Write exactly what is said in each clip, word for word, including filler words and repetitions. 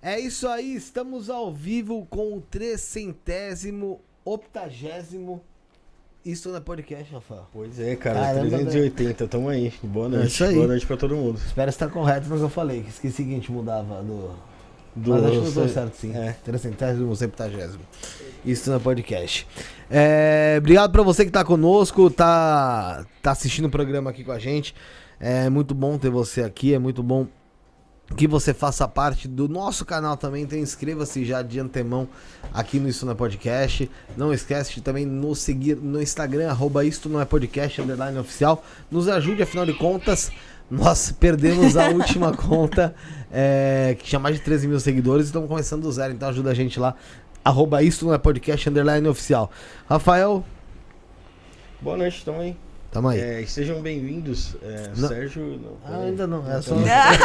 É isso aí, estamos ao vivo com o trecentésimo, octagésimo. Isso não é podcast, Rafael? Pois é, cara, Caramba, trezentos e oitenta, tamo aí. Boa noite, é isso aí. Boa noite pra todo mundo. Espero estar correto no que eu falei, que esqueci que a gente mudava do... Do Mas acho que eu tô certo sim, é. trecentésimo, septagésimo. Isso não é podcast. É, obrigado pra você que tá conosco, tá, tá assistindo o programa aqui com a gente. É muito bom ter você aqui, é muito bom que você faça parte do nosso canal também. Então inscreva-se já de antemão aqui no Isso Não É Podcast. Não esquece de também nos seguir no Instagram, arroba Isto Não É Podcast, underline oficial. Nos ajude, afinal de contas, nós perdemos a última conta, é, que tinha mais de treze mil seguidores, e estamos começando do zero. Então ajuda a gente lá, arroba Isto Não É Podcast, underline oficial. Rafael. Boa noite, tamo aí. Tamo aí. É, sejam bem-vindos. É, Sérgio. Não, ah, ainda não, é só.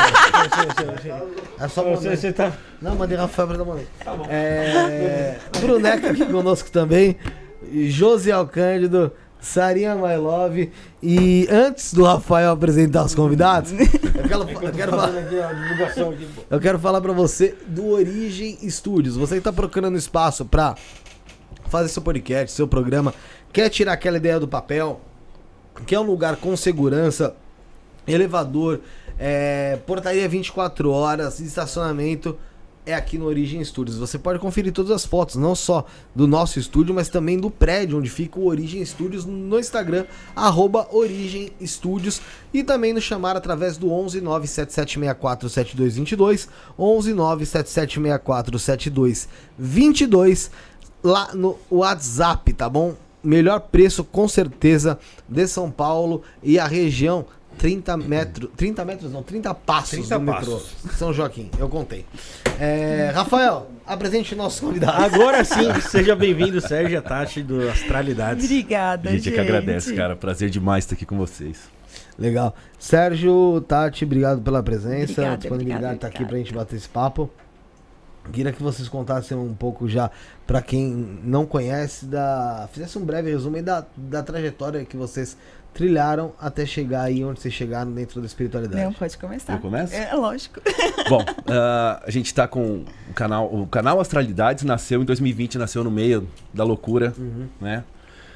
É só você, você tá. Não, mandei Rafael pra dar uma. Tá bom. É. Bruneca aqui conosco também. Josiel Cândido, Sarinha My Love. E antes do Rafael apresentar os convidados, eu quero, eu quero falar. Eu quero falar pra você do Origem Studios. Você que tá procurando espaço pra fazer seu podcast, seu programa, quer tirar aquela ideia do papel, que é um lugar com segurança, elevador, é, portaria vinte e quatro horas, estacionamento, é aqui no Origem Studios. Você pode conferir todas as fotos, não só do nosso estúdio, mas também do prédio onde fica o Origem Studios no Instagram, arroba Origem Studios, e também nos chamar através do onze nove sete sete seis quatro sete dois dois dois, onze nove sete sete seis quatro sete dois dois dois, lá no WhatsApp, tá bom? Melhor preço, com certeza, de São Paulo e a região. trinta metros, trinta metros não, trinta passos trinta do metrô. passos. São Joaquim, eu contei. É, Rafael, apresente o nosso convidado. Agora sim, seja bem-vindo, Sérgio Tati, do Astralidades. Obrigada, gente. Gente, é que agradece, cara. Prazer demais estar aqui com vocês. Legal. Sérgio, Tati, obrigado pela presença, Obrigada, a disponibilidade de estar aqui obrigada. pra gente bater esse papo. Queria que vocês contassem um pouco já, pra quem não conhece, da, fizesse um breve resumo aí da, da trajetória que vocês trilharam até chegar aí onde vocês chegaram dentro da espiritualidade. Não, pode começar. Eu começo? É, lógico. Bom, uh, a gente tá com o canal... O canal Astralidades nasceu em dois mil e vinte, nasceu no meio da loucura, Uhum. né?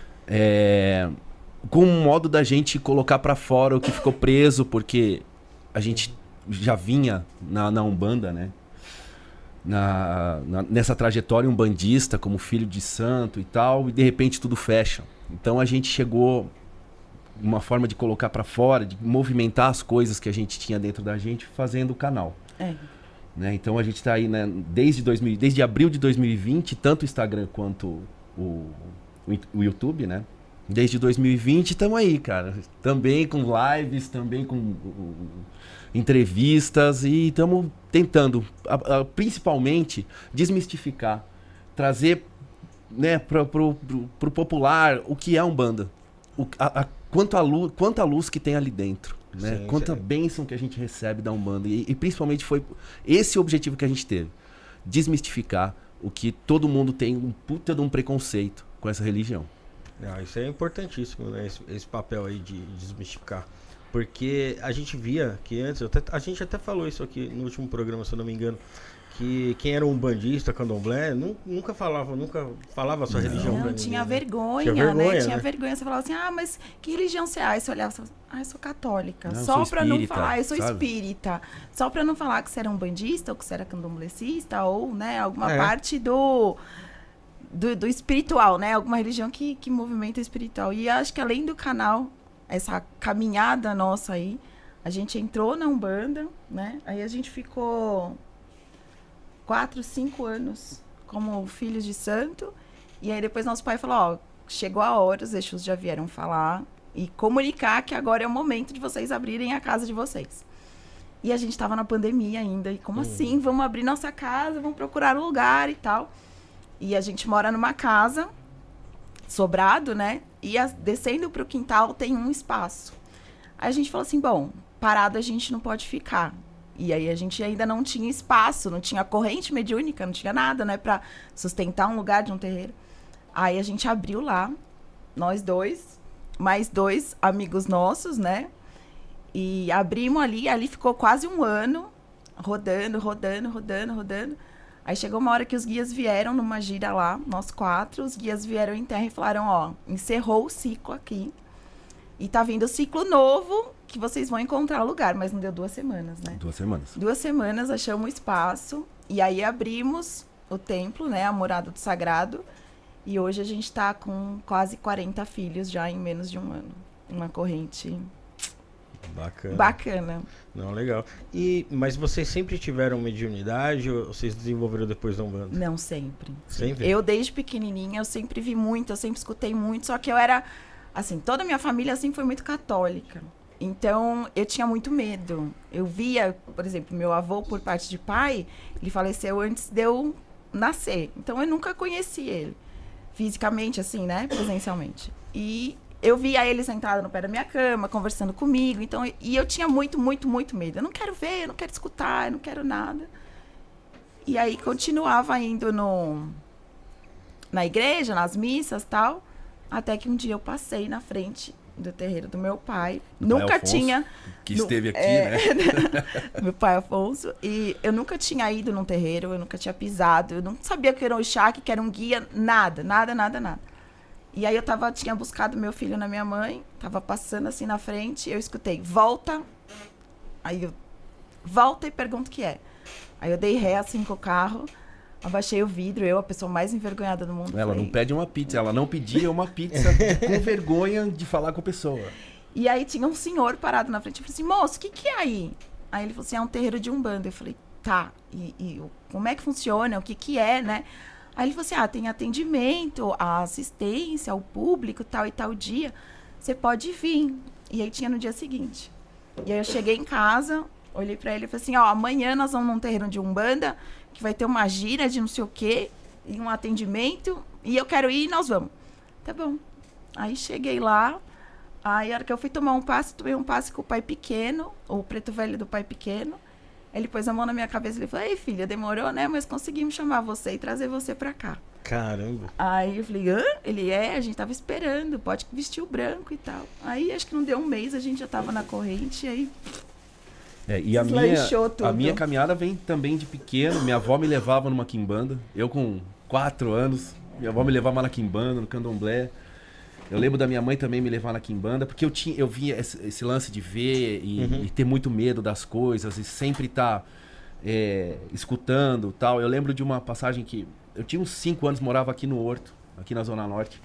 É, com um modo da gente colocar pra fora o que ficou preso, porque a gente já vinha na, na Umbanda, né? Na, na, nessa trajetória umbandista, como filho de santo e tal, e de repente tudo fecha. Então a gente chegou uma forma de colocar pra fora, de movimentar as coisas que a gente tinha dentro da gente, fazendo o canal. É. Né? Então a gente tá aí, né, desde, dois mil, desde abril de dois mil e vinte, tanto o Instagram quanto o, o, o YouTube, né? Desde dois mil e vinte estamos aí, cara. Também com lives, também com uh, entrevistas, e estamos tentando, a, a, principalmente, desmistificar, trazer, né, para o popular o que é Umbanda. O, a, a, quanto a luz, quanta luz que tem ali dentro. Né? Sim, Quanta sim. bênção que a gente recebe da Umbanda. E, e principalmente foi esse o objetivo que a gente teve. Desmistificar o que todo mundo tem um puta de um preconceito com essa religião. Ah, isso é importantíssimo, né? Esse, esse papel aí de desmistificar. Porque a gente via que antes, eu até, a gente até falou isso aqui no último programa, se eu não me engano, que quem era um bandista, candomblé, nu, nunca falava, nunca falava a sua Não. religião pra Não, ninguém, tinha né? vergonha, Tinha vergonha, né? Tinha né? vergonha. Você falava assim, ah, mas que religião você é? Aí você olhava e falava, ah, eu sou católica. Não, eu Só sou pra não espírita, falar, eu sou sabe? espírita. Só pra não falar que você era um bandista, ou que você era candomblessista, ou, né, alguma É. parte do... Do, do espiritual, né? Alguma religião que, que movimenta o espiritual. E acho que além do canal, essa caminhada nossa aí, a gente entrou na Umbanda, né? Aí a gente ficou quatro, cinco anos como filhos de santo. E aí depois nosso pai falou, ó, chegou a hora, os Exus já vieram falar e comunicar que agora é o momento de vocês abrirem a casa de vocês. E a gente tava na pandemia ainda. E como Hum. assim? Vamos abrir nossa casa, vamos procurar um lugar e tal. E a gente mora numa casa, sobrado, né? E a, descendo pro quintal tem um espaço. Aí a gente falou assim, bom, parado a gente não pode ficar. E aí a gente ainda não tinha espaço, não tinha corrente mediúnica, não tinha nada, né? Pra sustentar um lugar de um terreiro. Aí a gente abriu lá, nós dois, mais dois amigos nossos, né? E abrimos ali, ali ficou quase um ano, rodando, rodando, rodando, rodando. Aí chegou uma hora que os guias vieram numa gira lá, nós quatro, os guias vieram em terra e falaram, ó, encerrou o ciclo aqui. E tá vindo o ciclo novo, que vocês vão encontrar lugar, mas não deu duas semanas, né? Duas semanas. Duas semanas, achamos um espaço, e aí abrimos o templo, né, a morada do sagrado, e hoje a gente tá com quase quarenta filhos já em menos de um ano. Uma corrente Bacana. bacana. Não, legal. E, mas vocês sempre tiveram mediunidade ou vocês desenvolveram depois da Umbanda? Não sempre. Sempre? Eu, desde pequenininha, eu sempre vi muito, eu sempre escutei muito, só que eu era, assim, toda a minha família, assim, foi muito católica. Então, eu tinha muito medo. Eu via, por exemplo, meu avô, por parte de pai, ele faleceu antes de eu nascer. Então, eu nunca conheci ele. Fisicamente, assim, né? Presencialmente. E eu via ele sentado no pé da minha cama, conversando comigo. Então, e eu tinha muito, muito, muito medo. Eu não quero ver, eu não quero escutar, eu não quero nada. E aí, continuava indo no, na igreja, nas missas e tal. Até que um dia eu passei na frente do terreiro do meu pai. Do nunca pai Afonso, tinha... que no, esteve aqui, é, né? meu pai Afonso. E eu nunca tinha ido num terreiro, eu nunca tinha pisado. Eu não sabia que era um chá, que era um guia, nada, nada, nada, nada. E aí eu tava, tinha buscado meu filho na minha mãe, tava passando assim na frente, eu escutei, volta. Aí eu, volta e pergunto o que é. Aí eu dei ré assim com o carro, abaixei o vidro, eu, a pessoa mais envergonhada do mundo. Ela falei, não pede uma pizza, ela não pedia uma pizza com vergonha de falar com a pessoa. E aí tinha um senhor parado na frente, eu falei assim, moço, o que que é aí? Aí ele falou assim, é um terreiro de Umbanda. Eu falei, tá, e, e como é que funciona, o que que é, né? Aí ele falou assim, ah, tem atendimento, a assistência ao público, tal e tal dia, você pode vir. E aí tinha no dia seguinte. E aí eu cheguei em casa, olhei pra ele e falei assim, ó, amanhã nós vamos num terreiro de Umbanda, que vai ter uma gira de não sei o quê, e um atendimento, e eu quero ir e nós vamos. Tá bom. Aí cheguei lá, aí a hora que eu fui tomar um passe, tomei um passe com o pai pequeno, o preto velho do pai pequeno. Ele pôs a mão na minha cabeça e ele falou, ei, filha, demorou, né? Mas conseguimos chamar você e trazer você pra cá. Caramba. Aí eu falei, hã? Ele é, a gente tava esperando, pode vestir o branco e tal. Aí acho que não deu um mês, a gente já tava na corrente, aí... É, e a minha, Deslanchou tudo. a minha caminhada vem também de pequeno. Minha avó me levava numa quimbanda. Eu com quatro anos, minha avó me levava na quimbanda, no candomblé. Eu lembro da minha mãe também me levar na quimbanda, porque eu, tinha, eu via esse, esse lance de ver e, uhum. e ter muito medo das coisas e sempre estar tá, é, escutando e tal. Eu lembro de uma passagem que... Eu tinha uns cinco anos, morava aqui no Horto, aqui na Zona Norte.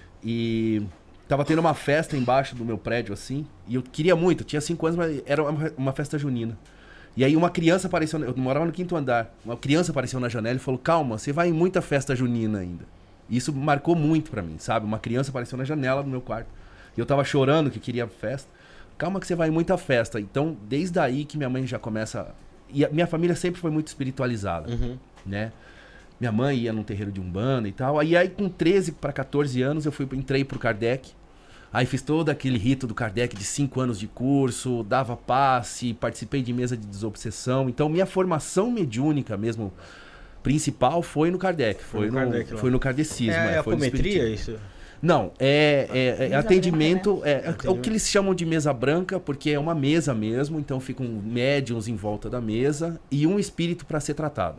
E tava tendo uma festa embaixo do meu prédio, assim. E eu queria muito, eu tinha cinco anos, mas era uma, uma festa junina. E aí uma criança apareceu... Eu morava no quinto andar. Uma criança apareceu na janela e falou, calma, você vai em muita festa junina ainda. Isso marcou muito pra mim, sabe? Uma criança apareceu na janela do meu quarto. E eu tava chorando que queria festa. Calma que você vai em muita festa. Então, desde aí que minha mãe já começa... E a minha família sempre foi muito espiritualizada, uhum. né? Minha mãe ia num terreiro de Umbanda e tal. Aí, aí com treze para quatorze anos, eu fui, entrei pro Kardec. Aí fiz todo aquele rito do Kardec de cinco anos de curso, dava passe, participei de mesa de desobsessão. Então, minha formação mediúnica mesmo... principal foi no Kardec, foi, foi, no, Kardec, foi no kardecismo. É, é a apometria, isso? Não, é, é, é atendimento, branca, né? é, é, é o que eles chamam de mesa branca, porque é uma mesa mesmo, então ficam médiums em volta da mesa e um espírito para ser tratado.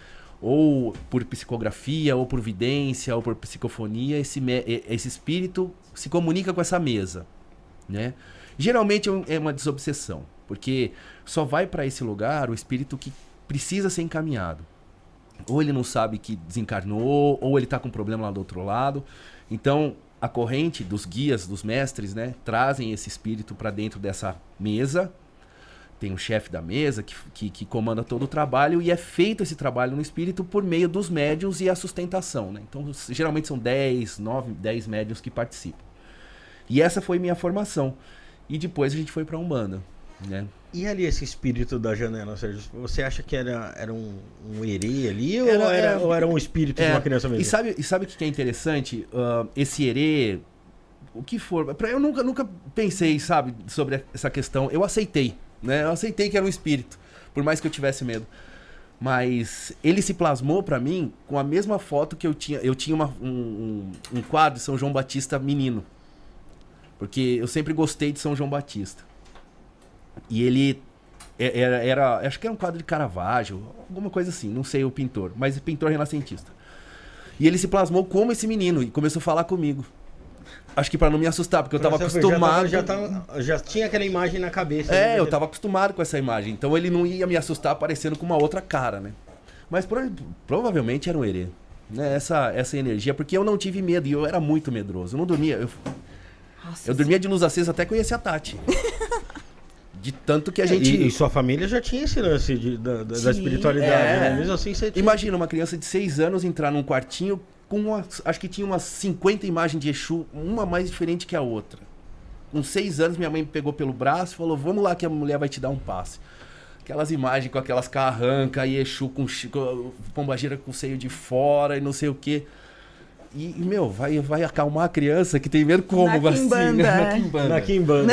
Ou por psicografia, ou por vidência, ou por psicofonia, esse, esse espírito se comunica com essa mesa, né? Geralmente é uma desobsessão, porque só vai para esse lugar o espírito que precisa ser encaminhado. Ou ele não sabe que desencarnou, ou ele está com problema lá do outro lado. Então, a corrente dos guias, dos mestres, né, trazem esse espírito para dentro dessa mesa. Tem o chefe da mesa que, que, que comanda todo o trabalho e é feito esse trabalho no espírito por meio dos médiuns e a sustentação, né? Então, geralmente são dez, nove, dez médiuns que participam. E essa foi minha formação. E depois a gente foi para a Umbanda, né? E ali esse espírito da janela, Sérgio, você acha que era, era um, um herê ali ou era, era, era, ou era um espírito é, de uma criança mesmo? E sabe, e sabe o que é interessante? Uh, esse herê, o que for, pra, eu nunca, nunca pensei, sabe, sobre essa questão. Eu aceitei, né? Eu aceitei que era um espírito, por mais que eu tivesse medo. Mas ele se plasmou pra mim com a mesma foto que eu tinha. Eu tinha uma, um, um, um quadro de São João Batista menino. Porque eu sempre gostei de São João Batista. E ele Era, era, acho que era um quadro de Caravaggio, alguma coisa assim, não sei o pintor, mas pintor renascentista. E ele se plasmou como esse menino e começou a falar comigo. Acho que pra não me assustar, porque eu tava acostumado... Já, tava, já, tava, já tinha aquela imagem na cabeça. É, né? eu tava acostumado com essa imagem. Então ele não ia me assustar aparecendo com uma outra cara, né? Mas pro, provavelmente era um herê. Né? Essa, essa energia, porque eu não tive medo e eu era muito medroso. Eu não dormia... Eu, eu dormia de luz acesa até conhecer a Tati. De tanto que a gente... E, e sua família já tinha esse lance de, da, da, da espiritualidade, é. né? Mesmo assim você tinha... Imagina uma criança de seis anos entrar num quartinho com uma, acho que tinha umas cinquenta imagens de Exu, uma mais diferente que a outra. Com seis anos, minha mãe me pegou pelo braço e falou, vamos lá que a mulher vai te dar um passe. Aquelas imagens com aquelas carrancas e Exu com, com pombagira com o seio de fora e não sei o quê. E, e, meu, vai, vai acalmar a criança que tem medo como, na assim? Quimbanda, Na Quimbanda. Na Quimbanda.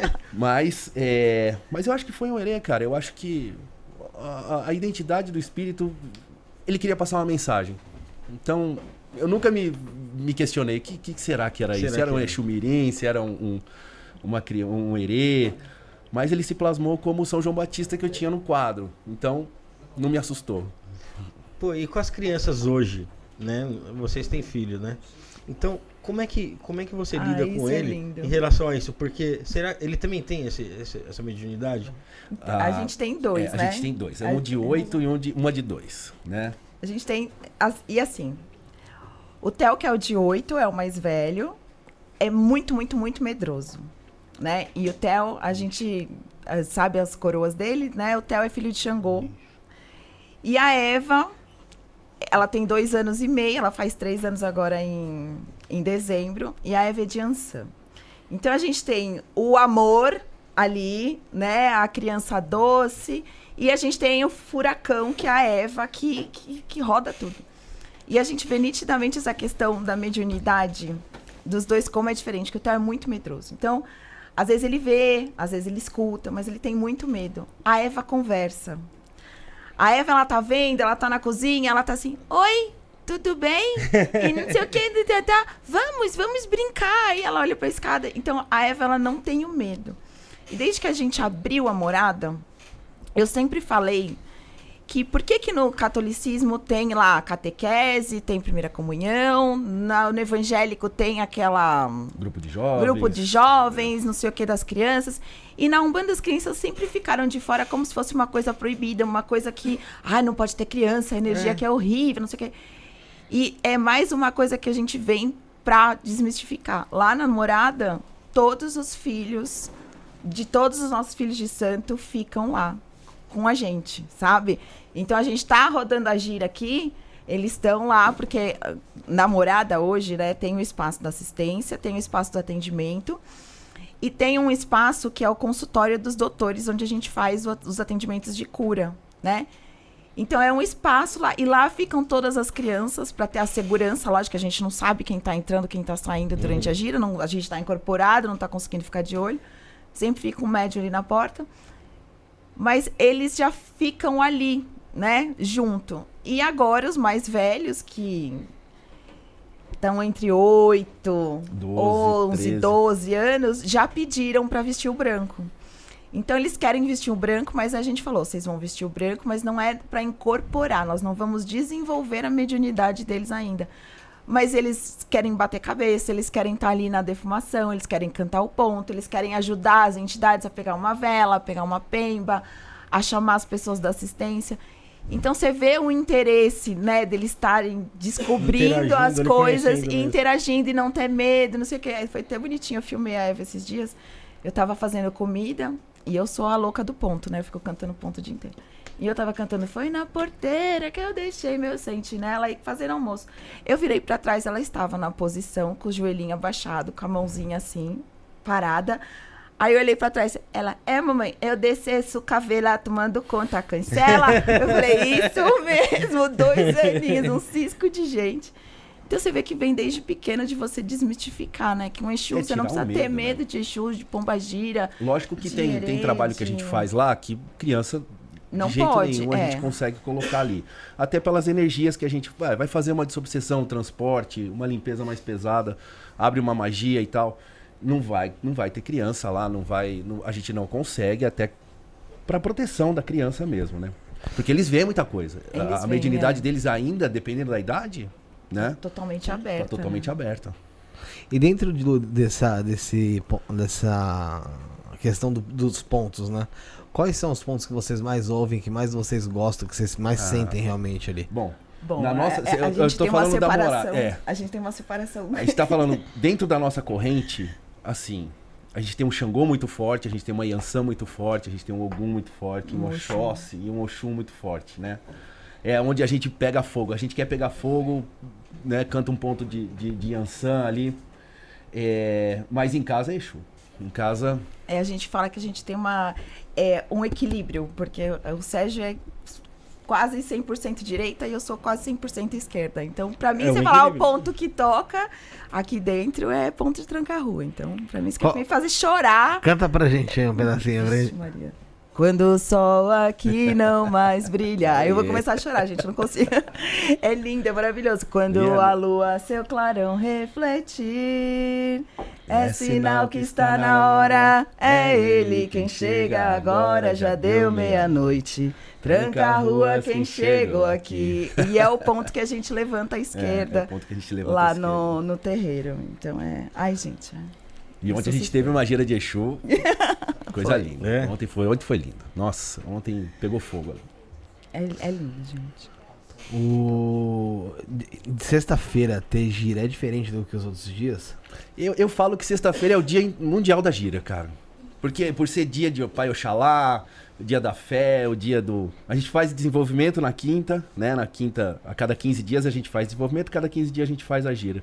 Mas, é, mas eu acho que foi um herê, cara. Eu acho que a, a identidade do espírito, ele queria passar uma mensagem. Então, eu nunca me, me questionei, o que, que será que era será isso? Se era um é? Exu Mirim, se era um, um, uma, um herê. Mas ele se plasmou como o São João Batista que eu tinha no quadro. Então, não me assustou. Pô, e com as crianças hoje, né? Vocês têm filho, né? Então, como é que, como é que você Ah, lida isso com é ele lindo. em relação a isso? Porque será ele também tem esse, esse, essa mediunidade? A Ah, gente tem dois, é, né? A gente tem dois. É A um de oito e um de, uma de dois, né? A gente tem... as- E assim, o Theo, que é o de oito, é o mais velho, é muito, muito, muito medroso, né? E o Theo, a gente eh, sabe as coroas dele, né? O Theo é filho de Xangô. E a Eva, ela tem dois anos e meio, ela faz três anos agora em, em dezembro, e a Eva é de Ançã. Então a gente tem o amor ali, né? A criança doce, e a gente tem o furacão, que é a Eva, que, que, que roda tudo. E a gente vê nitidamente essa questão da mediunidade dos dois, como é diferente, que o Theo é muito medroso. Então, às vezes ele vê, às vezes ele escuta, mas ele tem muito medo. A Eva conversa. A Eva, ela tá vendo, ela tá na cozinha, ela tá assim, oi, tudo bem? E não sei o que, tá, tá, vamos, vamos brincar. E ela olha pra escada. Então, a Eva, ela não tem o medo. E desde que a gente abriu a morada, eu sempre falei que por que que no catolicismo tem lá catequese, tem primeira comunhão, na, no evangélico tem aquela... Grupo de jovens. Grupo de jovens, não sei o que, das crianças. E na Umbanda as crianças sempre ficaram de fora como se fosse uma coisa proibida, uma coisa que, ah, não pode ter criança, a energia É. que é horrível, não sei o que. E é mais uma coisa que a gente vem pra desmistificar. Lá na morada, todos os filhos, de todos os nossos filhos de santo, ficam lá com a gente, sabe? Então a gente tá rodando a gira aqui, eles estão lá, porque na morada hoje, né, tem o espaço da assistência, tem o espaço do atendimento, e tem um espaço que é o consultório dos doutores, onde a gente faz o, os atendimentos de cura, né? Então é um espaço lá, e lá ficam todas as crianças para ter a segurança, lógico que a gente não sabe quem tá entrando, quem tá saindo durante Uhum. a gira, não, a gente tá incorporado, não tá conseguindo ficar de olho, sempre fica um médium ali na porta, mas eles já ficam ali, né, junto. E agora os mais velhos, que estão entre oito, onze, treze. doze anos, já pediram para vestir o branco. Então eles querem vestir o branco, mas a gente falou, vocês vão vestir o branco, mas não é para incorporar, nós não vamos desenvolver a mediunidade deles ainda. Mas eles querem bater cabeça, eles querem estar ali na defumação, eles querem cantar o ponto, eles querem ajudar as entidades a pegar uma vela, a pegar uma pemba, a chamar as pessoas da assistência. Então você vê o interesse, né, deles estarem descobrindo Interagindo, as ele coisas, conhecendo e mesmo. interagindo e não ter medo, não sei o que. Foi até bonitinho, eu filmei a Eva esses dias. Eu tava fazendo comida e eu sou a louca do ponto, né? Eu fico cantando ponto o dia inteiro. E eu tava cantando, foi na porteira que eu deixei meu sentinela e fazendo almoço. Eu virei pra trás, ela estava na posição, com o joelhinho abaixado, com a mãozinha assim, parada. Aí eu olhei pra trás, ela, é mamãe, eu desci o cabelo tomando conta, cancela. Eu falei, isso mesmo, dois aninhos, um cisco de gente. Então você vê que vem desde pequena de você desmistificar, né? Que um Exu, É você não tirar o precisa ter medo, medo né? de Exu, de pombagira. Lógico que de tem, tem herege. trabalho que a gente faz lá que criança Não de jeito pode, nenhum a é. gente consegue colocar ali. Até pelas energias que a gente vai, vai fazer uma desobsessão, um transporte, uma limpeza mais pesada, abre uma magia e tal. Não vai, não vai ter criança lá, não vai, não- a gente não consegue, até para proteção da criança mesmo, né? Porque eles veem muita coisa. Eles a a veem, mediunidade é. deles ainda, dependendo da idade, né? Totalmente aberta. Tá totalmente né? aberta. E dentro de- dessa, desse, po- dessa questão do- dos pontos, né? Quais são os pontos que vocês mais ouvem, que mais vocês gostam, que vocês mais Ah. sentem realmente ali? Bom, Bom, Na é- nossa- é- eu- a eu gente tô tem uma falando da moral, separação. é. A gente tem uma separação. a gente tá falando dentro da nossa corrente, assim, a gente tem um Xangô muito forte, a gente tem uma Yansan muito forte, a gente tem um Ogum muito forte, um Um Oxum. Oxóssi e um Oxum muito forte, né? É onde a gente pega fogo. A gente quer pegar fogo, né? Canta um ponto de, de, de Yansan ali. É, mas em casa é Exu. Em casa, É, a gente fala que a gente tem uma, é, um equilíbrio, porque o Sérgio é quase cem por cento direita e eu sou quase cem por cento esquerda. Então, pra mim, É você um falar o equilíbrio. ponto que toca aqui dentro é ponto de tranca-rua. Então, pra mim, isso Qual- quer me fazer chorar. Canta pra gente aí um pedacinho, pra Vixe, gente. Maria. Quando o sol aqui não mais brilha. Eu vou começar a chorar, gente, eu não consigo. É lindo, é maravilhoso. Quando Lindo. a lua seu clarão refletir, é sinal que está na hora. É ele quem chega agora, já deu meia-noite. Tranca a rua quem chegou aqui. E é o ponto que a gente levanta à é, é esquerda, o ponto que a gente levanta à lá esquerda. no, no terreiro. Então é. Ai, gente. é. E ontem a Isso gente se teve uma gira de Exu. Coisa Foi. linda. É. Ontem foi, ontem foi lindo. Nossa, ontem pegou fogo. É, é lindo, gente. O... de- de sexta-feira ter gira é diferente do que os outros dias? Eu, eu falo que sexta-feira é o dia mundial da gira, cara. Porque por ser dia de Pai Oxalá, o dia da fé, o dia do... A gente faz desenvolvimento na quinta, né? Na quinta, a cada quinze dias a gente faz desenvolvimento, cada quinze dias a gente faz a gira.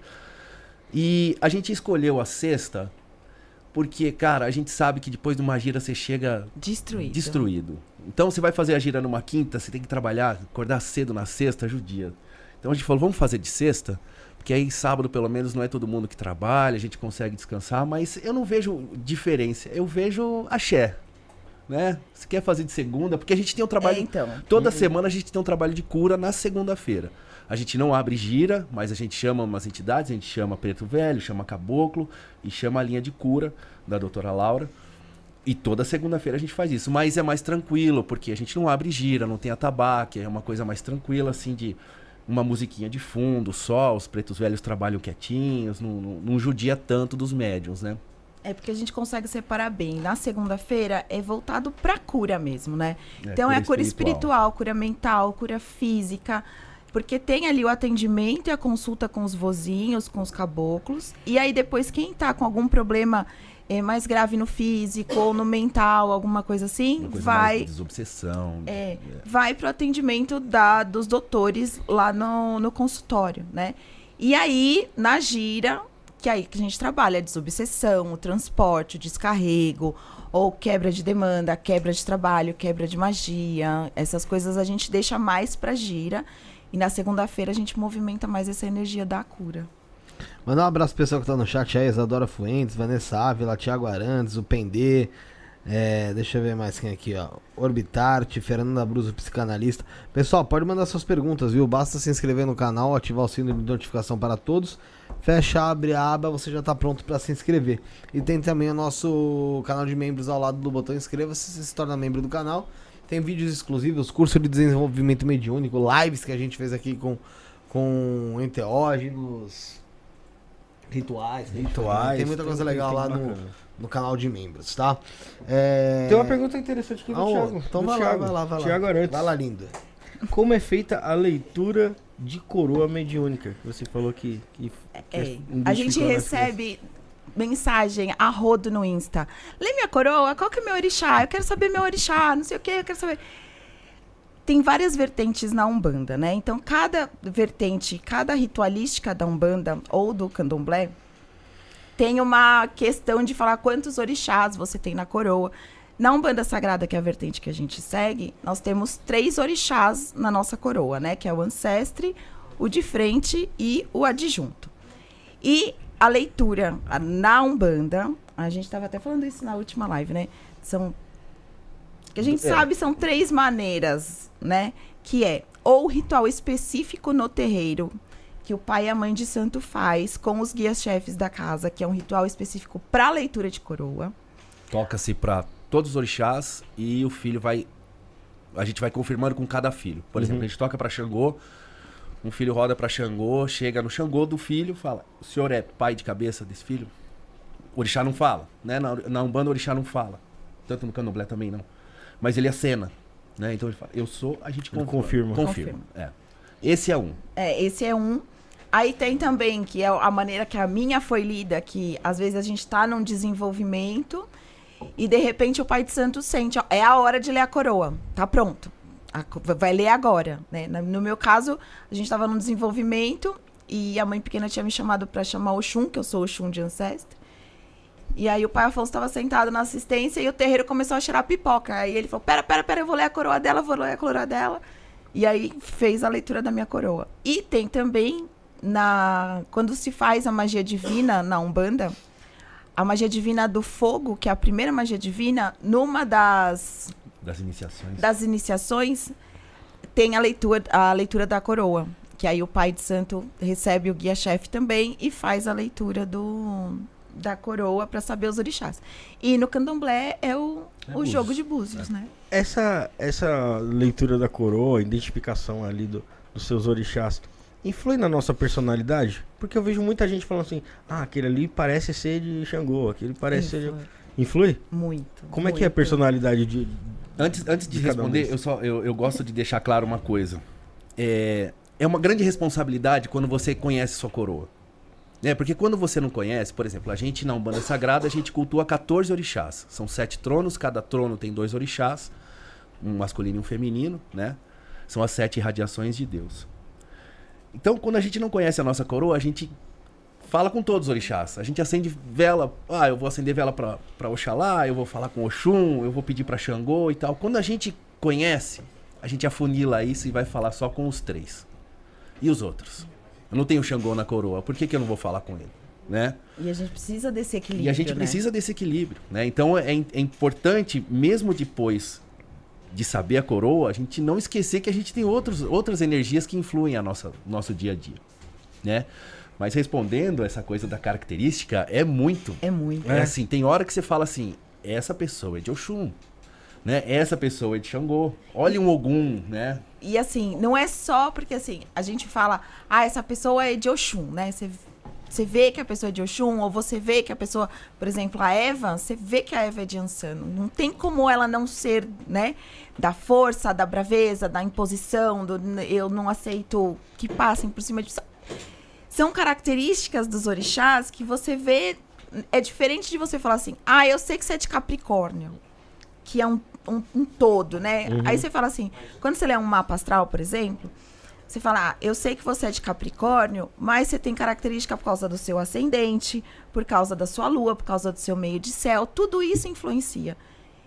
E a gente escolheu a sexta porque, cara, a gente sabe que depois de uma gira você chega Destruído. destruído. Então você vai fazer a gira numa quinta, você tem que trabalhar, acordar cedo na sexta, judia. Então a gente falou, vamos fazer de sexta, porque aí sábado pelo menos não é todo mundo que trabalha, a gente consegue descansar, mas eu não vejo diferença, eu vejo axé, né? Você quer fazer de segunda, porque a gente tem um trabalho, É, então. toda semana a gente tem um trabalho de cura na segunda-feira. A gente não abre gira, mas a gente chama umas entidades, a gente chama Preto Velho, chama Caboclo e chama a linha de cura da doutora Laura. E toda segunda-feira a gente faz isso, mas é mais tranquilo, porque a gente não abre gira, não tem atabaque, é uma coisa mais tranquila, assim, de uma musiquinha de fundo só, os pretos velhos trabalham quietinhos, não, não, não judia tanto dos médiums, né? É porque a gente consegue separar bem. Na segunda-feira é voltado pra cura mesmo, né? É, Então é a cura cura espiritual. espiritual, cura mental, cura física. Porque tem ali o atendimento e a consulta com os vozinhos, com os caboclos. E aí depois quem tá com algum problema é, mais grave no físico ou no mental, alguma coisa assim, Uma coisa vai... mais de desobsessão. É, vai pro atendimento da, dos doutores lá no, no consultório, né? E aí, na gira, que é aí que a gente trabalha a desobsessão, o transporte, o descarrego, ou quebra de demanda, quebra de trabalho, quebra de magia. Essas coisas a gente deixa mais pra gira. E na segunda-feira a gente movimenta mais essa energia da cura. Mandar um abraço pro pessoal que tá no chat aí, Isadora Fuentes, Vanessa Ávila, Thiago Arantes, o Pendê, é, deixa eu ver mais quem aqui, ó, Orbitarte, Fernanda Bruso, psicanalista. Pessoal, pode mandar suas perguntas, viu? Basta se inscrever no canal, ativar o sino de notificação para todos, fecha, abre a aba, você já tá pronto para se inscrever. E tem também o nosso canal de membros ao lado do botão inscreva-se, você se torna membro do canal. Tem vídeos exclusivos, curso de desenvolvimento mediúnico, lives que a gente fez aqui com, com enteógenos, rituais. que a gente faz, né? Rituais. Tem muita coisa legal tem lá no, bacana. no canal de membros, tá? É... Tem uma pergunta interessante aqui do Ah, Thiago. então do vai lá, Thiago. vai lá, vai lá. Thiago Arantes. Vai lá, lindo. Como é feita a leitura de coroa mediúnica? Você falou que... que, que É, a gente identificou na recebe mensagem a rodo no Insta. Lê minha coroa, qual que é meu orixá? Eu quero saber meu orixá, não sei o que, eu quero saber. Tem várias vertentes na Umbanda, né? Então, cada vertente, cada ritualística da Umbanda ou do Candomblé tem uma questão de falar quantos orixás você tem na coroa. Na Umbanda Sagrada, que é a vertente que a gente segue, nós temos três orixás na nossa coroa, né? Que é o ancestre, o de frente e o adjunto. E a leitura a- na Umbanda, a gente estava até falando isso na última live, né? São... Que a gente É. sabe, são três maneiras, né? Que é ou ritual específico no terreiro, que o pai e a mãe de santo faz com os guias-chefes da casa, que é um ritual específico para leitura de coroa. Toca-se pra todos os orixás e o filho vai... A gente vai confirmando com cada filho. Por Uhum. exemplo, a gente toca pra Xangô, um filho roda pra Xangô, chega no Xangô do filho, fala, o senhor é pai de cabeça desse filho? O orixá não fala, né? Na, na Umbanda o orixá não fala. Tanto no Candomblé também não. Mas ele acena, né? Então ele fala, eu sou, a gente Ele confirma. confirma. Confirma, é. Esse é um. É, esse é um. Aí tem também, que é a maneira que a minha foi lida, que às vezes a gente tá num desenvolvimento e de repente o pai de santo sente, ó, é a hora de ler a coroa, tá pronto. A, vai ler agora, né? No meu caso, a gente tava num desenvolvimento e a mãe pequena tinha me chamado pra chamar o Oxum, que eu sou o Oxum de ancestre. E aí o pai Afonso estava sentado na assistência e o terreiro começou a cheirar pipoca. Aí ele falou, pera, pera, pera, eu vou ler a coroa dela, vou ler a coroa dela. E aí fez a leitura da minha coroa. E tem também, na quando se faz a magia divina na Umbanda, a magia divina do fogo, que é a primeira magia divina, numa das, Das iniciações. das iniciações, tem a leitura, a leitura da coroa. Que aí o pai de santo recebe o guia-chefe também e faz a leitura do... da coroa para saber os orixás. E no Candomblé é o, É o Búzios. jogo de búzios, né? Essa, essa leitura da coroa, a identificação ali do, dos seus orixás, influi na nossa personalidade? Porque eu vejo muita gente falando assim, ah, aquele ali parece ser de Xangô, aquele parece ser de... Influi? Muito. Como é que é a muito. personalidade de... Antes, antes de, De cada um responder, deles. eu, só, eu, eu gosto de deixar claro uma coisa. É, é uma grande responsabilidade quando você conhece sua coroa. É, porque quando você não conhece, por exemplo, a gente na Umbanda Sagrada, a gente cultua quatorze orixás. São sete tronos, cada trono tem dois orixás, um masculino e um feminino, né? São as sete irradiações de Deus. Então, quando a gente não conhece a nossa coroa, a gente fala com todos os orixás. A gente acende vela, ah, eu vou acender vela pra, pra Oxalá, eu vou falar com Oxum, eu vou pedir pra Xangô e tal. Quando a gente conhece, a gente afunila isso e vai falar só com os três. E os outros? Eu não tenho Xangô na coroa, por que, que eu não vou falar com ele? Né? E a gente precisa desse equilíbrio, E a gente né? precisa desse equilíbrio, né? Então é, é importante, mesmo depois de saber a coroa, a gente não esquecer que a gente tem outros, outras energias que influem a nossa nosso dia a dia, né? Mas respondendo essa coisa da característica, é muito. É muito. É assim, tem hora que você fala assim, essa pessoa é de Oxum, né? Essa pessoa é de Xangô. Olha um Ogum, né? E assim, não é só porque assim, a gente fala, ah, essa pessoa é de Oxum, né? Você, você vê que a pessoa é de Oxum, ou você vê que a pessoa, por exemplo, a Eva, você vê que a Eva é de Ansano. Não tem como ela não ser, né? Da força, da braveza, da imposição, do eu não aceito que passem por cima disso. São características dos orixás que você vê. É diferente de você falar assim, ah, eu sei que você é de Capricórnio, que é um, um, um todo, né? Uhum. Aí você fala assim, quando você lê um mapa astral, por exemplo, você fala, ah, eu sei que você é de Capricórnio, mas você tem característica por causa do seu ascendente, por causa da sua lua, por causa do seu meio de céu, tudo isso influencia.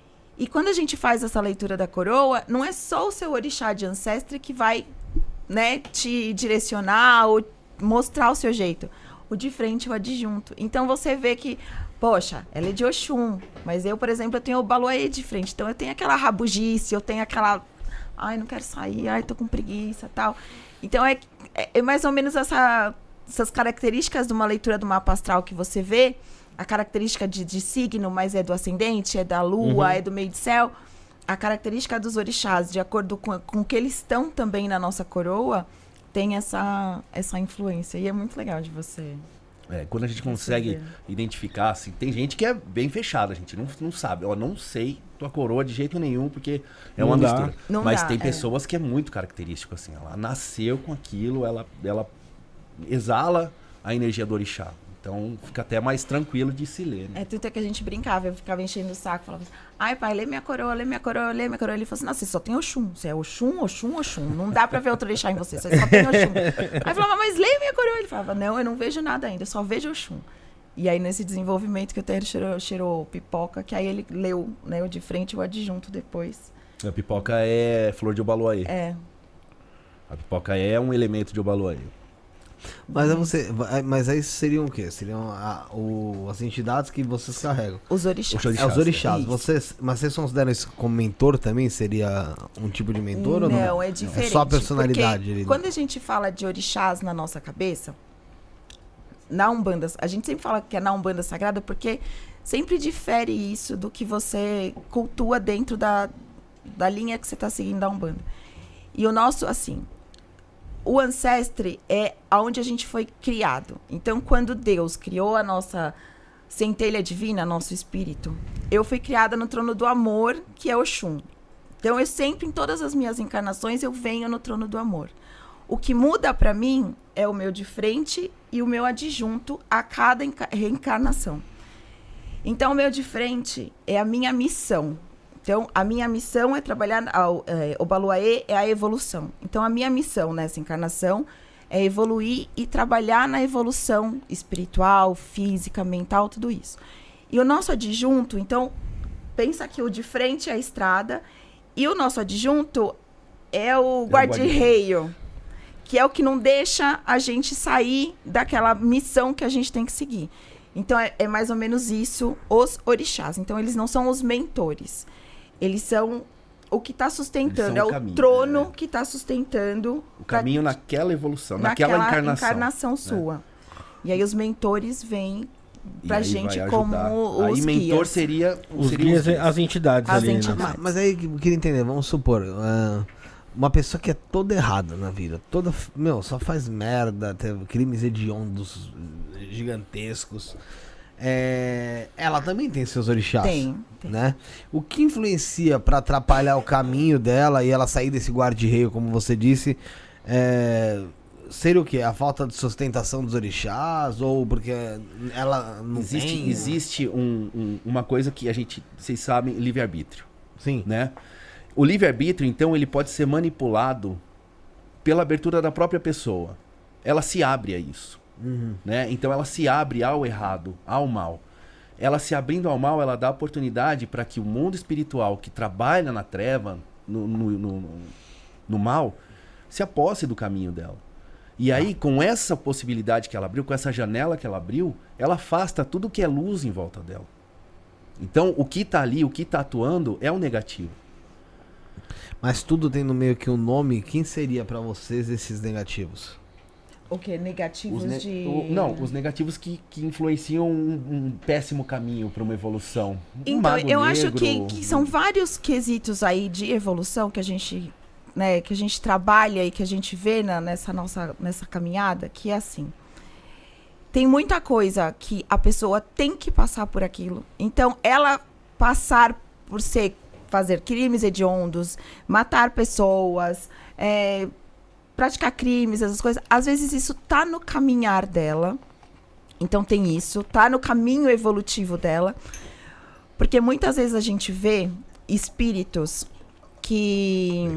E quando a gente faz essa leitura da coroa, não é só o seu orixá de ancestre que vai, né, te direcionar ou mostrar o seu jeito. O de frente, o adjunto. Então você vê que, poxa, ela é de Oxum, mas eu, por exemplo, eu tenho o Baluaê de frente. Então eu tenho aquela rabugice, eu tenho aquela, ai, não quero sair, ai, tô com preguiça, tal. Então é, é, é mais ou menos essa, essas características de uma leitura do mapa astral que você vê, a característica de, de signo, mas é do ascendente, é da lua, Uhum. é do meio de céu. A característica dos orixás, de acordo com, com o que eles estão também na nossa coroa, tem essa, essa influência. E é muito legal de você. É, quando a gente Você consegue vê. identificar, assim, tem gente que é bem fechada, a gente não, não sabe. Ó, não sei tua coroa de jeito nenhum, porque é Não uma dá. mistura. Não Mas dá, tem é. pessoas que é muito característico, assim. Ela nasceu com aquilo, ela, ela exala a energia do orixá. Então fica até mais tranquilo de se ler, né? É tanto é que a gente brincava, eu ficava enchendo o saco, falava assim, ai pai, lê minha coroa, lê minha coroa, lê minha coroa. Ele falou assim, não, você só tem Oxum, você é Oxum, Oxum, Oxum, não dá pra ver outro orixá em você, você só tem Oxum. Aí eu falava, mas lê minha coroa. Ele falava, não, eu não vejo nada ainda, eu só vejo Oxum. E aí nesse desenvolvimento que o Terry cheirou, cheirou pipoca, que aí ele leu, né, o de frente e o adjunto depois. A pipoca é flor de Obaluaê. É, A pipoca é um elemento de Obaluaê. Mas, aí você, mas aí seriam o quê? Seriam a- o- as entidades que vocês carregam. os orixás. Os orixás. É, os orixás. Isso. Vocês, mas vocês consideram isso como mentor também? Seria um tipo de mentor ou não? Não, é diferente. É só a personalidade. Porque ali, né? quando a gente fala de orixás na nossa cabeça, na Umbanda, a gente sempre fala que é na Umbanda Sagrada porque sempre difere isso do que você cultua dentro da, da linha que você está seguindo da Umbanda. E o nosso, assim, o ancestre é onde a gente foi criado. Então, quando Deus criou a nossa centelha divina, nosso espírito, eu fui criada no trono do amor, que é Oxum. Então, eu sempre, em todas as minhas encarnações, eu venho no trono do amor. O que muda para mim é o meu de frente e o meu adjunto a cada reencarnação. Então, o meu de frente é a minha missão. Então, a minha missão é trabalhar... É, o Baluaê é a evolução. Então, a minha missão nessa encarnação é evoluir e trabalhar na evolução espiritual, física, mental, tudo isso. E o nosso adjunto, então, pensa que o de frente é a estrada e o nosso adjunto é o guarda-reio, que é o que não deixa a gente sair daquela missão que a gente tem que seguir. Então, é, é mais ou menos isso, os orixás. Então, eles não são os mentores. Eles são o que está sustentando, é o, o caminho, trono né? que está sustentando... O caminho pra, naquela evolução, naquela, naquela encarnação. encarnação sua. Né? E aí, os mentores vêm pra gente como os aí, mentor guias. seria... Os seria guias, os guias. as entidades as ali, entidades. né? Mas, mas aí, eu queria entender, vamos supor... Uh, uma pessoa que é toda errada na vida, toda, meu, só faz merda, tem crimes hediondos gigantescos. É, ela também tem seus orixás, tem, tem. Né? O que influencia pra atrapalhar o caminho dela e ela sair desse guarda-reio, como você disse, é, seria o quê? A falta de sustentação dos orixás ou porque ela não existe, tem? Existe um, um, uma coisa que a gente, vocês sabem, livre-arbítrio. Sim. Né? O livre-arbítrio, então, ele pode ser manipulado pela abertura da própria pessoa. Ela se abre a isso. Uhum. Né? Então, ela se abre ao errado, ao mal. Ela se abrindo ao mal, ela dá oportunidade para que o mundo espiritual que trabalha na treva, no, no, no, no mal, se aposse do caminho dela. E aí, com essa possibilidade que ela abriu, com essa janela que ela abriu, ela afasta tudo que é luz em volta dela. Então, o que está ali, o que está atuando, é o negativo. Mas tudo tem no meio que um nome. Quem seria pra vocês esses negativos? O que? Negativos Os ne de... o, não, os negativos que, que influenciam um, um péssimo caminho para uma evolução. Um então, mago eu negro, acho que, que são vários quesitos aí de evolução que a gente, né, que a gente trabalha e que a gente vê na, nessa nossa nessa caminhada, que é assim. Tem muita coisa que a pessoa tem que passar por aquilo. Então, ela passar por ser... fazer crimes hediondos, matar pessoas, é, praticar crimes, essas coisas. Às vezes isso tá no caminhar dela. Então tem isso, tá no caminho evolutivo dela. Porque muitas vezes a gente vê espíritos que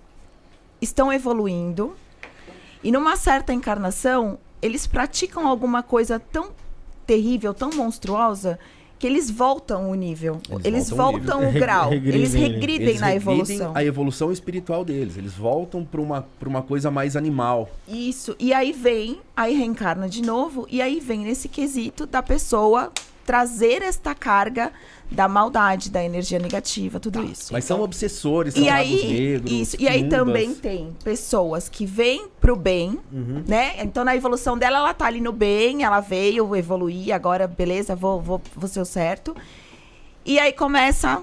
estão evoluindo e numa certa encarnação eles praticam alguma coisa tão terrível, tão monstruosa, que eles voltam o nível. Eles, eles voltam, voltam o, o grau. Regridem, eles regridem eles na regridem evolução. a evolução espiritual deles. Eles voltam para uma, para uma coisa mais animal. Isso. E aí vem, aí reencarna de novo, e aí vem nesse quesito da pessoa trazer esta carga da maldade, da energia negativa, tudo Tá, isso. Mas são obsessores, são E magos aí, negros, isso. E aí quiumbas. também tem pessoas que vêm pro bem, Uhum. né? Então, na evolução dela, ela tá ali no bem, ela veio evoluir, agora, beleza, vou, vou, vou ser o certo. E aí começa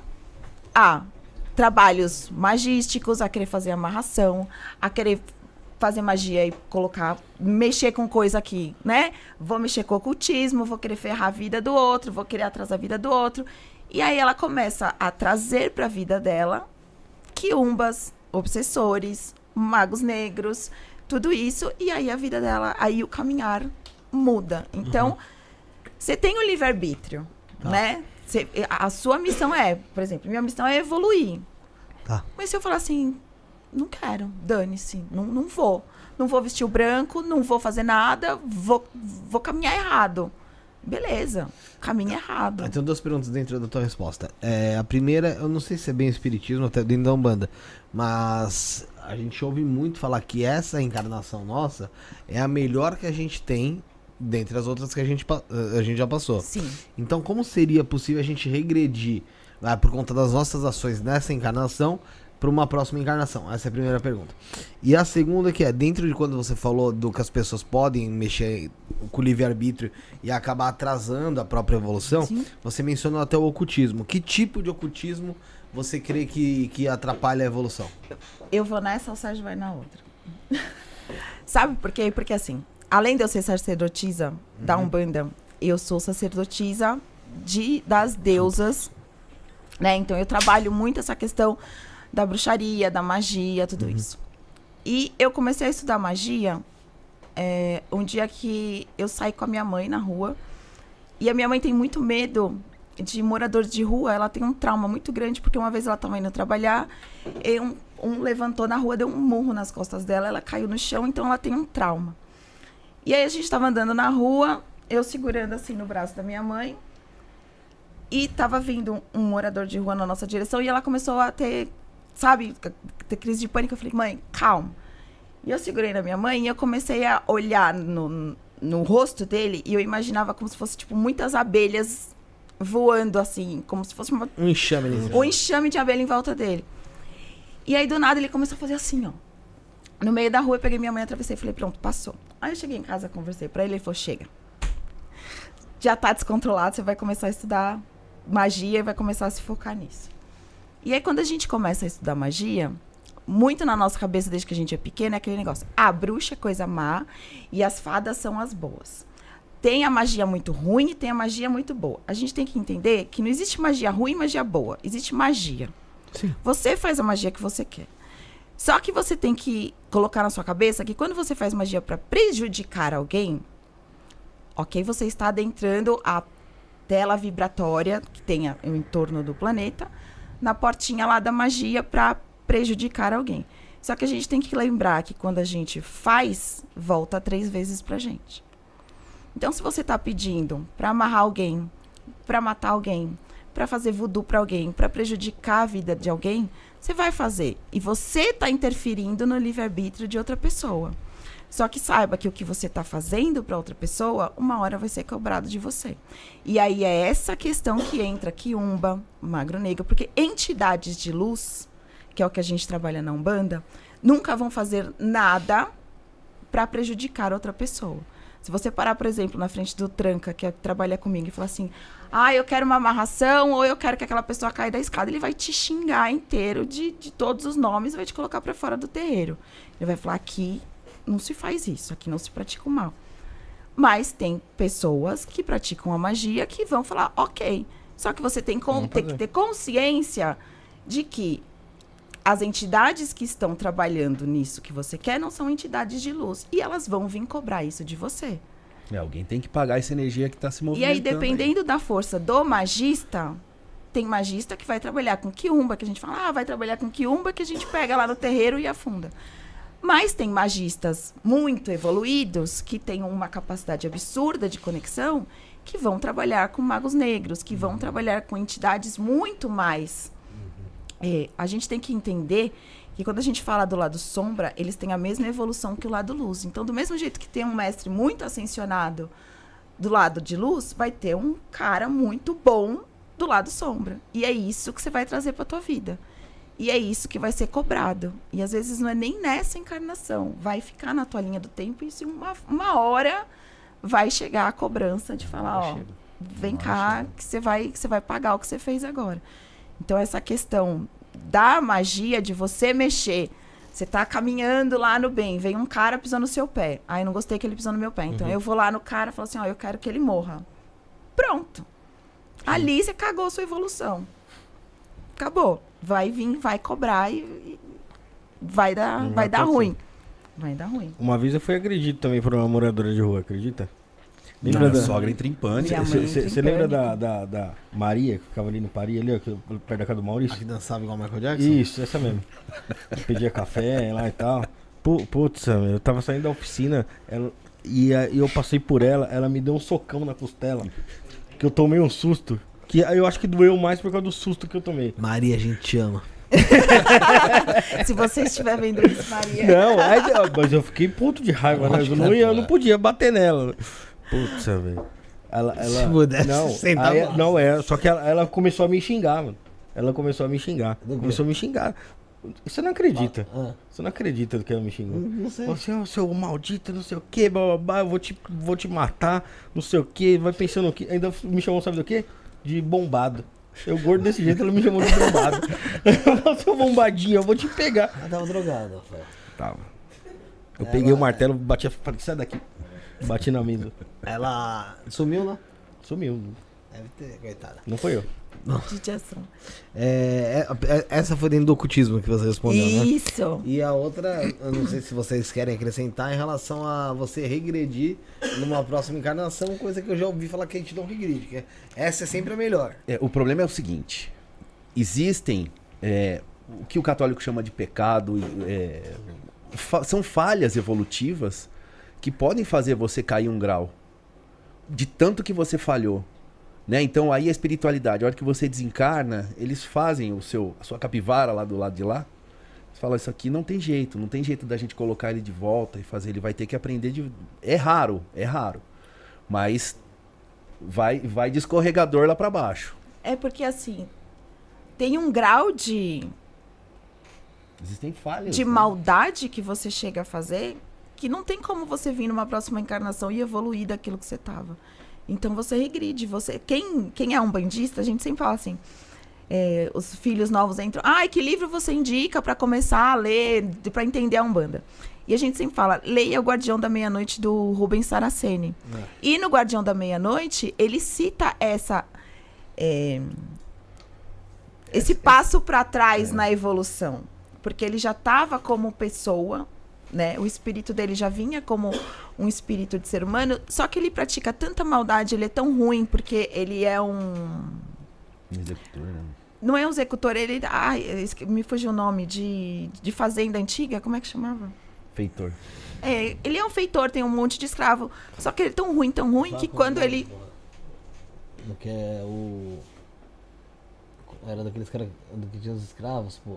a trabalhos magísticos, a querer fazer amarração, a querer fazer magia e colocar, mexer com coisa aqui, né? Vou mexer com ocultismo, vou querer ferrar a vida do outro, vou querer atrasar a vida do outro. E aí ela começa a trazer para a vida dela quiumbas, obsessores, magos negros, tudo isso. E aí a vida dela, aí o caminhar muda. Então, você uhum. tem o livre-arbítrio, tá. né? Cê, a sua missão é, por exemplo, minha missão é evoluir. Tá. Mas se eu falar assim, não quero, dane-se, não, não vou. Não vou vestir o branco, não vou fazer nada, vou, vou caminhar errado. Beleza, caminho errado. Eu tenho duas perguntas dentro da tua resposta. É, a primeira, eu não sei se é bem espiritismo, até dentro da Umbanda, mas a gente ouve muito falar que essa encarnação nossa é a melhor que a gente tem dentre as outras que a gente, a gente já passou. Sim. Então, como seria possível a gente regredir, ah, por conta das nossas ações nessa encarnação, para uma próxima encarnação? Essa é a primeira pergunta. E a segunda que é, dentro de quando você falou do que as pessoas podem mexer com o livre-arbítrio e acabar atrasando a própria evolução, Sim. você mencionou até o ocultismo. Que tipo de ocultismo você crê que, que atrapalha a evolução? Eu vou nessa, o Sérgio vai na outra. Sabe por quê? Porque assim, além de eu ser sacerdotisa uhum. da Umbanda, eu sou sacerdotisa de, das deusas, né? Então eu trabalho muito essa questão da bruxaria, da magia, tudo uhum. isso. E eu comecei a estudar magia é, um dia que eu saí com a minha mãe na rua. E a minha mãe tem muito medo de moradores de rua. Ela tem um trauma muito grande, porque uma vez ela estava indo trabalhar, e um, um levantou na rua, deu um murro nas costas dela, ela caiu no chão, então ela tem um trauma. E aí a gente estava andando na rua, eu segurando assim no braço da minha mãe, e estava vindo um, um morador de rua na nossa direção, e ela começou a ter, sabe, ter crise de pânico. Eu falei, mãe, calma. E eu segurei na minha mãe e eu comecei a olhar no, no rosto dele, e eu imaginava como se fosse, tipo, muitas abelhas voando assim, como se fosse uma, um enxame. Um enxame de abelha em volta dele. E aí, do nada, ele começou a fazer assim, ó. No meio da rua, eu peguei minha mãe, atravessei e falei, pronto, passou. Aí eu cheguei em casa, conversei pra ele, ele falou, chega. Já tá descontrolado, você vai começar a estudar magia e vai começar a se focar nisso. E aí, quando a gente começa a estudar magia, muito na nossa cabeça, desde que a gente é pequena, é aquele negócio, ah, a bruxa é coisa má e as fadas são as boas. Tem a magia muito ruim e tem a magia muito boa. A gente tem que entender que não existe magia ruim e magia boa. Existe magia. Sim. Você faz a magia que você quer. Só que você tem que colocar na sua cabeça que quando você faz magia para prejudicar alguém, ok, você está adentrando a tela vibratória que tem a, o entorno do planeta, na portinha lá da magia para prejudicar alguém. Só que a gente tem que lembrar que quando a gente faz, volta três vezes pra gente. Então, se você está pedindo para amarrar alguém, para matar alguém, para fazer voodoo para alguém, para prejudicar a vida de alguém, você vai fazer. E você está interferindo no livre-arbítrio de outra pessoa. Só que saiba que o que você está fazendo para outra pessoa, uma hora vai ser cobrado de você. E aí é essa questão que entra quiumba, magro negro, porque entidades de luz, que é o que a gente trabalha na Umbanda, nunca vão fazer nada para prejudicar outra pessoa. Se você parar, por exemplo, na frente do Tranca, que é, trabalha comigo, e falar assim, ah, eu quero uma amarração, ou eu quero que aquela pessoa caia da escada, ele vai te xingar inteiro de, de todos os nomes e vai te colocar para fora do terreiro. Ele vai falar, aqui não se faz isso, aqui não se pratica o mal. Mas tem pessoas que praticam a magia que vão falar, ok. Só que você tem, com, tem que ter consciência de que as entidades que estão trabalhando nisso que você quer não são entidades de luz. E elas vão vir cobrar isso de você. É, alguém tem que pagar essa energia que está se movimentando. E aí, dependendo aí. da força do magista, tem magista que vai trabalhar com quiumba, que a gente fala, ah, vai trabalhar com quiumba, que a gente pega lá no terreiro e afunda. Mas tem magistas muito evoluídos, que têm uma capacidade absurda de conexão, que vão trabalhar com magos negros, que vão trabalhar com entidades muito mais... É, a gente tem que entender que quando a gente fala do lado sombra, eles têm a mesma evolução que o lado luz. Então, do mesmo jeito que tem um mestre muito ascensionado do lado de luz, vai ter um cara muito bom do lado sombra. E é isso que você vai trazer para tua vida. E é isso que vai ser cobrado. E às vezes não é nem nessa encarnação. Vai ficar na tua linha do tempo e se uma, uma hora vai chegar a cobrança de falar, ó, vem cá que você vai, que você vai pagar o que você fez agora. Então, essa questão da magia, de você mexer, você tá caminhando lá no bem, vem um cara pisando no seu pé. Aí, eu não gostei que ele pisou no meu pé. Então, uhum. eu vou lá no cara e falo assim, ó, eu quero que ele morra. Pronto. Sim. Ali, você cagou a sua evolução. Acabou. Vai vir, vai cobrar e, e vai dar, vai dar ruim. Vai dar ruim. Uma vez eu fui agredido também por uma moradora de rua, acredita? Lembra da sogra entra em pânico. Você lembra da, da, da Maria, que ficava ali no Pari, ali, ó, perto da casa do Maurício? A que dançava igual o Michael Jackson? Isso, essa mesmo. Pedia café lá e tal. Putz, eu tava saindo da oficina ela, e, e eu passei por ela, ela me deu um socão na costela, que eu tomei um susto. Que eu acho que doeu mais por causa do susto que eu tomei. Maria, a gente te ama. Se você estiver vendo isso, Maria. Não, é, mas eu fiquei puto de raiva, né? Eu não, ia, eu não podia bater nela. Putz, velho. Ela, ela, Se pudesse, não, aí, não é, só que ela, ela começou a me xingar, mano. Ela começou a me xingar. Começou a me xingar. Você não acredita. Ah, Você não acredita do que ela me xingou. não sei. Você é o seu maldito, não sei o que, bababá, eu vou te, vou te matar, não sei o que, vai pensando o que. Ainda me chamou, sabe do que? De bombado. Eu gordo desse jeito, ela me chamou de bombado. Eu sou bombadinho, eu vou te pegar. Ela tava drogada, Rafael. Tava. Eu Ela- peguei o martelo, bati a. Falei, sai daqui. Bati na mesa. Ela sumiu, né? Sumiu. Deve ter, coitada. Não foi eu. Judiação. É, é- é- essa foi dentro do ocultismo que você respondeu, né? Isso. E a outra, eu não sei se vocês querem acrescentar em relação a você regredir numa próxima encarnação, coisa que eu já ouvi falar que a gente não regride, que é- essa é sempre a melhor. É, o problema é o seguinte: existem é, o que o católico chama de pecado, é, fa- são falhas evolutivas que podem fazer você cair um grau de tanto que você falhou. Né? Então aí a espiritualidade, a hora que você desencarna, eles fazem o seu, a sua capivara lá do lado de lá. Você fala, isso aqui não tem jeito, não tem jeito da gente colocar ele de volta e fazer, ele vai ter que aprender de... É raro, é raro. Mas vai, vai de escorregador lá pra baixo. É porque assim, tem um grau de, Existem falhas. de né? maldade que você chega a fazer que não tem como você vir numa próxima encarnação e evoluir daquilo que você tava. Então você regride. Você, quem, quem é um bandista, a gente sempre fala assim, é, os filhos novos entram, ai, que livro você indica para começar a ler, para entender a Umbanda? E a gente sempre fala, leia O Guardião da Meia-Noite do Rubens Saraceni. É. E no Guardião da Meia-Noite, ele cita essa... é, esse passo para trás na evolução. Porque ele já estava como pessoa, né? O espírito dele já vinha como um espírito de ser humano, só que ele pratica tanta maldade, ele é tão ruim, porque ele é um... Executor, né? Não é um executor, ele... Ai, esque- me fugiu o nome, de, de fazenda antiga, como é que chamava? Feitor. É, ele é um feitor, tem um monte de escravo, só que ele é tão ruim, tão ruim, que quando ele... Do que é o... Era daqueles caras do que tinha os escravos, pô.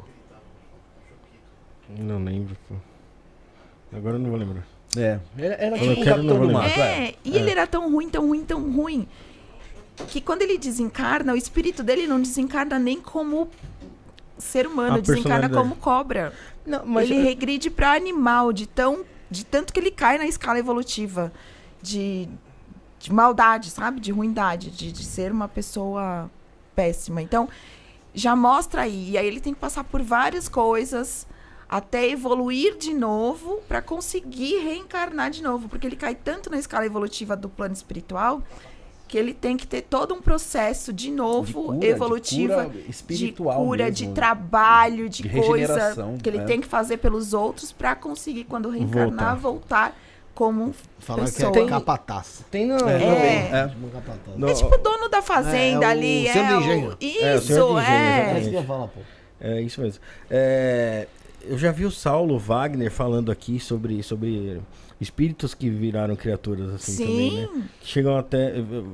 Não lembro, pô. Agora eu não vou lembrar. É, era, era Eu tipo o quero, não Capitão vou do lembrar. Mato. É, e ele era tão ruim, tão ruim, tão ruim, que quando ele desencarna, o espírito dele não desencarna nem como ser humano, A desencarna personalidade. como cobra. Não, mas Ele regride para animal, de, tão, de tanto que ele cai na escala evolutiva de, de maldade, sabe? De ruindade, de, de ser uma pessoa péssima. Então, já mostra aí. E aí ele tem que passar por várias coisas até evoluir de novo para conseguir reencarnar de novo. Porque ele cai tanto na escala evolutiva do plano espiritual que ele tem que ter todo um processo de novo, De cura, de evolutiva, cura espiritual de cura, mesmo. de trabalho, de, De coisa regeneração, que ele é. tem que fazer pelos outros para conseguir, quando reencarnar, voltar, como Falar pessoa. que é capataz. tem no... É, É. também, é. Tipo um capataz. No- É tipo o dono da fazenda É, é o ali. senhor É do o... engenho. É, o senhor Isso, do engenho, é. É exatamente. isso que eu ia falar, pô. É isso mesmo. É, eu já vi o Saulo Wagner falando aqui sobre, sobre espíritos que viraram criaturas assim Sim. também, né? Que chegam até...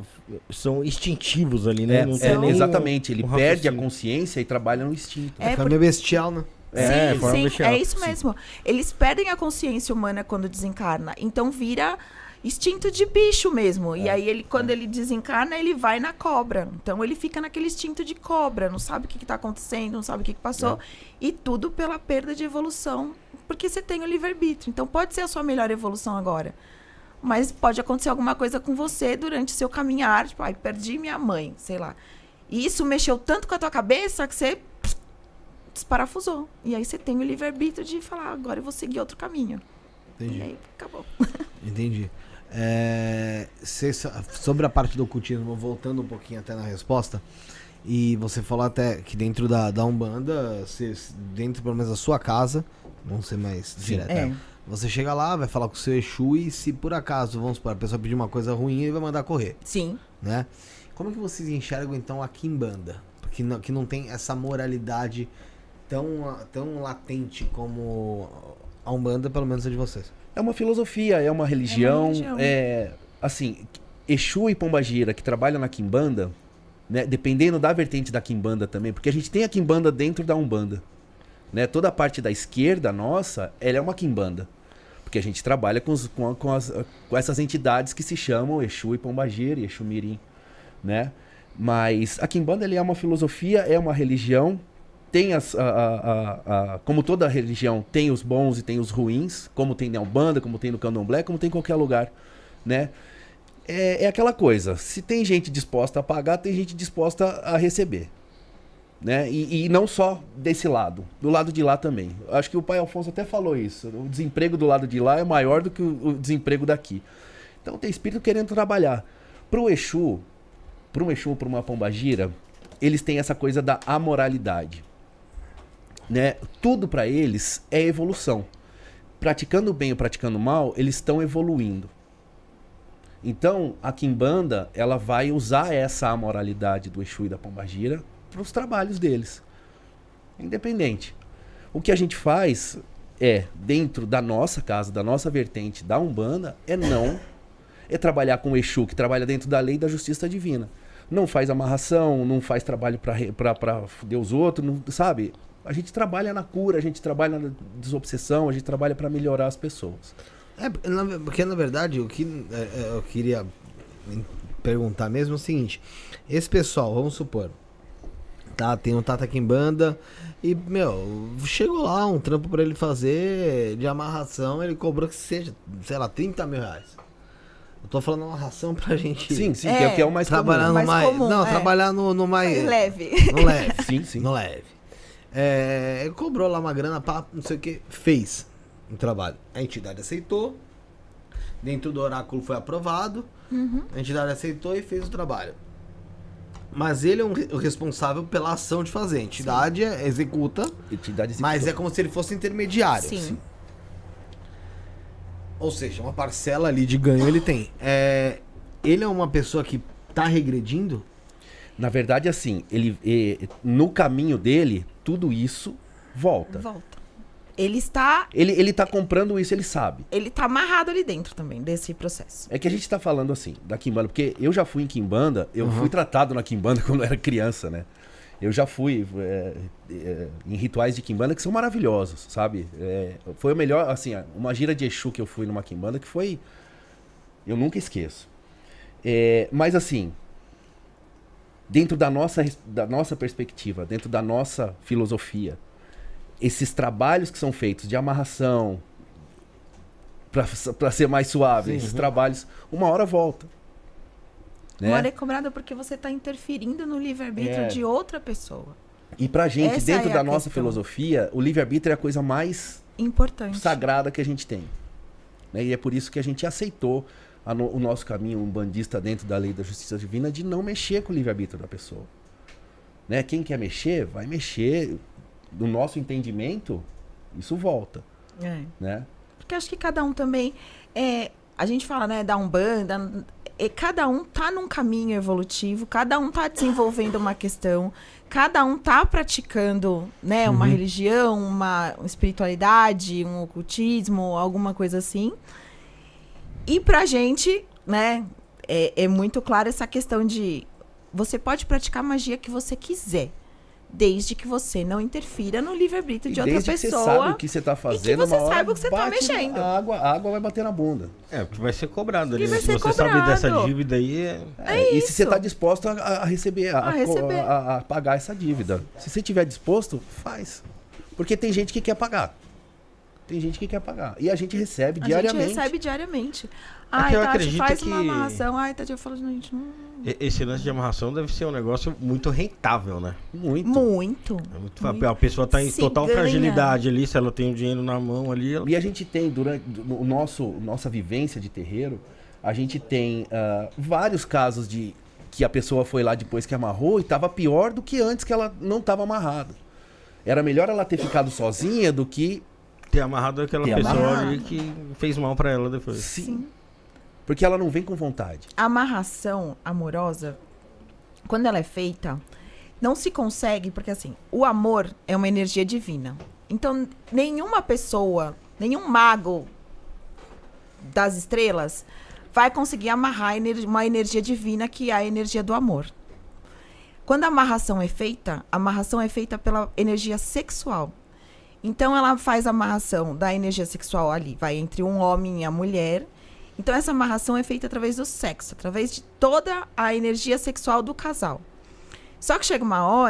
São instintivos ali, né? É, Não é, tem nem exatamente, ele um perde a raciocínio. consciência e trabalha no instinto. É, Fica meio bestial, né? É, sim, forma sim, bestial. é isso Sim. mesmo. Eles perdem a consciência humana quando desencarna. Então vira instinto de bicho mesmo. E aí, ele, quando ele desencarna, ele vai na cobra. Então ele fica naquele instinto de cobra. Não sabe o que está acontecendo, não sabe o que, que passou. E tudo pela perda de evolução. Porque você tem o livre-arbítrio. Então pode ser a sua melhor evolução agora. Mas pode acontecer alguma coisa com você durante seu caminhar. Tipo, ai, perdi minha mãe, sei lá. E isso mexeu tanto com a tua cabeça que você pss, desparafusou. E aí você tem o livre-arbítrio de falar, agora eu vou seguir outro caminho. Entendi. E aí acabou. Entendi. É, cê sa- sobre a parte do ocultismo, voltando um pouquinho até na resposta, e você falou até que dentro da, da Umbanda, cê- dentro pelo menos da sua casa, vamos ser mais direto, É. você chega lá, vai falar com o seu Exu e se por acaso, vamos supor, a pessoa pedir uma coisa ruim, ele vai mandar correr, Sim. né? Como que vocês enxergam então a Quimbanda? Porque não, que não tem essa moralidade tão, tão latente como a Umbanda, pelo menos a de vocês. É uma filosofia, é uma religião. religião. É, assim, Exu e Pombagira que trabalham na Quimbanda, né, dependendo da vertente da Quimbanda também, porque a gente tem a Quimbanda dentro da Umbanda. Né, toda a parte da esquerda nossa, ela é uma Quimbanda. Porque a gente trabalha com, os, com, a- com as, com essas entidades que se chamam Exu e Pombagira e Exu Mirim. Né? Mas a Quimbanda ele é uma filosofia, é uma religião, tem as, a, a, a, a, como toda religião, tem os bons e tem os ruins, como tem na Umbanda, como tem no Candomblé, como tem em qualquer lugar, né? É, é aquela coisa, se tem gente disposta a pagar, tem gente disposta a receber, né? E, e não só desse lado, do lado de lá também. Acho que o pai Alfonso até falou isso, o desemprego do lado de lá é maior do que o, o desemprego daqui. Então tem espírito querendo trabalhar. Pro Exu, pro Exu, pro uma pombagira, eles têm essa coisa da amoralidade, né? Tudo para eles é evolução. Praticando bem ou praticando mal, eles estão evoluindo. Então, a Quimbanda, ela vai usar essa amoralidade do Exu e da pombagira para os trabalhos deles. Independente. O que a gente faz é, dentro da nossa casa, da nossa vertente da Umbanda, é não... é trabalhar com o Exu, que trabalha dentro da lei da justiça divina. Não faz amarração, não faz trabalho para foder os outros, não, sabe? A gente trabalha na cura, a gente trabalha na desobsessão, a gente trabalha para melhorar as pessoas. É, na, porque na verdade o que é, eu queria perguntar mesmo é o seguinte: esse pessoal, vamos supor, tá, tem um Tata Quimbanda e, meu, chegou lá um trampo pra ele fazer de amarração, ele cobrou que seja, sei lá, trinta mil reais. Eu tô falando amarração pra gente. Sim, sim, É, que é o que é o mais trabalhar comum. no Mais mais. comum, Não, é. trabalhar no, no mais. Leve. No leve. Sim, sim. No leve. É, ele cobrou lá uma grana, pá, não sei o que, fez um trabalho. A entidade aceitou, dentro do oráculo foi aprovado, Uhum. a entidade aceitou e fez o trabalho. Mas ele é um, re- o responsável pela ação de fazer. A entidade é- executa, Entidade mas é executora. como se ele fosse intermediário. Sim. Ou seja, uma parcela ali de ganho ele tem. É, ele é uma pessoa que tá regredindo? Na verdade, assim, ele, eh, no caminho dele, tudo isso volta. Volta. Ele está, Ele, ele tá comprando isso, ele sabe. ele tá amarrado ali dentro também desse processo. É que a gente tá falando assim, da Quimbanda, porque eu já fui em Quimbanda, eu Uhum. fui tratado na Quimbanda quando eu era criança, né? Eu já fui é, é, em rituais de Quimbanda que são maravilhosos, sabe? É, foi o melhor, assim, uma gira de Exu que eu fui numa Quimbanda que foi... Eu nunca esqueço. É, mas assim, dentro da nossa, da nossa perspectiva, dentro da nossa filosofia, esses trabalhos que são feitos de amarração, para ser mais suave, Sim, esses uhum. trabalhos, uma hora volta. Né? Uma hora é cobrada porque você está interferindo no livre-arbítrio É. de outra pessoa. E pra gente, Essa dentro é da a nossa questão. filosofia, o livre-arbítrio é a coisa mais Importante. sagrada que a gente tem. Né? E é por isso que a gente aceitou a no- o nosso caminho umbandista dentro da lei da justiça divina de não mexer com o livre-arbítrio da pessoa. Né? Quem quer mexer, vai mexer. No nosso entendimento, isso volta. É. Né? Porque acho que cada um também. É, a gente fala, né, da Umbanda. É, cada um tá num caminho evolutivo, cada um tá desenvolvendo uma questão, cada um tá praticando, né, uma Uhum. religião, uma espiritualidade, um ocultismo, alguma coisa assim. E pra gente, né, é, é muito claro essa questão de você pode praticar a magia que você quiser, desde que você não interfira no livre-arbítrio E de outra desde que você pessoa. sabe o que você está fazendo, você uma hora saiba o que você tá bate mexendo. A água, a água vai bater na bunda. É, porque vai ser cobrado ali. E né? vai Se ser você sabe cobrado. dessa dívida aí, é... É, e se você isso. está disposto a, a receber, a, A receber. a- a- a pagar essa dívida. Se você estiver disposto, faz. Porque tem gente que quer pagar. Tem gente que quer pagar. E a gente recebe A diariamente. gente recebe diariamente. que Ai, eu Tati, acredito faz uma que- amarração. Ai, Tati, eu falo, gente, não... E- esse lance de amarração deve ser um negócio muito rentável, né? Muito. Muito. É muito- muito. A pessoa tá em Se total ganha. fragilidade ali, se ela tem o dinheiro na mão ali, ela... E a gente tem, durante o nosso nossa vivência de terreiro, a gente tem ah, vários casos de que a pessoa foi lá depois que amarrou e estava pior do que antes que ela não estava amarrada. Era melhor ela ter ficado sozinha do que... ter amarrado aquela Ter pessoa amarrado. ali que fez mal pra ela depois. Sim. Porque ela não vem com vontade. A amarração amorosa, quando ela é feita, não se consegue, porque assim, o amor é uma energia divina. Então, nenhuma pessoa, nenhum mago das estrelas vai conseguir amarrar ener- uma energia divina que é a energia do amor. Quando a amarração é feita, a amarração é feita pela energia sexual. Então, ela faz a amarração da energia sexual ali, vai entre um homem e a mulher. Então, essa amarração é feita através do sexo, através de toda a energia sexual do casal. Só que chega uma hora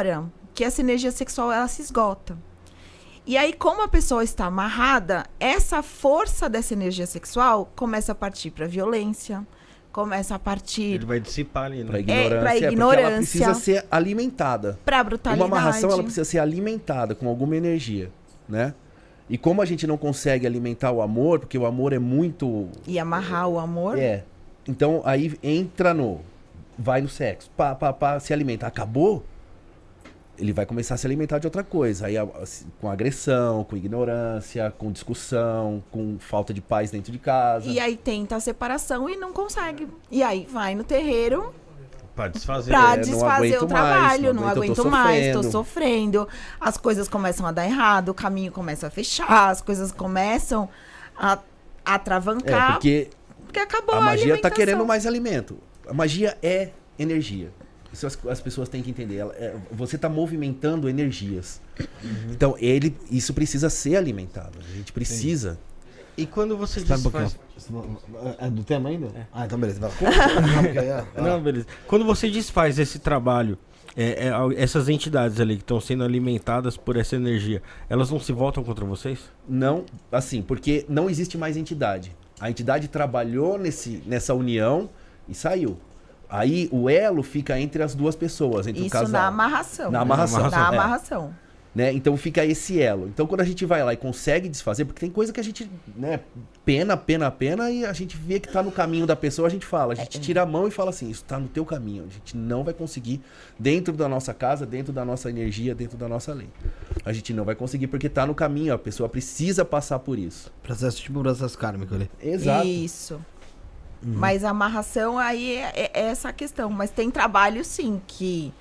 que essa energia sexual ela se esgota. E aí, como a pessoa está amarrada, essa força dessa energia sexual começa a partir para violência, começa a partir... Ele vai dissipar ali, né? Pra ignorância, É, pra é, porque ignorância. ela precisa ser alimentada. Pra brutalidade. Uma amarração, ela precisa ser alimentada com alguma energia, né? E como a gente não consegue alimentar o amor, porque o amor é muito... E amarrar o amor. É. Então, aí entra no... Vai no sexo. Pá, pá, pá, se alimenta. Acabou? Ele vai começar a se alimentar de outra coisa. Aí, com agressão, com ignorância, com discussão, com falta de paz dentro de casa. E aí tenta a separação e não consegue. E aí vai no terreiro Pra desfazer. pra É, não desfazer aguento o trabalho. mais, não não aguento, eu aguento tô mais, tô sofrendo. sofrendo. As coisas começam a dar errado, o caminho começa a fechar, as coisas começam a É, atravancar. porque porque acabou a a magia tá alimentação. querendo mais alimento. A magia é energia. Isso as, as pessoas têm que entender. Ela, é, você tá movimentando energias. Então, ele, isso precisa ser alimentado. A gente precisa. E quando você Espera um desfaz... pouquinho. É do tema ainda? Ah, então beleza. Vai lá. Não, beleza. Quando você desfaz esse trabalho, é, é, essas entidades ali que estão sendo alimentadas por essa energia, elas não se voltam contra vocês? Não, assim, porque não existe mais entidade. A entidade trabalhou nesse, nessa união e saiu. Aí o elo fica entre as duas pessoas, entre o Isso casal. na amarração. Na amarração, Na é. amarração. Né? Então fica esse elo. Então quando a gente vai lá e consegue desfazer, porque tem coisa que a gente, né, pena, pena, pena, e a gente vê que tá no caminho da pessoa, a gente fala, a gente tira a mão e fala assim, isso tá no teu caminho, a gente não vai conseguir, dentro da nossa casa, dentro da nossa energia, dentro da nossa lei. A gente não vai conseguir porque tá no caminho, a pessoa precisa passar por isso. Processo tipo processo kármico ali. Exato. Isso. Mas a amarração aí é, é- é essa a questão. Mas tem trabalho, sim, que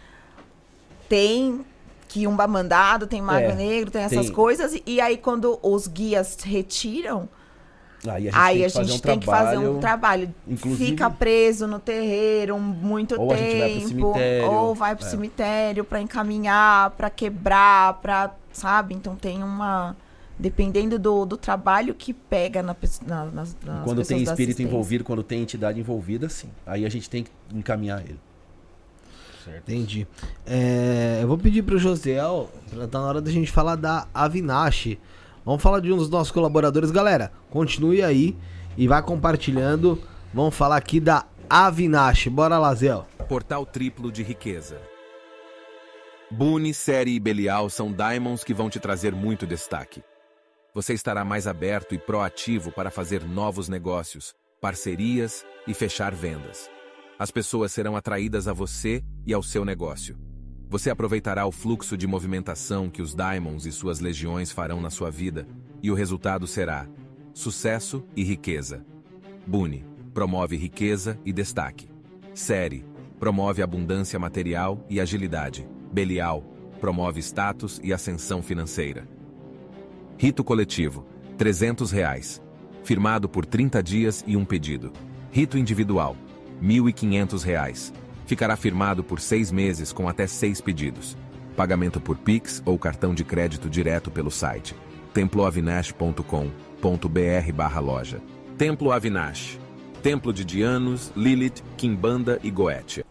tem que um mandado, tem mago É, negro, tem essas tem. coisas. E aí, quando os guias retiram, Aí a gente aí tem a que fazer gente um tem que fazer um trabalho, trabalho. inclusive- Fica preso no terreiro muito Ou a gente vai pro tempo. cemitério. Ou vai pro É. cemitério pra encaminhar, pra quebrar, pra. Sabe? Então tem uma. Dependendo do, do trabalho que pega na, pesso- na, nas, nas Quando tem pessoas da espírito assistência. envolvido, quando tem entidade envolvida, sim. Aí a gente tem que encaminhar ele. Entendi. É, eu vou pedir pro Josiel, pra tá na hora da gente falar da Avinash. Vamos falar de um dos nossos colaboradores. Galera, continue aí e vai compartilhando. Vamos falar aqui da Avinash. Bora lá, Zé. Portal triplo de riqueza. Boone, Série e Belial são diamonds que vão te trazer muito destaque. Você estará mais aberto e proativo para fazer novos negócios, parcerias e fechar vendas. As pessoas serão atraídas a você e ao seu negócio. Você aproveitará o fluxo de movimentação que os diamonds e suas legiões farão na sua vida, e o resultado será sucesso e riqueza. Boone promove riqueza e destaque. Série promove abundância material e agilidade. Belial promove status e ascensão financeira. Rito coletivo, trezentos reais. Firmado por trinta dias e um pedido. Rito individual, mil e quinhentos reais. Ficará firmado por seis meses com até seis pedidos. Pagamento por Pix ou cartão de crédito direto pelo site templo avinash ponto com ponto br barra loja. Templo Avinash. Templo de Dianos, Lilith, Kimbanda e Goetia.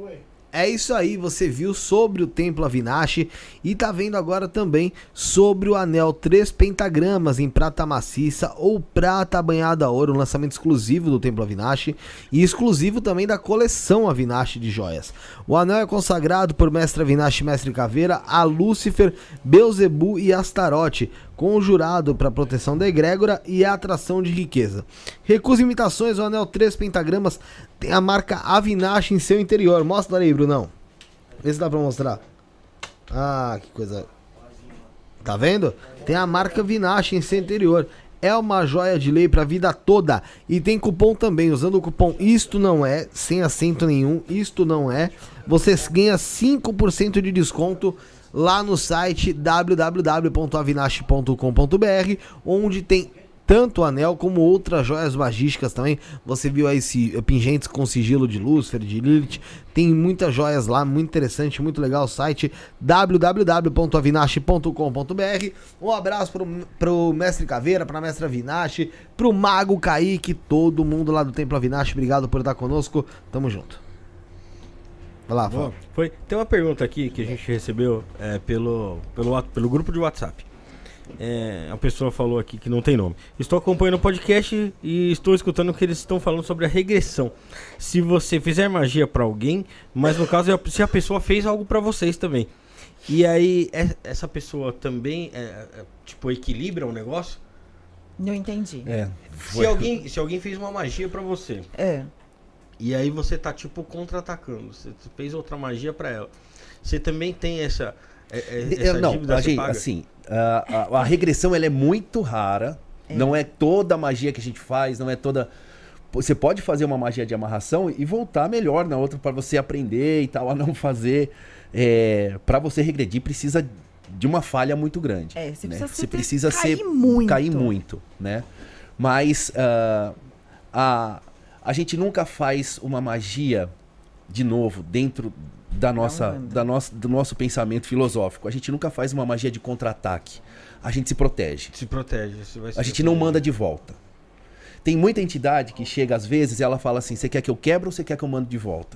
É isso aí, você viu sobre o Templo Avinash e tá vendo agora também sobre o anel três pentagramas em prata maciça ou prata banhada a ouro, um lançamento exclusivo do Templo Avinash e exclusivo também da coleção Avinash de joias. O anel é consagrado por Mestre Avinash e Mestre Caveira a Lúcifer, Beuzebu e Astarote, conjurado para proteção da egrégora e a atração de riqueza. Recusa imitações, o anel três pentagramas tem a marca Avinash em seu interior. Mostra aí, Brunão. Vê se dá pra mostrar. Ah, que coisa. Tá vendo? Tem a marca Avinash em seu interior. É uma joia de lei pra vida toda. E tem cupom também. Usando o cupom Isto Não É, sem acento nenhum, Isto Não É, você ganha cinco por cento de desconto lá no site w w w ponto avinash ponto com ponto br, onde tem tanto o anel como outras joias magísticas também. Você viu aí esse pingentes com sigilo de Lúcifer, de Lilith. Tem muitas joias lá, muito interessante, muito legal o site w w w ponto avinash ponto com ponto br. Um abraço pro, pro Mestre Caveira, pra Mestre Avinash, pro Mago Kaique, todo mundo lá do Templo Avinash. Obrigado por estar conosco. Tamo junto. Vai lá, Boa. fala. Foi. Tem uma pergunta aqui que a gente recebeu é, pelo, pelo, wa- pelo grupo de WhatsApp. É, a pessoa falou aqui que não tem nome. Estou acompanhando o podcast e estou escutando o que eles estão falando sobre a regressão. Se você fizer magia pra alguém, mas no caso é se a pessoa fez algo pra vocês também. E aí, é- essa pessoa também, é, é, tipo, equilibra o negócio? Não entendi. É. Se alguém, se alguém fez uma magia pra você, É. e aí você tá, tipo, contra-atacando, você fez outra magia pra ela, você também tem essa, é, é, De- essa não, dívida a você gente, paga? assim, a, a- a regressão ela é muito rara. Não é toda a magia que a gente faz, não é toda. Você pode fazer uma magia de amarração e voltar melhor na outra para você aprender e tal, a não fazer. É, para você regredir precisa de uma falha muito grande. É, você né? precisa, Você ser- precisa cair ser muito. cair muito, né? Mas ah, a, a gente nunca faz uma magia de novo dentro da nossa, Umbanda. da nossa, do nosso pensamento filosófico. A gente nunca faz uma magia de contra-ataque. A gente se protege. Se protege. Você vai se A gente não defender. manda de volta. Tem muita entidade que chega às vezes e ela fala assim: você quer que eu quebre ou você quer que eu mando de volta?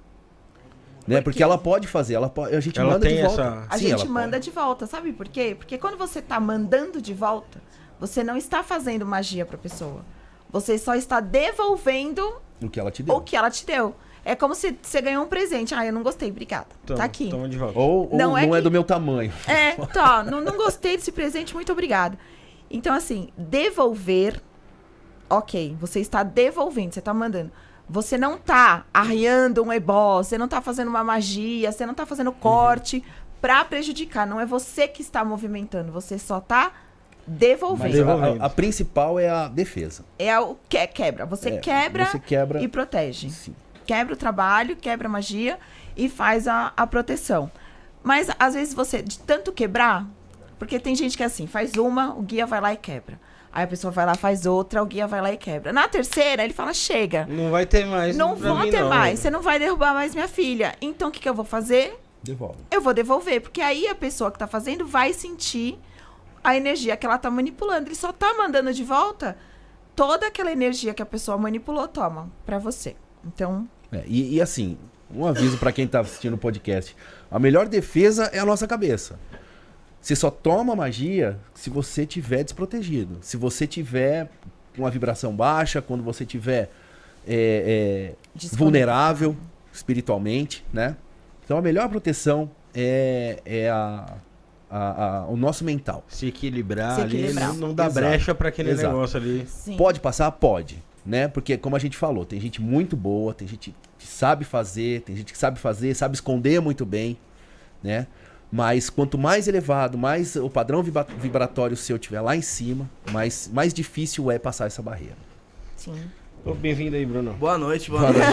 Né? Porque ela pode fazer, ela pode, a gente Ela manda de tem volta. essa- A Sim, ela gente manda de volta, sabe por quê? Porque quando você tá mandando de volta, você não está fazendo magia pra pessoa. Você só está devolvendo pode. O que ela te deu. o que ela te deu. É como se você ganhou um presente. Ah, eu não gostei, obrigada. Toma, tá aqui. Toma de volta. Ou, ou Não não, é é, que- do meu tamanho. É, tá, não, não gostei desse presente, muito obrigada. Então, assim, devolver, ok, você está devolvendo, você está mandando. Você não tá arriando um ebó, você não tá fazendo uma magia, você não tá fazendo corte pra prejudicar. Não é você que está movimentando, você só tá Mas devolvendo. a, Devolvendo. a- a principal é a defesa. É o que quebra. Você É, quebra você quebra- e protege. Sim. Quebra o trabalho, quebra a magia e faz a, a proteção. Mas às vezes você, de tanto quebrar, porque tem gente que é assim, faz uma, o guia vai lá e quebra. Aí a pessoa vai lá, faz outra, o guia vai lá e quebra. Na terceira, ele fala, chega. Não vai ter mais. Não pra vou mim, ter não. mais, você não vai derrubar mais minha filha. Então o que, que eu vou fazer? Devolve. Eu vou devolver, porque aí a pessoa que tá fazendo vai sentir a energia que ela tá manipulando. Ele só tá mandando de volta toda aquela energia que a pessoa manipulou, toma, pra você. Então, É, e, e assim, um aviso pra quem tá assistindo o podcast: a melhor defesa é a nossa cabeça. Você só toma magia se você tiver desprotegido. Se você tiver uma vibração baixa, quando você tiver é, é, Desconectado. vulnerável espiritualmente, né? Então a melhor proteção é, é a, a- a- o nosso mental. Se equilibrar, Se ali, equilibrar. não, não dá Exato. brecha pra aquele Exato. negócio ali. sim. Pode passar? Pode. Né? Porque, como a gente falou, tem gente muito boa, tem gente que sabe fazer, tem gente que sabe fazer, sabe esconder muito bem, né? Mas quanto mais elevado, mais o padrão vibra- vibratório seu estiver lá em cima, mais, mais difícil é passar essa barreira. Sim. Ô, bem-vindo aí, Bruno. Boa noite, boa noite.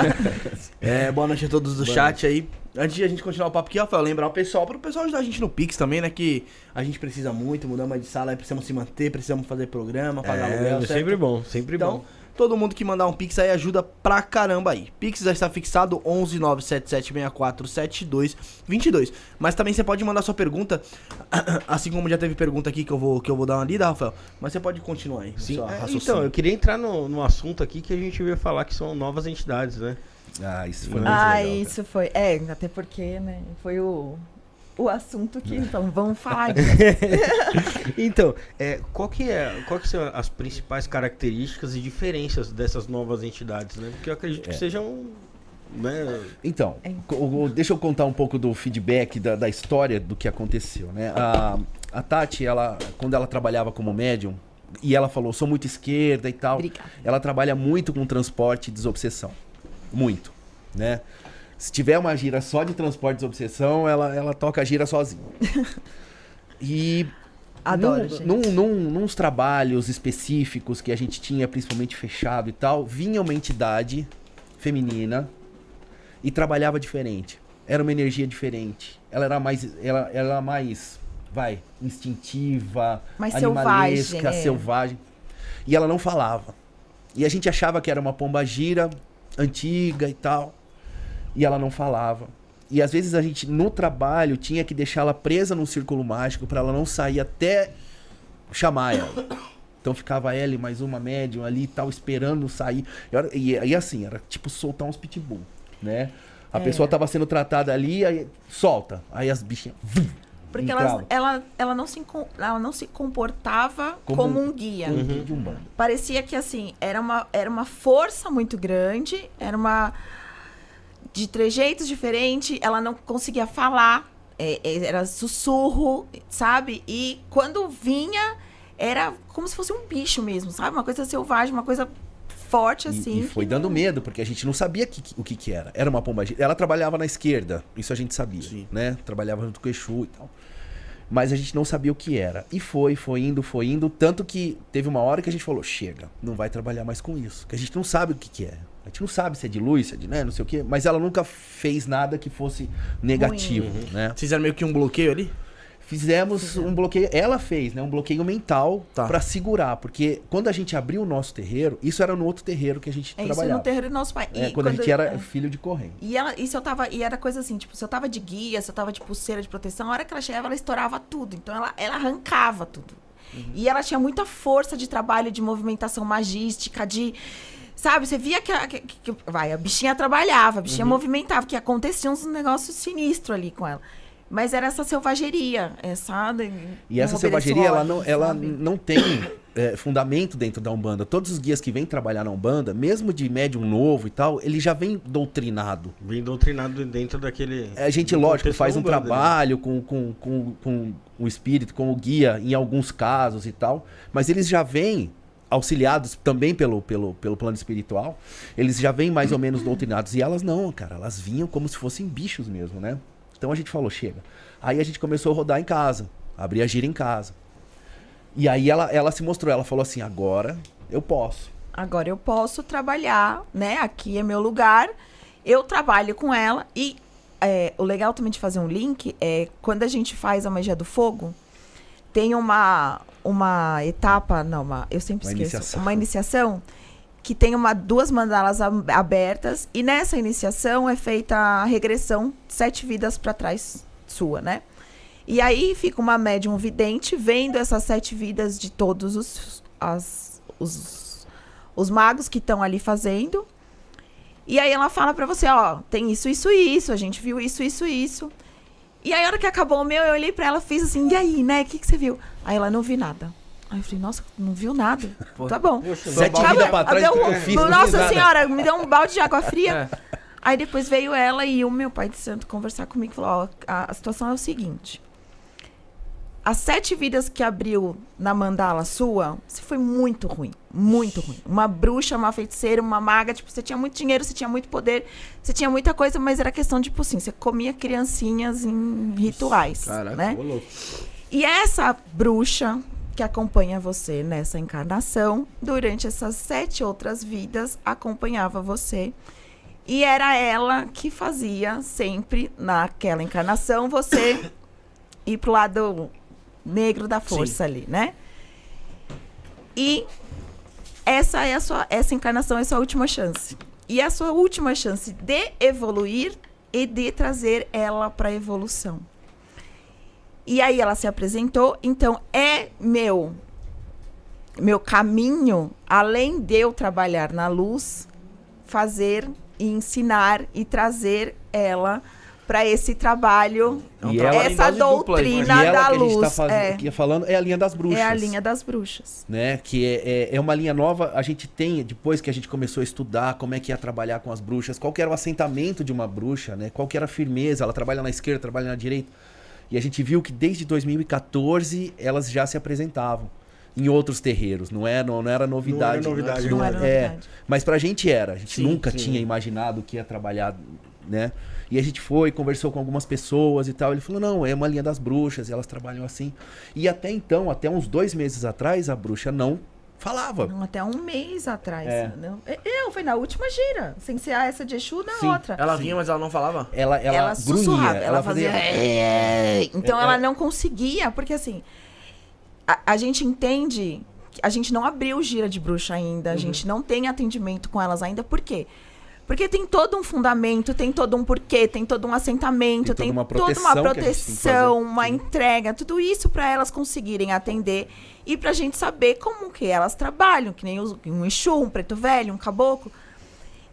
é, boa noite a todos do chat aí. Antes de a gente continuar o papo aqui, Rafael, lembrar o pessoal, para o pessoal ajudar a gente no Pix também, né? Que a gente precisa muito, mudamos de sala, aí precisamos se manter, precisamos fazer programa, pagar aluguel, É, certo? sempre bom, sempre Então, bom. todo mundo que mandar um Pix aí ajuda pra caramba aí. Pix já está fixado onze nove sete sete seis quatro sete dois dois dois. Mas também você pode mandar sua pergunta, assim como já teve pergunta aqui que eu vou, que eu vou dar uma lida, Rafael. Mas você pode continuar aí. Sim. sua É, raciocínio. então, eu queria entrar no, no assunto aqui que a gente veio falar que são novas entidades, né? Ah, isso foi muito Ah, legal. isso foi. É, até porque, né? Foi o, o assunto que. Então, vamos falar disso. Então, é, qual que é, qual que são as principais características e diferenças dessas novas entidades, né? Porque eu acredito É. que sejam, né? Então, É. co- o- deixa eu contar um pouco do feedback, da, da história do que aconteceu, né? A, a Tati, ela, quando ela trabalhava como médium, e ela falou, sou muito esquerda e tal, Obrigada. ela trabalha muito com transporte e desobsessão. Muito, né? Se tiver uma gira só de transporte e desobsessão, ela, ela toca a gira sozinha. E Adoro, num, gente. num, num, nos trabalhos específicos que a gente tinha, principalmente fechado e tal, vinha uma entidade feminina e trabalhava diferente. Era uma energia diferente. Ela era mais, ela, ela era mais, vai, instintiva, Mais animalesca, selvagem, é. selvagem. E ela não falava. E a gente achava que era uma pombagira antiga e tal. E ela não falava. E às vezes a gente, no trabalho, tinha que deixá-la presa num círculo mágico para ela não sair até chamar ela. Então ficava ela e mais uma médium ali e tal, esperando sair. E, era- e, e assim, era tipo soltar uns pitbull, né? A pessoa tava sendo tratada ali, aí solta. Aí as bichinhas... vum, Porque entravam. ela, ela, ela, não se, encom- ela não se comportava Como como, um- um guia. Um guia de Umbanda. Parecia que, assim, era uma, era uma força muito grande, era uma... de trejeitos diferentes, ela não conseguia falar, é, é, era sussurro, sabe? E quando vinha, era como se fosse um bicho mesmo, sabe? Uma coisa selvagem, uma coisa forte, E- assim. E, foi que dando não- medo, porque a gente não sabia que- que- o que que era. Era uma pombagira. Ela trabalhava na esquerda, isso a gente sabia, Sim. né? Trabalhava junto com o Exu e tal. Mas a gente não sabia o que era. E foi, foi indo, foi indo. Tanto que teve uma hora que a gente falou, chega, não vai trabalhar mais com isso. Que a gente não sabe o que que é. A gente não sabe se é de luz, se é de, né, não sei o quê. Mas ela nunca fez nada que fosse negativo, né? Vocês fizeram meio que um bloqueio ali? Fizemos um bloqueio, ela fez, né? Um bloqueio mental Tá. pra segurar. Porque quando a gente abriu o nosso terreiro, isso era no outro terreiro que a gente É isso trabalhava. no terreiro do nosso pai. É, E quando, a gente era é. filho de corrente. E, ela, e se eu tava. E era coisa assim, tipo, se eu tava de guia, se eu tava de pulseira de proteção, a hora que ela chegava, ela estourava tudo. Então ela, ela arrancava tudo. E ela tinha muita força de trabalho, de movimentação magística, de. Sabe, você via que a, que- que- vai, a bichinha trabalhava, a bichinha movimentava, que acontecia uns negócios sinistros ali com ela. Mas era essa selvageria, essa... E essa não selvageria, obedece ela não, ordem, ela sabe? não tem é, fundamento dentro da Umbanda. Todos os guias que vêm trabalhar na Umbanda, mesmo de médium novo e tal, ele já vem doutrinado. Vem doutrinado dentro daquele... A gente, do lógico, contexto faz da um Umbanda, né? trabalho com, com, com, com o espírito, com o guia, em alguns casos e tal, mas eles já vêm auxiliados também pelo, pelo, pelo plano espiritual, eles já vêm mais ou menos doutrinados. E elas não, cara, elas vinham como se fossem bichos mesmo, né? Então a gente falou, chega. Aí a gente começou a rodar em casa, abrir a gira em casa. E aí ela, ela se mostrou, ela falou assim, agora eu posso. Agora eu posso trabalhar, né? Aqui é meu lugar. Eu trabalho com ela. E é, o legal também de fazer um link é quando a gente faz a magia do fogo, tem uma, uma etapa, não, uma, eu sempre Uma esqueço, iniciação. uma iniciação que tem uma, duas mandalas ab- abertas. E nessa iniciação é feita a regressão sete vidas para trás sua, né? E aí fica uma médium vidente vendo essas sete vidas de todos os, as, os, os magos que estão ali fazendo. E aí ela fala pra você, ó, tem isso, isso e isso, a gente viu isso, isso e isso. E aí a hora que acabou o meu, eu olhei pra ela e fiz assim, e aí, né, o que, que você viu? Aí ela, não vi nada. Aí eu falei, nossa, não viu nada? Tá bom. Sete Tá vidas bom. pra trás, Deu o que um- eu fiz, não fiz Nossa nada. senhora, me deu um balde de água fria. Aí depois veio ela e o meu pai de santo conversar comigo e falou, ó, a, a situação é o seguinte. As sete vidas que abriu na mandala sua, você foi muito ruim. Muito ruim. Uma bruxa, uma feiticeira, uma maga. Tipo, você tinha muito dinheiro, você tinha muito poder, você tinha muita coisa, mas era questão, tipo assim, você comia criancinhas em rituais, Caraca, né? ô louco. E essa bruxa que acompanha você nessa encarnação, durante essas sete outras vidas, acompanhava você. E era ela que fazia sempre, naquela encarnação, você ir pro lado negro da força ali, né? E essa é a sua, essa encarnação é a sua última chance. E a sua última chance de evoluir e de trazer ela para evolução. E aí ela se apresentou, então é meu meu caminho, além de eu trabalhar na luz, fazer e ensinar e trazer ela para esse trabalho, É um E trabalho ela- em essa dose dupla aí, doutrina e ela da que a gente luz. tá fazendo, é, aqui falando é a linha das bruxas. é a linha das bruxas. Né? Que é, é, é uma linha nova. A gente tem, depois que a gente começou a estudar como é que ia trabalhar com as bruxas, qual que era o assentamento de uma bruxa, né? Qual que era a firmeza, ela trabalha na esquerda, trabalha na direita. E a gente viu que desde dois mil e quatorze elas já se apresentavam em outros terreiros, não, é, não, não era novidade. Não era novidade, Não Não era é, novidade. mas pra gente era, a gente Sim, nunca sim. tinha imaginado que ia trabalhar, né? E a gente foi, conversou com algumas pessoas e tal. Ele falou, não, é uma linha das bruxas, e elas trabalham assim. E até então, até uns dois meses atrás, a bruxa não falava. Não, até um mês atrás. É. Não, eu, foi na última gira. Sem ser essa de Exu, na Sim. outra. Ela vinha, mas ela não falava? Ela, ela, Ela grunhia, sussurrava, ela, ela fazia... Então É, ela é. não conseguia, porque assim, a, a gente entende, que a gente não abriu gira de bruxa ainda, a gente não tem atendimento com elas ainda, por quê? Porque tem todo um fundamento, tem todo um porquê, tem todo um assentamento, Tem tem, toda uma toda uma proteção que a gente tem que proteção, fazer. uma entrega, tudo isso para elas conseguirem atender e pra gente saber como que elas trabalham, que nem os- um Exu, um preto velho, um caboclo.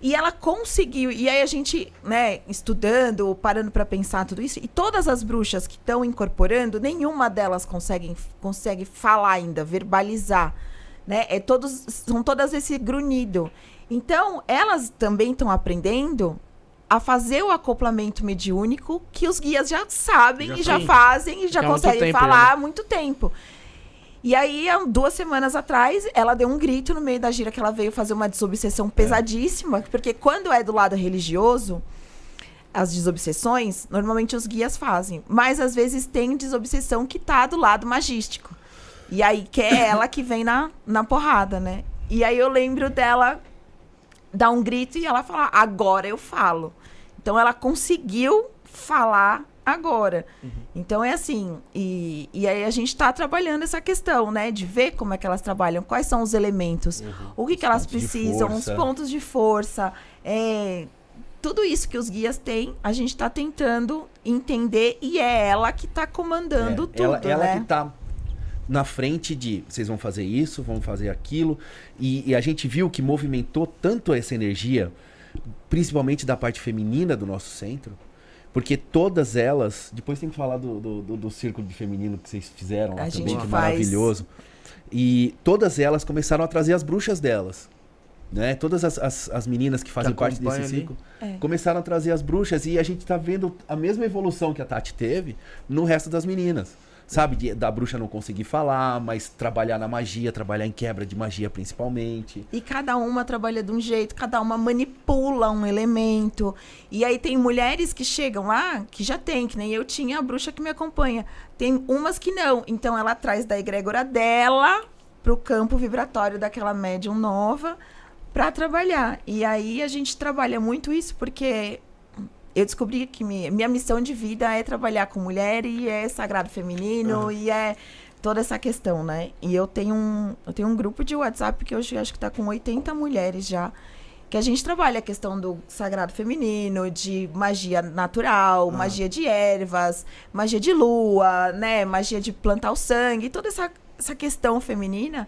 E ela conseguiu, e aí a gente, né, estudando, parando para pensar tudo isso, e todas as bruxas que estão incorporando, nenhuma delas consegue, consegue falar ainda, verbalizar, né? É todos, são todas esse grunhido. Então, elas também estão aprendendo a fazer o acoplamento mediúnico que os guias já sabem Já e já sim. fazem e já Que há muito conseguem tempo, falar né? há muito tempo. E aí, há duas semanas atrás, ela deu um grito no meio da gira que ela veio fazer uma desobsessão pesadíssima, porque quando é do lado religioso, as desobsessões, normalmente os guias fazem. Mas, às vezes, tem desobsessão que tá do lado magístico. E aí, que é ela que vem na, na porrada, né? E aí, eu lembro dela dar um grito e ela falar, agora eu falo. Então, ela conseguiu falar agora. Uhum. Então é assim, e, e aí a gente está trabalhando essa questão, né? De ver como é que elas trabalham, quais são os elementos, uhum. o que, que elas precisam, os pontos de força, é, tudo isso que os guias têm, a gente está tentando entender e é ela que está comandando é, tudo, ela, ela né? que está na frente de, vocês vão fazer isso, vão fazer aquilo, e, e a gente viu que movimentou tanto essa energia, principalmente da parte feminina do nosso centro, porque todas elas... Depois tem que falar do, do, do, do círculo de feminino que vocês fizeram lá a também, gente que é faz... maravilhoso. E todas elas começaram a trazer as bruxas delas. Né? Todas as, as, as meninas que fazem que parte desse ali. ciclo é. começaram a trazer as bruxas. E a gente tá vendo a mesma evolução que a Tati teve no resto das meninas. Sabe, de, da bruxa não conseguir falar, mas trabalhar na magia, trabalhar em quebra de magia principalmente. E cada uma trabalha de um jeito, cada uma manipula um elemento. E aí tem mulheres que chegam lá, que já tem, que nem eu tinha a bruxa que me acompanha. Tem umas que não. Então ela traz da egrégora dela pro campo vibratório daquela médium nova para trabalhar. E aí a gente trabalha muito isso porque... eu descobri que minha, minha missão de vida é trabalhar com mulher e é sagrado feminino uhum. e é toda essa questão, né? E eu tenho um, eu tenho um grupo de WhatsApp que hoje acho que tá com oitenta mulheres já, que a gente trabalha a questão do sagrado feminino, de magia natural, uhum. magia de ervas, magia de lua, né? Magia de plantar o sangue, toda essa, essa questão feminina.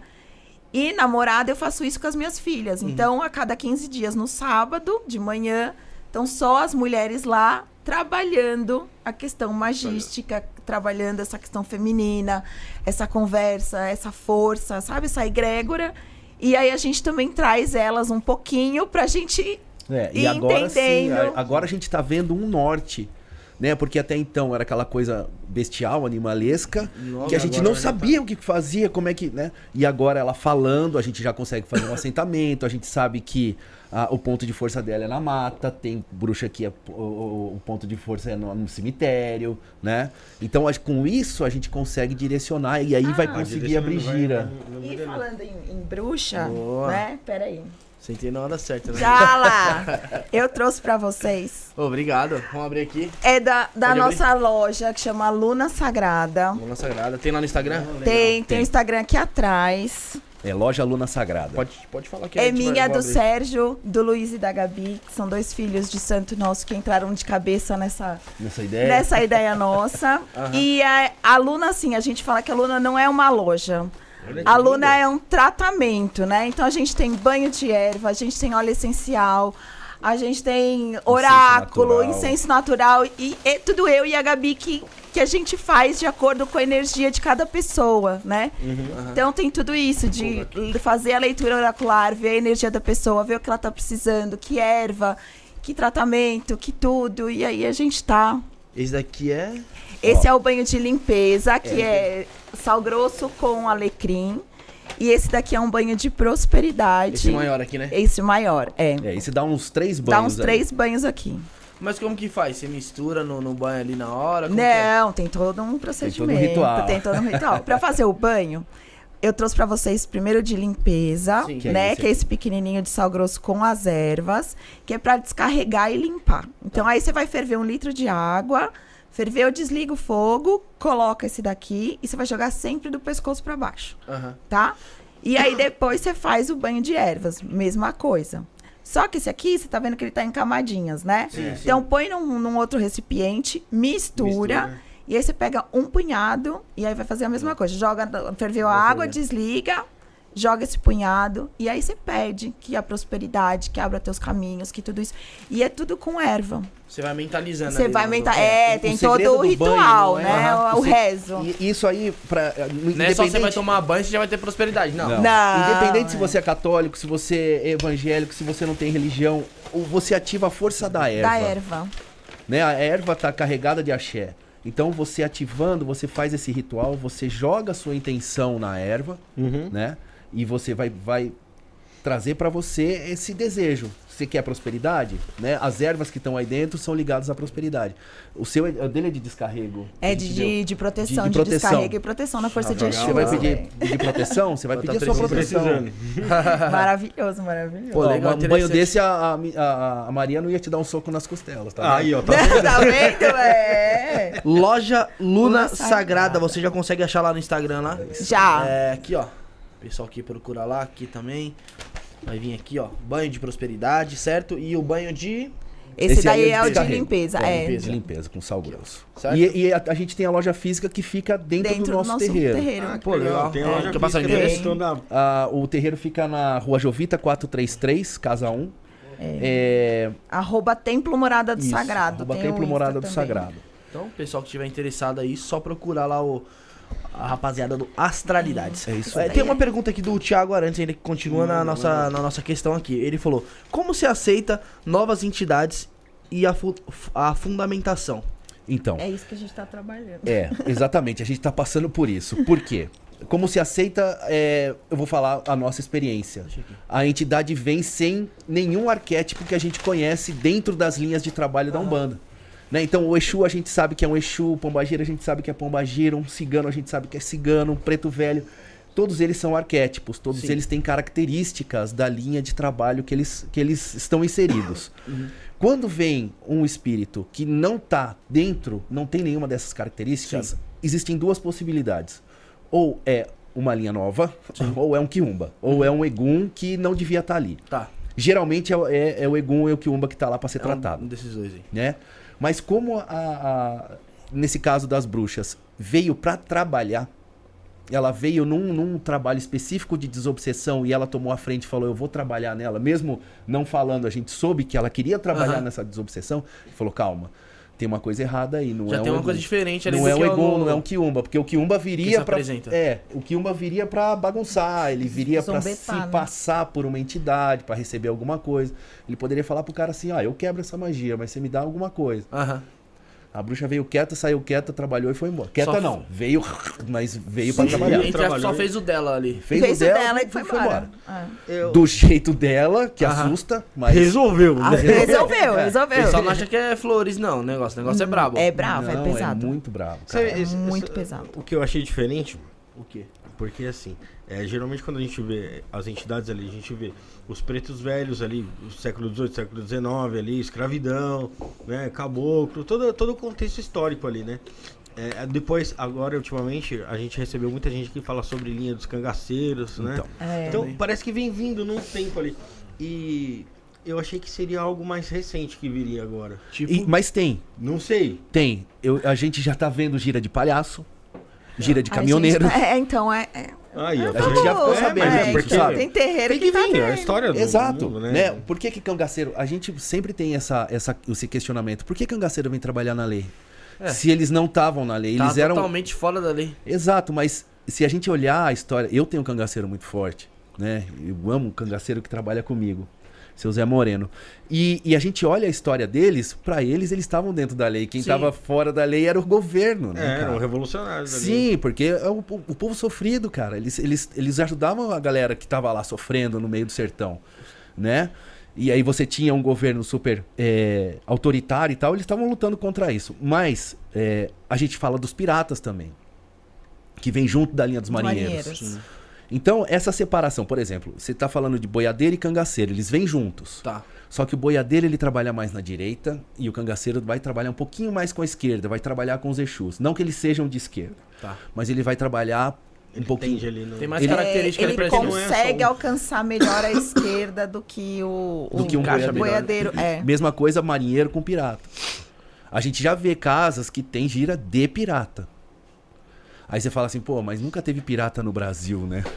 E namorada eu faço isso com as minhas filhas. Uhum. Então, a cada quinze dias, no sábado, de manhã... então, só as mulheres lá trabalhando a questão magística, trabalhando essa questão feminina, essa conversa, essa força, sabe? Essa egrégora. E aí a gente também traz elas um pouquinho pra gente é, ir e agora entendendo. Sim, agora a gente tá vendo um norte, né? Porque até então era aquela coisa bestial, animalesca, Nossa, que a gente não sabia tá... o que fazia, como é que, né? E agora ela falando, a gente já consegue fazer um assentamento, a gente sabe que ah, o ponto de força dela é na mata, tem bruxa que é, o, o, o ponto de força é no, no cemitério, né? Então acho, com isso a gente consegue direcionar e aí ah, vai conseguir abrir gira. E falando em, em bruxa, Boa. né? Peraí. Sentei na hora certa, né? Já lá! Eu trouxe pra vocês. Obrigado. Vamos abrir aqui. É da, da nossa abrir? loja, que chama Luna Sagrada. Luna Sagrada. Tem lá no Instagram? Tem, tem o Instagram aqui atrás. É Loja Luna Sagrada. Pode, pode falar que é minha, do Sérgio, do Luiz e da Gabi, que são dois filhos de santo nosso que entraram de cabeça nessa, nessa ideia, nessa ideia nossa. E a, a Luna, assim, a gente fala que a Luna não é uma loja. A Luna é um tratamento, né? Então a gente tem banho de erva, a gente tem óleo essencial, a gente tem oráculo, incenso natural, incenso natural e, e tudo eu e a Gabi que, que a gente faz de acordo com a energia de cada pessoa, né? Uhum, uhum. Então tem tudo isso, de fazer a leitura oracular, ver a energia da pessoa, ver o que ela tá precisando, que erva, que tratamento, que tudo. E aí a gente tá... Esse daqui é... Esse Ó. é o banho de limpeza, que é, é sal grosso com alecrim. E esse daqui é um banho de prosperidade. Esse maior aqui, né? Esse maior, é. É, esse dá uns três banhos. Dá uns aí. três banhos aqui. Mas como que faz? Você mistura no, no banho ali na hora? Como Não, tem todo um procedimento. Tem todo um ritual. Tem todo um ritual. Pra fazer o banho, eu trouxe pra vocês primeiro de limpeza, Sim, que né? É que é esse pequenininho de sal grosso com as ervas, que é pra descarregar e limpar. Então tá. aí você vai ferver um litro de água... Ferveu, desliga o fogo, coloca esse daqui e você vai jogar sempre do pescoço pra baixo, uhum. tá? E aí depois você faz o banho de ervas, mesma coisa. Só que esse aqui, você tá vendo que ele tá em camadinhas, né? Sim, então sim. põe num, num outro recipiente, mistura, mistura, e aí você pega um punhado e aí vai fazer a mesma coisa. Joga, ferveu a água, desliga joga esse punhado, e aí você pede que a prosperidade, que abra teus caminhos, que tudo isso. E é tudo com erva. Você vai mentalizando. Você ali, vai né? mental. É, o tem segredo todo o do ritual, banho, não é? né? Aham. O, o rezo. E isso aí, pra, Não é só você vai tomar banho e você já vai ter prosperidade. Não. Não. Não, Independente se é. você é católico, se você é evangélico, se você não tem religião, ou você ativa a força da erva. Da erva. Né? A erva tá carregada de axé. Então você ativando, você faz esse ritual, você joga a sua intenção na erva, Uhum. né? E você vai, vai trazer pra você esse desejo. Você quer prosperidade, né? As ervas que estão aí dentro são ligadas à prosperidade. O seu, o dele é de descarrego. É de, de, de proteção, de, De- de proteção. descarrego e proteção na força de legal. Exu. Você vai Nossa, pedir de proteção, você vai Eu tô pedir a sua precisando. proteção. Precisando. Maravilhoso, maravilhoso. Pô, Ó, legal, um banho interessante. desse, a, a, a- a Maria não ia te dar um soco nas costelas, tá? Aí, ó, tá Tá vendo? É. Loja Luna Luna Sagrada. Sagrada. Você já consegue achar lá no Instagram lá? Já. É, aqui, ó. O pessoal que procura lá, aqui também. Vai vir aqui, ó. Banho de prosperidade, certo? E o banho de... Esse, Esse daí aí é é o de descarrego. limpeza. É, É. limpeza. De limpeza, com sal grosso. Certo? E, e a, a gente tem a loja física que fica dentro, Dentro do nosso, terreiro. Ah, que Pô, legal. Tem É, uma loja quer passar o física endereço? dentro da- Ah, o terreiro fica na Rua Jovita quatrocentos e trinta e três, Casa um. É, Arroba Templo Morada do isso, Sagrado. arroba Tem Templo o Insta Morada do também. Sagrado. Então, o pessoal que estiver interessado aí, só procurar lá o... A rapaziada do Astralidades. É isso É, aí. tem uma pergunta aqui do Thiago Arantes ainda que continua na, nossa, na nossa questão aqui. Ele falou: como se aceita novas entidades e a, fu- a fundamentação? Então, É isso que a gente tá trabalhando. é, exatamente, a gente tá passando por isso. Por quê? Como se aceita, é, eu vou falar a nossa experiência. A entidade vem sem nenhum arquétipo que a gente conhece dentro das linhas de trabalho da Umbanda. Né? Então o Exu a gente sabe que é um Exu, o Pombagira a gente sabe que é Pombagira, um cigano a gente sabe que é cigano, um preto velho. Todos eles são arquétipos, todos Sim. eles têm características da linha de trabalho que eles, que eles estão inseridos. Quando vem um espírito que não está dentro, não tem nenhuma dessas características, Sim. existem duas possibilidades. Ou é uma linha nova, ou é um Quiumba, ou é um Egum que não devia estar ali. Tá. Geralmente é, o- é- é o Egum ou o Quiumba que está lá para ser É tratado. um desses dois aí. Né? Mas como a, a- nesse caso das bruxas veio para trabalhar, ela veio num, num trabalho específico de desobsessão e ela tomou a frente e falou, eu vou trabalhar nela, mesmo não falando, a gente soube que ela queria trabalhar Aham. nessa desobsessão, falou, calma, tem uma coisa errada aí, não Já é tem um uma coisa Egum. diferente ali Não do é que um é Egum, o- não é um Quiumba, porque o Quiumba Que viria se para apresenta. é, o Quiumba viria para bagunçar, ele viria para se Zombetar, né? passar por uma entidade, para receber alguma coisa. Ele poderia falar pro cara assim, ó, eu quebro essa magia, mas você me dá alguma coisa. Aham. A bruxa veio quieta, saiu quieta, trabalhou e foi embora. Quieta Só- não, veio, mas veio pra Sim, trabalhar. entre aspas, só Trabalhou. fez o dela ali. Fez, Fez o dela, e foi embora. É. Do jeito dela, que Aham. assusta, mas Resolveu, Ah, né? resolveu, O resolveu. pessoal não acha que é flores, não. O negócio, o negócio é brabo. É bravo, não, é pesado. é muito bravo. Sabe, Cara. É esse- muito esse- pesado. O que eu achei diferente, O quê? porque assim, é, geralmente quando a gente vê as entidades ali, a gente vê os pretos velhos ali, o século dezoito, século dezenove ali, escravidão, né, caboclo, todo, todo o contexto histórico ali, né? É, depois, agora, ultimamente, a gente recebeu muita gente que fala sobre linha dos cangaceiros, né? Então. É. Então, parece que vem vindo num tempo ali. E eu achei que seria algo mais recente que viria agora. Tipo, E- mas tem, Não sei. tem. Eu, a gente já tá vendo gira de palhaço, gira de A caminhoneiro. gente- é, então, é. é. Aí, ó, A gente já ficou é, sabendo mas é disso, porque sabe? Tem terreiro tem que, que tá vir, é a vendo. história do Exato, mundo, né? Por que que cangaceiro... A gente sempre tem essa, essa, esse questionamento. Por que cangaceiro vem trabalhar na lei? É. Se eles não estavam na lei, tá eles eram... totalmente fora da lei. Exato, mas se a gente olhar a história... Eu tenho um cangaceiro muito forte, né? Eu amo um cangaceiro que trabalha comigo. Seu Zé Moreno. E, e a gente olha a história deles, pra eles, eles estavam dentro da lei. Quem Sim. estava fora da lei era o governo, né, É, cara? eram revolucionários ali. Sim, porque é o, po- o povo sofrido, cara. Eles, eles, eles ajudavam a galera que tava lá sofrendo no meio do sertão, né? E aí você tinha um governo super é, autoritário e tal, eles estavam lutando contra isso. Mas é, a gente fala dos piratas também, que vem junto da linha dos Dos marinheiros. marinheiros. Então, essa separação, por exemplo, você tá falando de boiadeiro e cangaceiro, eles vêm juntos. Tá. Só que o boiadeiro ele trabalha mais na direita e o cangaceiro vai trabalhar um pouquinho mais com a esquerda, vai trabalhar com os Exus. Não que eles sejam de esquerda, Tá. mas ele vai trabalhar um Ele pouquinho. tende ali no... Tem mais Ele- características É, ali ele pra gente. não é consegue só um- alcançar melhor a esquerda do que o, Do o que um Caixa boiadeiro. É. Mesma coisa marinheiro com pirata. A gente já vê casas que tem gira de pirata. Aí você fala assim, pô, mas nunca teve pirata no Brasil, né?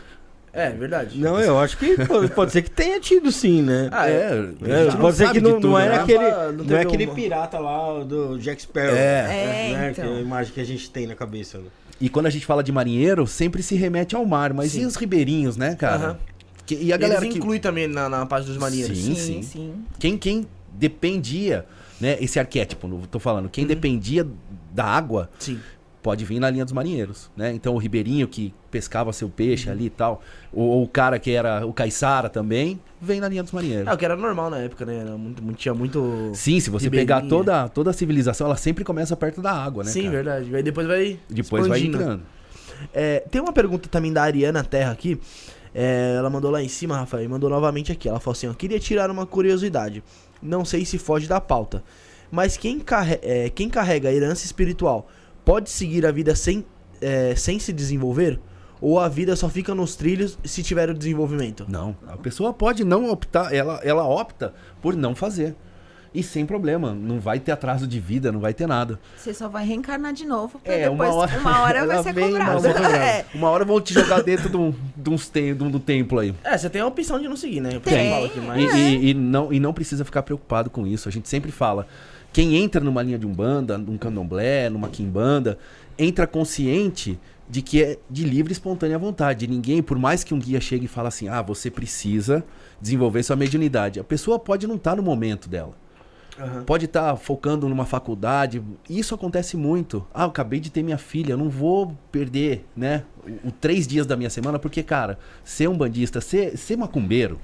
É, verdade. Não, eu acho que pode, pode ser que tenha tido sim, né? Ah, é, É, não pode ser sabe que de não, tudo, não é né? aquele, Não não teve é aquele uma- pirata lá do Jack Sparrow. É. É, né? então. Que é a imagem que a gente tem na cabeça. Né? E quando a gente fala de marinheiro, sempre se remete ao mar. Mas Sim. e os ribeirinhos, né, cara? Aham. Que- e a galera Eles que... incluem também na, na parte dos marinheiros. Sim, sim, sim. sim. Quem, quem dependia, né? Esse arquétipo, não tô falando. Quem dependia da água, Sim. pode vir na linha dos marinheiros, né? Então o ribeirinho que pescava seu peixe ali e tal, ou, ou o cara que era o caiçara também, vem na linha dos marinheiros. É, o que era normal na época, né? Era muito, muito- tinha muito... Sim, se você ribeirinha. pegar toda, toda a civilização, ela sempre começa perto da água, né, Sim, cara? verdade. Aí depois vai Depois vai expandindo. entrando. É, tem uma pergunta também da Ariana Terra aqui. É, ela mandou lá em cima, Rafael, e mandou novamente aqui. Ela falou assim, ó, queria tirar uma curiosidade. Não sei se foge da pauta. Mas quem, carre é, quem carrega a herança espiritual pode seguir a vida sem, é, sem se desenvolver? Ou a vida só fica nos trilhos se tiver o desenvolvimento? Não, a pessoa pode não optar, ela, ela opta por não fazer. E sem problema, não vai ter atraso de vida, não vai ter nada. Você só vai reencarnar de novo, pra É, depois, uma hora, uma hora vai ela ser vem, cobrado. Uma hora, É. uma hora vão te jogar dentro de um, de uns tem- de um- do templo aí. É, você tem a opção de não seguir, né? Tem. Fala aqui, mas... E, e- e não, e não precisa ficar preocupado com isso. A gente sempre fala, quem entra numa linha de umbanda, num candomblé, numa quimbanda, entra consciente de que é de livre e espontânea vontade. Ninguém, por mais que um guia chegue e fale assim, ah, você precisa desenvolver sua mediunidade. A pessoa pode não estar no momento dela. Aham. Pode estar focando numa faculdade. Isso acontece muito. Ah, eu acabei de ter minha filha, eu não vou perder, né? O, o três dias da minha semana, porque, cara, ser um bandista, ser, ser macumbeiro,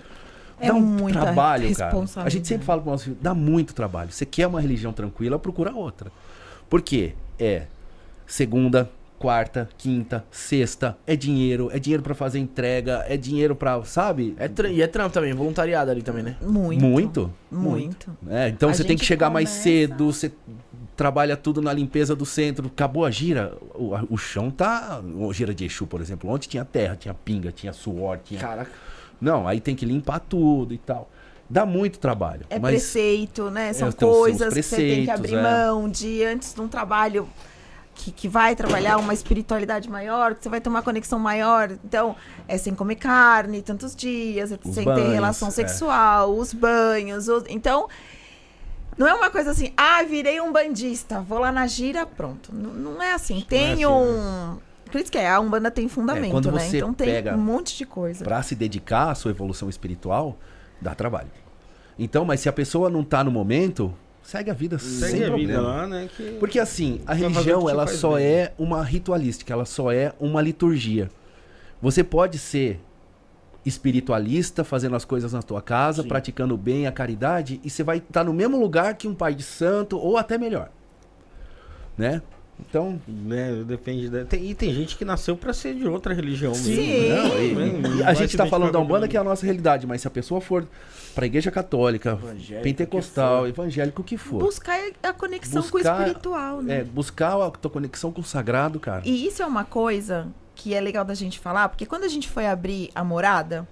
É dá um muita trabalho, cara. responsabilidade. A gente sempre fala pro nosso filho, dá muito trabalho. Você quer uma religião tranquila, procura outra. Por quê? É segunda, quarta, quinta, sexta, é dinheiro, é dinheiro pra fazer entrega, é dinheiro pra, sabe? É tra- e é trampo também, voluntariado ali também, né? Muito. Muito. Muito. É, então A você tem que gente chegar mais começa- cedo, você trabalha tudo na limpeza do centro, acabou a gira, o, a- o chão tá... O gira de Exu, por exemplo, ontem tinha terra, tinha pinga, tinha suor, tinha... Caraca. Não, aí tem que limpar tudo e tal. Dá muito trabalho. É mas preceito, né? São É, então, são os coisas que você tem que preceitos, abrir é. mão de antes de um trabalho que, que vai trabalhar uma espiritualidade maior, que você vai ter uma conexão maior. Então, é sem comer carne tantos dias, é Os sem banhos, ter relação é. sexual, os banhos. os- Então, não é uma coisa assim, ah, virei um bandista, vou lá na gira, pronto. N- não é assim. Tem assim, um. Por isso que é, a Umbanda tem fundamento, quando né? você Então tem pega um monte de coisa. para se dedicar à sua evolução espiritual, dá trabalho. Então, mas se a pessoa não tá no momento, segue a vida sem Segue a problema. vida lá, né? Que... Porque assim, a Vai fazer o religião que te ela faz só bem. é uma ritualística, ela só é uma liturgia. Você pode ser espiritualista, fazendo as coisas na tua casa, Sim. praticando bem a caridade, e você vai estar no mesmo lugar que um pai de santo, ou até melhor. Né? Então, Né, depende da... tem, e tem gente que nasceu pra ser de outra religião Sim. mesmo. não, e- Né? Não e a vai gente se tá falando da identificar com Umbanda aquilo que é a nossa realidade, mas se a pessoa for pra igreja católica, Evangélico, pentecostal, o que evangélico, o que for. Buscar a conexão com o Buscar- espiritual, né? É, buscar a tua conexão com o sagrado, cara. E isso é uma coisa que é legal da gente falar, porque quando a gente foi abrir a morada,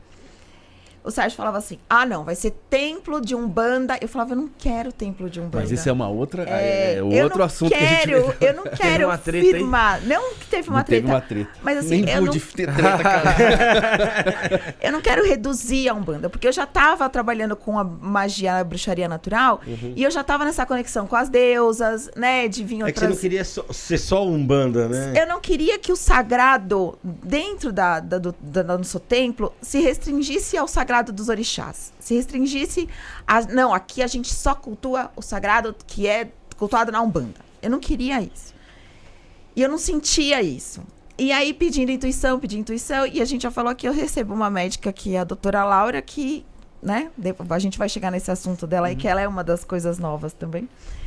o Sérgio falava assim, ah, não, vai ser templo de Umbanda. Eu falava, eu não quero templo de Umbanda. Mas isso é uma outra, É, é, eu outro não assunto quero, que a gente eu não quero uma treta aí? firmar. Não que teve uma Não treta. teve uma treta. Mas assim, Nem eu pude não, ter treta, cara. eu não quero reduzir a Umbanda, porque eu já estava trabalhando com a magia, a bruxaria natural, e eu já estava nessa conexão com as deusas, né, de vir É que você outras... não queria só- ser só Umbanda, né? Eu não queria que o sagrado, dentro da, da- do, da- do nosso templo, se restringisse ao sagrado dos orixás. Se restringisse a... Não, aqui a gente só cultua o sagrado que é cultuado na Umbanda. Eu não queria isso. E eu não sentia isso. E aí, pedindo intuição, pedindo intuição, e a gente já falou que eu recebo uma médica, que é a doutora Laura, que, né, a gente vai chegar nesse assunto dela aí, que ela é uma das coisas novas também.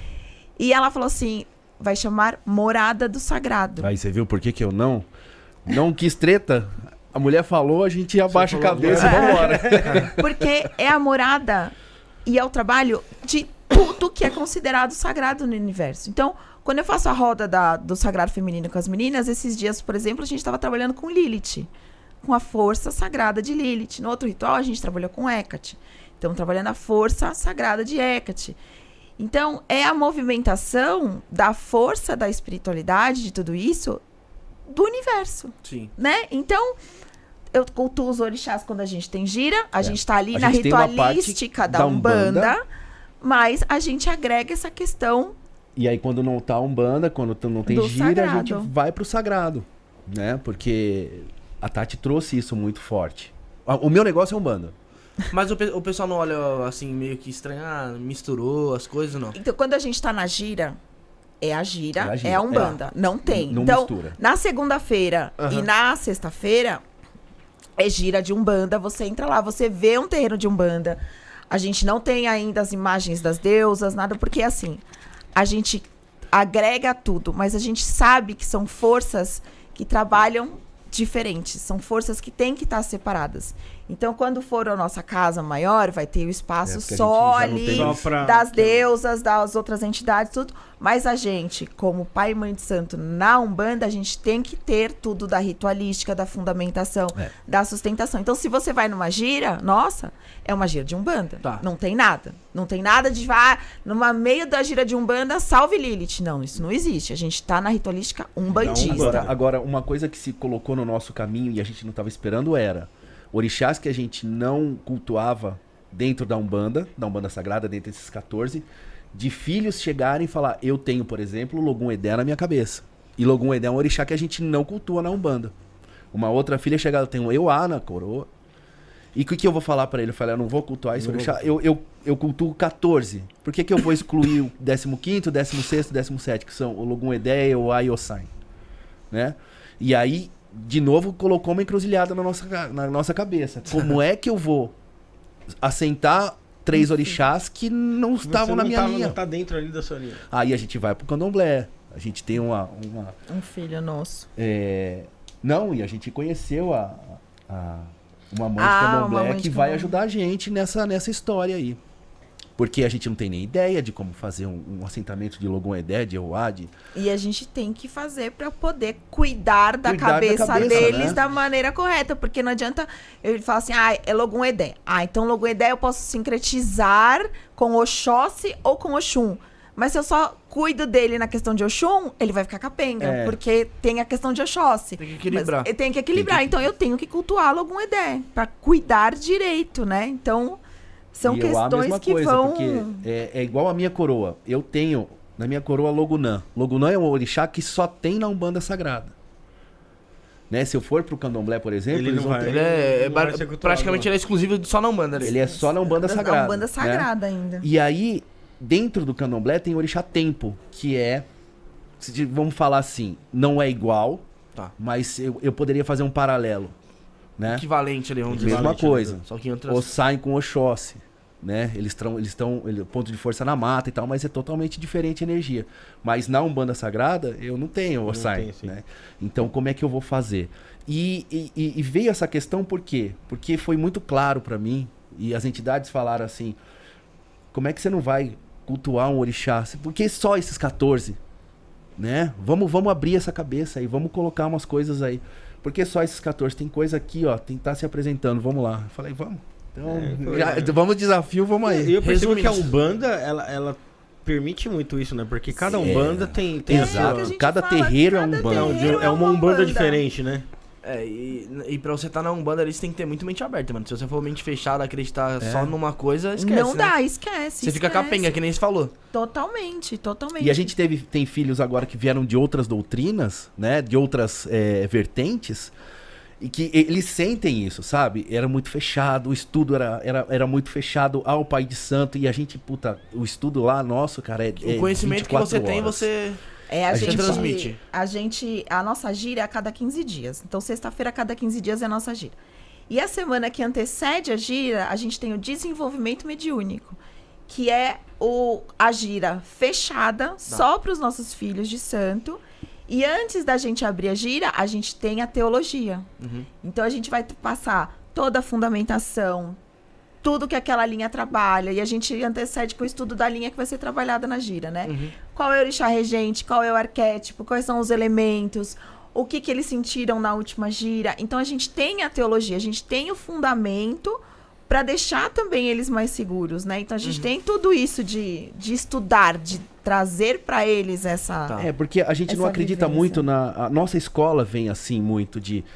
E ela falou assim, vai chamar Morada do Sagrado. Aí você viu por que que eu não? Não quis treta? A mulher falou, a gente abaixa a falou, cabeça e vambora. Porque é a morada e é o trabalho de tudo que é considerado sagrado no universo. Então, quando eu faço a roda da- do sagrado feminino com as meninas, esses dias, por exemplo, a gente estava trabalhando com Lilith, com a força sagrada de Lilith. No outro ritual, a gente trabalhou com Hecate. Então, trabalhando a força sagrada de Hecate. Então, é a movimentação da força da espiritualidade, de tudo isso, do universo. Sim. Né? Então, eu cultuo os orixás quando a gente tem gira, a É. gente tá ali A na gente tem uma ritualística parte da, da Umbanda, Umbanda. mas a gente agrega essa questão. E aí, quando não tá Umbanda, quando t- não tem Do gira, a gente sagrado. vai pro sagrado, né? Porque a Tati trouxe isso muito forte. Ah, O meu negócio é Umbanda. Mas o, pe- o pessoal não olha assim, meio que estranho, ah, misturou as coisas, não. Então, quando a gente tá na gira, é a gira, É a é a, gira, Umbanda. Não tem. Não então, mistura. na segunda-feira Aham. e na sexta-feira, é gira de Umbanda. Você entra lá, você vê um terreiro de Umbanda. A gente não tem ainda as imagens das deusas, nada, porque assim, a gente agrega tudo, mas a gente sabe que são forças que trabalham diferentes, são forças que têm que estar separadas. Então, quando for a nossa casa maior, vai ter o espaço É, porque a só gente já não ali tem Só pra- das deusas, das outras entidades, tudo. Mas a gente, como pai e mãe de santo na Umbanda, a gente tem que ter tudo da ritualística, da fundamentação, É. da sustentação. Então, se você vai numa gira, nossa, é uma gira de Umbanda. Tá. Não tem nada. Não tem nada de, ah, numa meio da gira de Umbanda, salve Lilith. Não, isso não existe. A gente tá na ritualística umbandista. Umbanda. Agora, agora, uma coisa que se colocou no nosso caminho e a gente não estava esperando era orixás que a gente não cultuava dentro da Umbanda, da Umbanda Sagrada, dentro desses quatorze, de filhos chegarem e falar, eu tenho, por exemplo, o Logum Edé na minha cabeça. E Logum Edé é um orixá que a gente não cultua na Umbanda. Uma outra filha chegar, eu tenho Euá na coroa. E o que, que eu vou falar pra ele? Eu falei, eu não vou cultuar esse Não orixá. Eu, eu, eu cultuo quatorze. Por que, que eu vou excluir o décimo quinto, décimo sexto, décimo sétimo, que são o Logum Edé, Euá e Ossain? Né? E aí, de novo, colocou uma encruzilhada na nossa, ca- na nossa cabeça. Como é que eu vou assentar três orixás que não Você estavam na não minha tá, linha? não tá dentro ali da sua linha. Aí a gente vai pro candomblé. A gente tem uma... uma Um filho nosso. é, Não, e a gente conheceu a, a- uma mãe Ah, de uma candomblé mãe de que vai candomblé. ajudar a gente nessa, nessa história aí. Porque a gente não tem nem ideia de como fazer um, um assentamento de Logum Edé, de Euá, de... E a gente tem que fazer pra poder cuidar da Cuidar da cabeça, cabeça, deles né? da maneira correta. Porque não adianta ele falar assim, ah, é Logum Edé. Ah, então Logum Edé eu posso sincretizar com Oxóssi ou com Oxum. Mas se eu só cuido dele na questão de Oxum, ele vai ficar capenga. É. Porque tem a questão de Oxóssi. Tem que equilibrar. Mas eu tenho que equilibrar. Tem que- Então eu tenho que cultuar Logum Edé. Pra cuidar direito, né? Então, são E Euá a questões mesma que coisa, vão... porque é, é igual a minha coroa. Eu tenho, na minha coroa, Logunã. Logunã é um orixá que só tem na Umbanda Sagrada. Né? Se eu for pro candomblé, por exemplo, Ele eles não vão vai- ter- Ele é, é Não bar- vai ser cultuado, praticamente não. ele é exclusivo só na Umbanda. ele é só na Umbanda da- Sagrada. A Umbanda né? Sagrada ainda. E aí, dentro do candomblé, tem o orixá tempo, que é, se de- vamos falar assim, não é igual, Tá. mas eu, eu poderia fazer um paralelo, né? Equivalente ali, vamos dizer. Mesma equivalente, coisa. Só que em outras... Ossain com Oxóssi, né? Eles estão, eles estão, ele- ponto de força na mata e tal, mas é totalmente diferente a energia. Mas na Umbanda Sagrada, eu não tenho Ossain, tem, sim. né? Então, como é que eu vou fazer? E, e- e- e veio essa questão por quê? Porque foi muito claro pra mim, e as entidades falaram assim, como é que você não vai cultuar um orixá? Por que só esses quatorze? Né? Vamos, vamos abrir essa cabeça aí, vamos colocar umas coisas aí. Por que só esses quatorze? Tem coisa aqui, ó, tem que estar se apresentando, vamos lá. Eu falei, vamos. Então, É, foi, já- né? vamos desafio, vamos aí. E eu percebo Resumindo. que a Umbanda, ela, ela permite muito isso, né? Porque cada Sim. Umbanda tem, tem a É, que a sua... gente Cada fala, terreiro é cada um Umbanda. Não, terreiro é uma Umbanda Umbanda. diferente, né? É, e, e pra você estar na Umbanda ali, você tem que ter muito mente aberta, mano. Se você for mente fechada, acreditar só numa coisa, esquece, não né? dá, esquece. Você fica esquece. capenga, que nem você falou. Totalmente, totalmente. E a gente teve, tem filhos agora que vieram de outras doutrinas, né? De outras é, vertentes. E que eles sentem isso, sabe? Era muito fechado, o estudo era, era, era muito fechado ao Pai de Santo. E a gente, puta, o estudo lá, nosso, cara, é. O conhecimento que você tem, horas. você... É, a, A gente, gente transmite. A gente, a nossa gira é a cada quinze dias. Então, sexta-feira, a cada quinze dias é a nossa gira. E a semana que antecede a gira, a gente tem o desenvolvimento mediúnico, que é o, a gira fechada só para os nossos filhos de santo. E antes da gente abrir a gira, a gente tem a teologia. Uhum. Então, a gente vai t- passar toda a fundamentação, tudo que aquela linha trabalha. E a gente antecede com o estudo da linha que vai ser trabalhada na gira, né? Uhum. Qual é o orixá regente, qual é o arquétipo, quais são os elementos, o que, que eles sentiram na última gira. Então, a gente tem a teologia, a gente tem o fundamento para deixar também eles mais seguros, né? Então, a gente tem tudo isso de, de estudar, de trazer para eles essa... Tá. É, porque a gente não Essa acredita vivência. muito na. A nossa escola vem assim, muito de.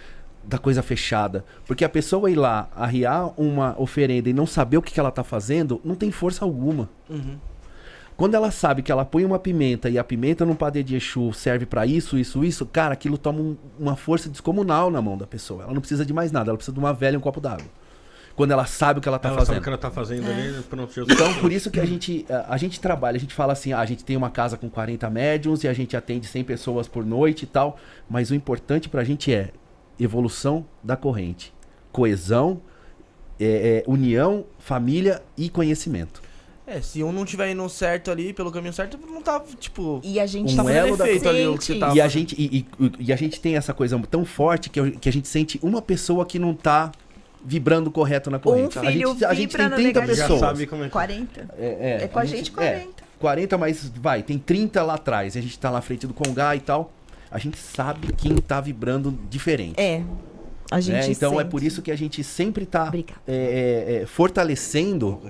da coisa fechada. Porque a pessoa ir lá, arriar uma oferenda e não saber o que, que ela tá fazendo, não tem força alguma. Uhum. Quando ela sabe que ela põe uma pimenta e a pimenta num padê de Exu serve pra isso, isso, isso, cara, aquilo toma um, uma força descomunal na mão da pessoa. Ela não precisa de mais nada, ela precisa de uma velha e um copo d'água. Quando ela sabe o que ela tá ela fazendo. sabe o que ela tá fazendo ali, pronto, já Então, por isso que a gente, a, a gente trabalha, a gente fala assim, ah, a gente tem uma casa com quarenta médiums e a gente atende cem pessoas por noite e tal, mas o importante pra gente é evolução da corrente, coesão, é, é, união, família e conhecimento. É, se um não tiver indo certo ali, pelo caminho certo, não tá, tipo... E a gente Um tá fazendo elo da efeito ali o que você sente tá... E a, gente, e, e- e a gente tem essa coisa tão forte que, eu- que a gente sente uma pessoa que não tá vibrando correto na corrente. Um a filho gente, a gente vibra tem no trinta negativo. já pessoas. sabe como é que... quarenta. É, É com a gente quarenta. É, quarenta, mas vai, tem trinta lá atrás. E a gente tá lá na frente do Congá e tal. A gente sabe quem tá vibrando diferente. É. A gente né? Então é sente. por isso que a gente sempre tá Obrigada. é, é, é, fortalecendo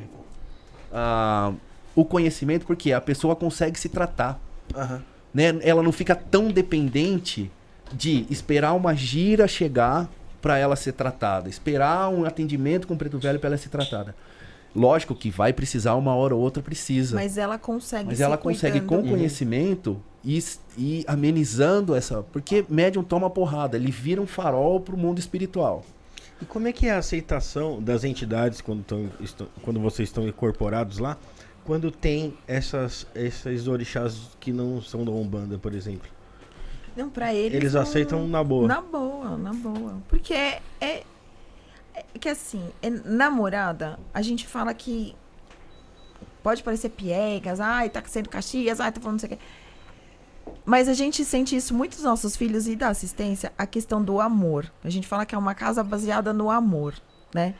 ah, o conhecimento, porque a pessoa consegue se tratar. Aham. Né? Ela não fica tão dependente de esperar uma gira chegar para ela ser tratada, esperar um atendimento com o preto velho para ela ser tratada. Lógico que vai precisar, uma hora ou outra precisa. Mas, Mas ela consegue se ela consegue cuidando. com conhecimento e, e amenizando essa... Porque médium toma porrada, ele vira um farol pro mundo espiritual. E como é que é a aceitação das entidades quando, tão, estão, quando vocês estão incorporados lá, quando tem essas, esses orixás que não são da Umbanda, por exemplo? Não, pra eles. Eles não- aceitam na boa. Na boa, na boa. Porque é. É, é que assim, é, namorada, a gente fala que. Pode parecer piegas, ai, tá sendo Caxias, ai, tá falando não sei o quê. Mas a gente sente isso muito dos nossos filhos e da assistência, a questão do amor. A gente fala que é uma casa baseada no amor, né?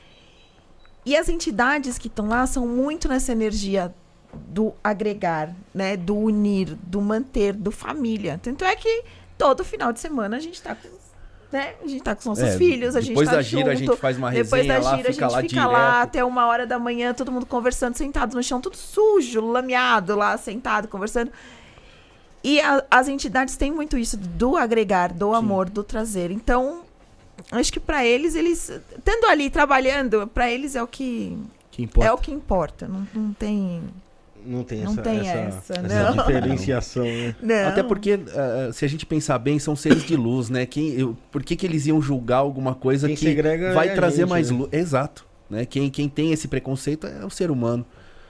E as entidades que estão lá são muito nessa energia do agregar, né? Do unir, do manter, do família. Tanto é que todo final de semana a gente tá com, né? A gente tá com os nossos É, filhos, a gente depois tá da gira a junto. gente faz uma Depois resenha da lá, gira a fica gente lá fica lá direto. até uma hora da manhã, todo mundo conversando, sentados no chão, tudo sujo, lameado lá, sentado, conversando. E a- as entidades têm muito isso do agregar, do amor, do trazer. Então, acho que pra eles, eles estando ali trabalhando, pra eles é o que Que importa. é o que importa. Não, não tem, Não tem não essa, tem essa, essa, essa não. diferenciação, né? não. Até porque, ah, se a gente pensar bem, são seres de luz, né? Quem, eu, por que, que eles iam julgar alguma coisa Quem que segrega vai é a trazer gente, mais né? luz? Exato. Né? Quem, quem tem esse preconceito é o ser humano.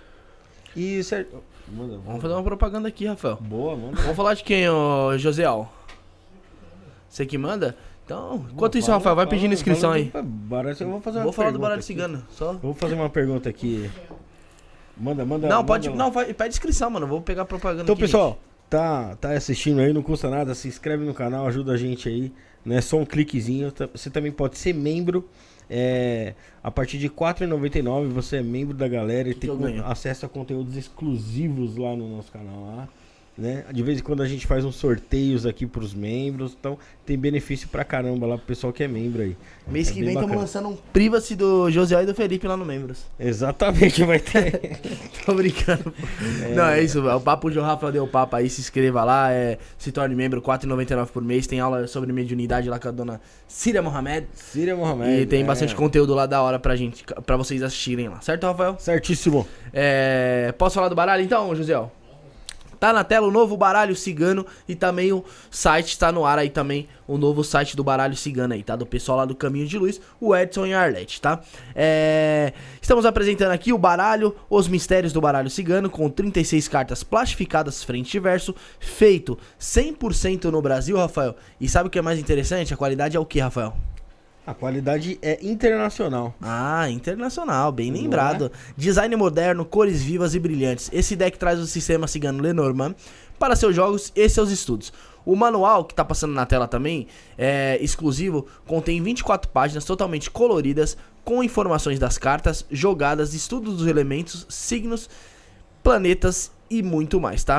E Ser- manda, Vamos fazer uma propaganda aqui, Rafael. boa, manda. Vamos falar de quem, ô Joseal? Você que manda? Então, enquanto isso, Fala- Rafael, vai fala- pedindo inscrição fala aí. do baralho, eu vou fazer uma Vou falar do pergunta baralho aqui. cigano, só. Eu vou fazer uma pergunta aqui. Manda, manda. Não, manda pode. lá. Não, vai, pede inscrição, mano. Vou pegar propaganda Então, aqui. pessoal, tá, tá assistindo aí, não custa nada, se inscreve no canal, ajuda a gente aí, né? Só um cliquezinho. tá- Você também pode ser membro. É, a partir de quatro reais e noventa e nove centavos você é membro da galera e Que tem que eu co- ganho? acesso a conteúdos exclusivos lá no nosso canal lá, né? De vez em quando a gente faz uns sorteios aqui pros membros, então tem benefício pra caramba lá pro pessoal que é membro aí. Mês É que bem vem estamos bacana. lançando um privacy do Josiel e do Felipe lá no Membros. Exatamente, vai ter. Tô brincando. Não, é isso. O Papo de Rafa deu papo aí. Se inscreva lá. É, se torne membro, quatro reais e noventa e nove centavos por mês. Tem aula sobre mediunidade lá com a dona Síria Mohamed. Síria Mohamed. E tem é. bastante conteúdo lá da hora pra gente, pra vocês assistirem lá. Certo, Rafael? Certíssimo. É, posso falar do baralho então, Josiel? Tá na tela o novo baralho cigano e também o site tá no ar aí também, o novo site do baralho cigano aí, tá? Do pessoal lá do Caminho de Luz, o Edson e a Arlete, tá? É, estamos apresentando aqui o baralho, os mistérios do baralho cigano, com trinta e seis cartas plastificadas frente e verso, feito cem por cento no Brasil, Rafael. E sabe o que é mais interessante? A qualidade é o que, Rafael? A qualidade é internacional. Ah, internacional, bem Não lembrado. Design moderno, cores vivas e brilhantes. Esse deck traz o sistema cigano Lenormand para seus jogos e seus estudos. O manual, que tá passando na tela também, é exclusivo, contém vinte e quatro páginas totalmente coloridas, com informações das cartas, jogadas, estudos dos elementos, signos, planetas e muito mais, tá?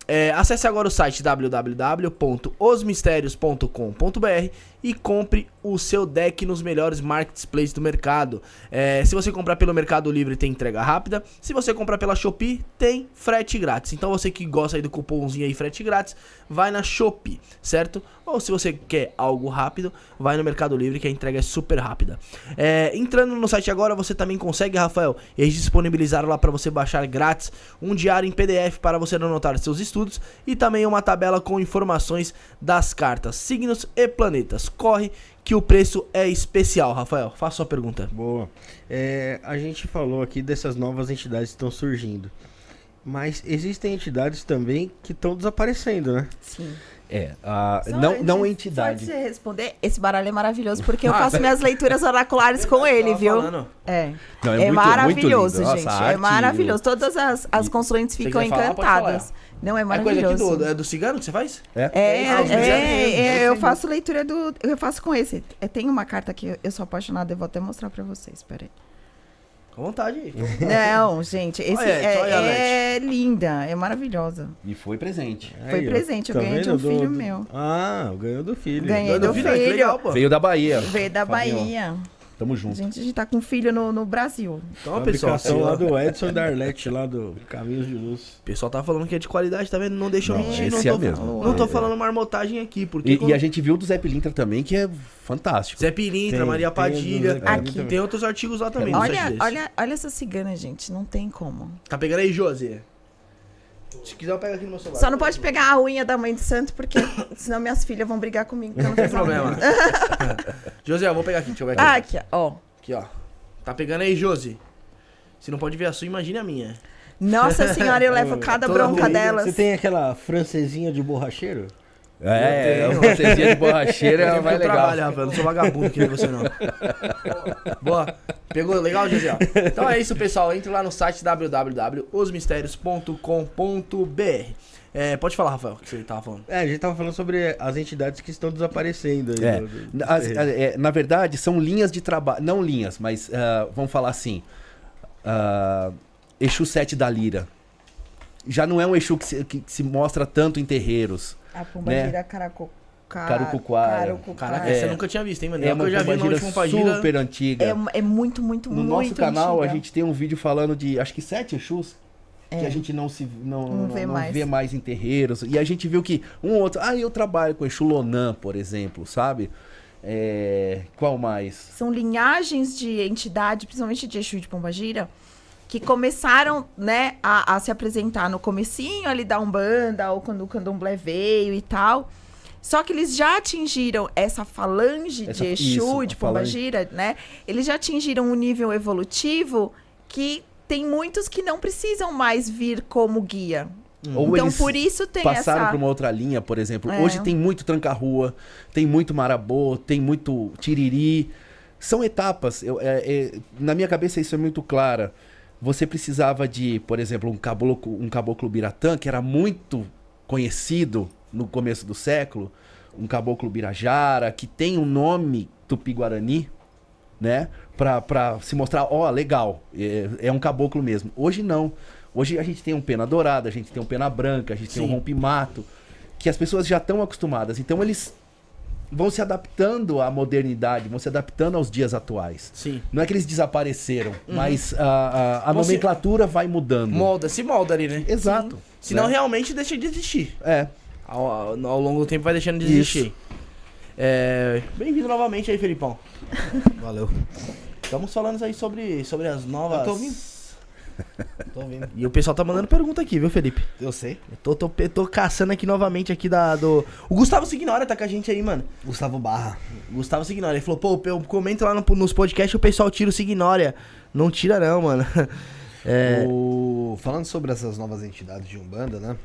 É, acesse agora o site w w w ponto os mistérios ponto com ponto b r e compre o seu deck nos melhores marketplaces do mercado. É, se você comprar pelo Mercado Livre, tem entrega rápida. Se você comprar pela Shopee, tem frete grátis. Então você que gosta aí do cupomzinho aí, frete grátis, vai na Shopee, certo? Ou se você quer algo rápido, vai no Mercado Livre, que a entrega é super rápida. É, entrando no site agora, você também consegue, Rafael, eles disponibilizaram lá para você baixar grátis um diário em P D F para você anotar seus estudos e também uma tabela com informações das cartas, signos e planetas. Corre que o preço é especial, Rafael. Faça sua pergunta. Boa. É, a gente falou aqui dessas novas entidades que estão surgindo. Mas existem entidades também que estão desaparecendo, né? Sim. É, a, Só não, antes- não Só entidade. de você responder, esse baralho é maravilhoso, porque eu Ah, faço minhas leituras oraculares com ele, Tava viu? falando. É. Não, É, muito- muito maravilhoso, lindo. Nossa, gente. a É arte- maravilhoso. Todas as, as E- consulentes ficam quiser falar, pode encantadas. falar. Não, é É coisa aqui maravilhoso. do, é do cigano que você faz? É? É, Ah, os é, desenhos, é, eu eu sei. faço leitura do. Eu faço com esse. É, tem uma carta que eu- eu sou apaixonada, eu vou até mostrar pra vocês. Peraí. Com vontade aí. Não, gente, esse Olha, é, olha, é linda, é maravilhosa. E foi presente. Foi Aí, ó, presente, eu tá ganhei de vendo? um filho Do- meu. Ah, ganhou do filho. Ganhei Do do filho, que filho. legal, pô. Veio da Bahia. Veio da Fabinho. Bahia. Tamo junto. Gente, a gente tá com filho no, no Brasil. Então, pessoal, Fabricação ó, lá do Edson Darlete, lá do Caminhos de Luz. o pessoal tá falando que é de qualidade, tá vendo? Não deixa eu Não, mentir, esse não é tô, mesmo. não tô É. falando marmotagem aqui, porque... E, quando- e a gente viu do Zé Pilintra também, que é fantástico. Zé Pilintra, Tem- Maria tem Padilha, do Zé Aqui. tem outros artigos lá também no site Olha, deles. olha, olha essa cigana, gente. Não tem como. Tá pegando aí, José? Se quiser, eu pego aqui no meu celular. Só não pode pegar a unha da mãe de santo, porque senão minhas filhas vão brigar comigo. Não tem problema. José, eu vou pegar aqui, deixa eu ver aqui. Ah, aqui, ó. Aqui, ó. Tá pegando aí, Josi? Se não pode ver a sua, imagine a minha. Nossa senhora, eu levo cada Toda bronca ruim. delas. Você tem aquela francesinha de borracheiro? É, Eu a tenho. francesinha de borracheira Eu é tenho mais que eu legal. trabalho, Rafael. Eu não sou vagabundo que nem você, não. Boa. Pegou? Legal, José? Então é isso, pessoal. Entre lá no site w w w ponto os mistérios ponto com ponto b r. É, pode falar, Rafael, o que você tava falando. É, a gente tava falando sobre as entidades que estão desaparecendo aí. É. do- do- do As- terreno. é, na verdade, são linhas de trabalho. Não linhas, mas ah, vamos falar assim. ah, Exu sete da Lira. Já não é um Exu que se, que se mostra tanto em terreiros. A pomba né? gira caracu... ca- Carucuquara. carucuquara. Caraca, É. essa eu nunca tinha visto, hein, mano? É É o que uma eu já vi no pombagira último Pagira. super antiga. É, é muito, muito, No muito nosso canal, antiga. a gente tem um vídeo falando de, acho que sete Exus. Que É. a gente não se não, Não vê mais. vê mais em terreiros. E a gente viu que um ou outro. Ah, eu trabalho com Exu Lonã, por exemplo, sabe? É, qual mais? São linhagens de entidade, principalmente de Exu e de Pombagira, que começaram, né, a, a se apresentar no comecinho ali da Umbanda, ou quando o Candomblé veio e tal. Só que eles já atingiram essa falange Essa- de Exu isso, e de a falange. Pombagira, né? Eles já atingiram um nível evolutivo que tem muitos que não precisam mais vir como guia. Ou Então, eles por isso tem passaram essa... para uma outra linha, por exemplo. É. Hoje tem muito tranca-rua, tem muito marabô, tem muito tiriri. São etapas. Eu, é, é, na minha cabeça isso é muito clara. Você precisava de, por exemplo, um caboclo, um caboclo biratã, que era muito conhecido no começo do século. Um caboclo birajara, que tem um nome tupi-guarani, né? Pra, pra se mostrar, ó, legal, é, é um caboclo mesmo. Hoje não. Hoje a gente tem um pena dourada, a gente tem um pena branca, a gente tem um Sim. rompe-mato, que as pessoas já estão acostumadas. Então eles vão se adaptando à modernidade, vão se adaptando aos dias atuais. Sim. Não é que eles desapareceram, mas a, a, a Você- nomenclatura vai mudando. Molda, se molda ali, né? Exato. Senão né? realmente deixa de existir. É. Ao, ao, ao longo do tempo vai deixando de Isso. existir. É, bem-vindo novamente aí, Felipão. Valeu. Estamos falando aí sobre, sobre as novas... Eu tô ouvindo. Tô ouvindo. E o pessoal tá mandando pergunta aqui, viu, Felipe? Eu sei. Eu tô, tô, tô caçando aqui novamente aqui da, do... O Gustavo Signora tá com a gente aí, mano. Gustavo Barra. O Gustavo Signora. Ele falou, pô, eu comento lá no, nos podcasts o pessoal tira o Signória. Não tira não, mano. É... O- Falando sobre essas novas entidades de Umbanda, né?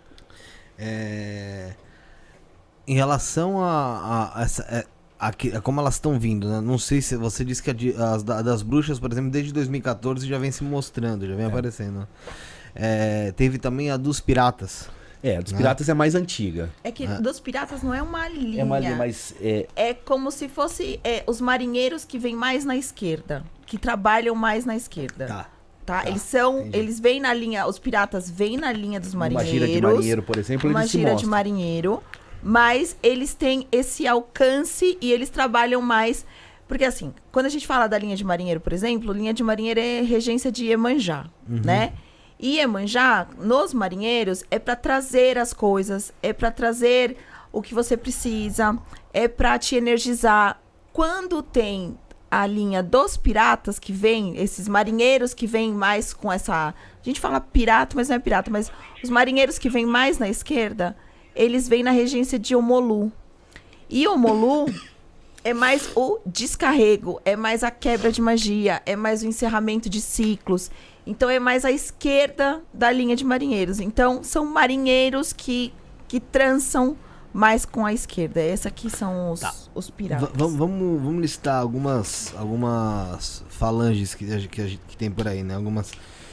É, Em relação a, a, essa- é, a que- a como elas estão vindo, né? Não sei se você disse que a de- as da- das bruxas, por exemplo, desde dois mil e quatorze já vem se mostrando, já vem aparecendo. né? É, teve também a dos piratas. É, dos Ah. piratas é mais antiga. É que Ah. dos piratas não é uma linha. É uma linha mais... É, É como se fosse é, os marinheiros que vêm mais na esquerda, que trabalham mais na esquerda. Tá. tá? Eles são, entendi. eles vêm na linha, os piratas vêm na linha dos Uma marinheiros. gira de marinheiro, por exemplo, Uma eles se gira de mostram. marinheiro, mas eles têm esse alcance e eles trabalham mais... Porque assim, quando a gente fala da linha de marinheiro, por exemplo, linha de marinheiro é regência de Iemanjá, né? E Iemanjá, nos marinheiros, é para trazer as coisas, é para trazer o que você precisa, é para te energizar. Quando tem a linha dos piratas que vem, esses marinheiros que vêm mais com essa... A gente fala pirata, mas não é pirata, mas os marinheiros que vêm mais na esquerda, eles vêm na regência de Omolu. E Omolu é mais o descarrego, é mais a quebra de magia, é mais o encerramento de ciclos. Então, é mais a esquerda da linha de marinheiros. Então, são marinheiros que, que trançam mais com a esquerda. Esses aqui são os, Tá. os piratas. V- vamos, vamos, vamos listar algumas, algumas falanges que, a, gente- que, a gente- que tem por aí, né? Algumas.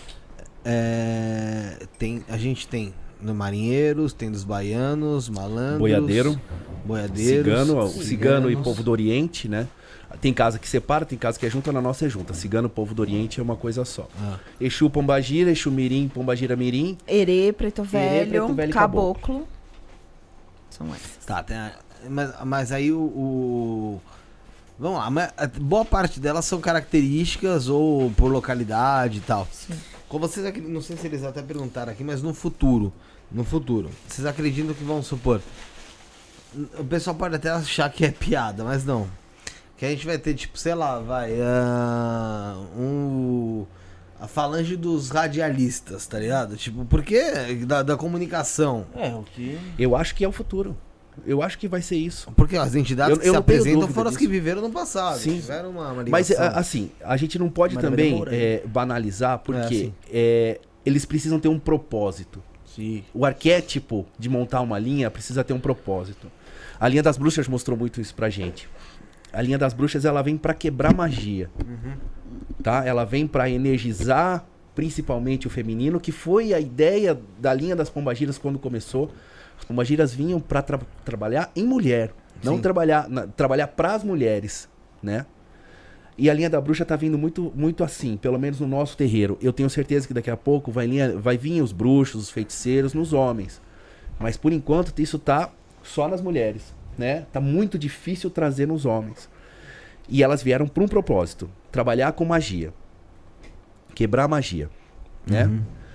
É, tem, a gente tem no marinheiros, tem dos baianos, malandros, Boiadeiro, boiadeiros, cigano, ó, cigano e ciganos. povo do Oriente, né? Tem casa que separa, tem casa que é junta, na nossa é junta. Cigano, povo do Oriente é uma coisa só. Ah. Exu, Pombagira, Exu Mirim, Pombagira Mirim. Herê, Preto Velho, Preto Velho e Caboclo. São esses. Tá, tem a- mas, mas aí o, o- Vamos lá, mas a- boa parte delas são características ou por localidade e tal. Sim. Como vocês acre- não sei se eles até perguntaram aqui, mas no futuro, no futuro, vocês acreditam que vão supor? n- O pessoal pode até achar que é piada, mas não. Que a gente vai ter, tipo, sei lá, vai, ah, um a falange dos radialistas, tá ligado? Tipo, porque da, da comunicação. É, o que... Eu acho que é o futuro. Eu acho que vai ser isso. Porque as entidades Eu- que eu se não tenho apresentam dúvida foram as disso. que viveram no passado. Sim. Tiveram uma, uma Mas, ligação. a- assim, a gente não pode Mas vai também demorar, é, banalizar, porque sim. é, eles precisam ter um propósito. Sim. O arquétipo de montar uma linha precisa ter um propósito. A linha das bruxas mostrou muito isso pra gente. A linha das bruxas, ela vem pra quebrar magia. Tá? Ela vem pra energizar principalmente o feminino, que foi a ideia da linha das pombagiras quando começou. As pombagiras vinham pra tra- trabalhar em mulher, não Sim. trabalhar na, trabalhar pras mulheres, né? E a linha da bruxa tá vindo muito, muito assim, pelo menos no nosso terreiro. Eu tenho certeza que daqui a pouco vai, linha, vai vir os bruxos, os feiticeiros nos homens. Mas por enquanto isso tá só nas mulheres, né? Tá muito difícil trazer nos homens. E elas vieram para um propósito, trabalhar com magia. Quebrar a magia, né?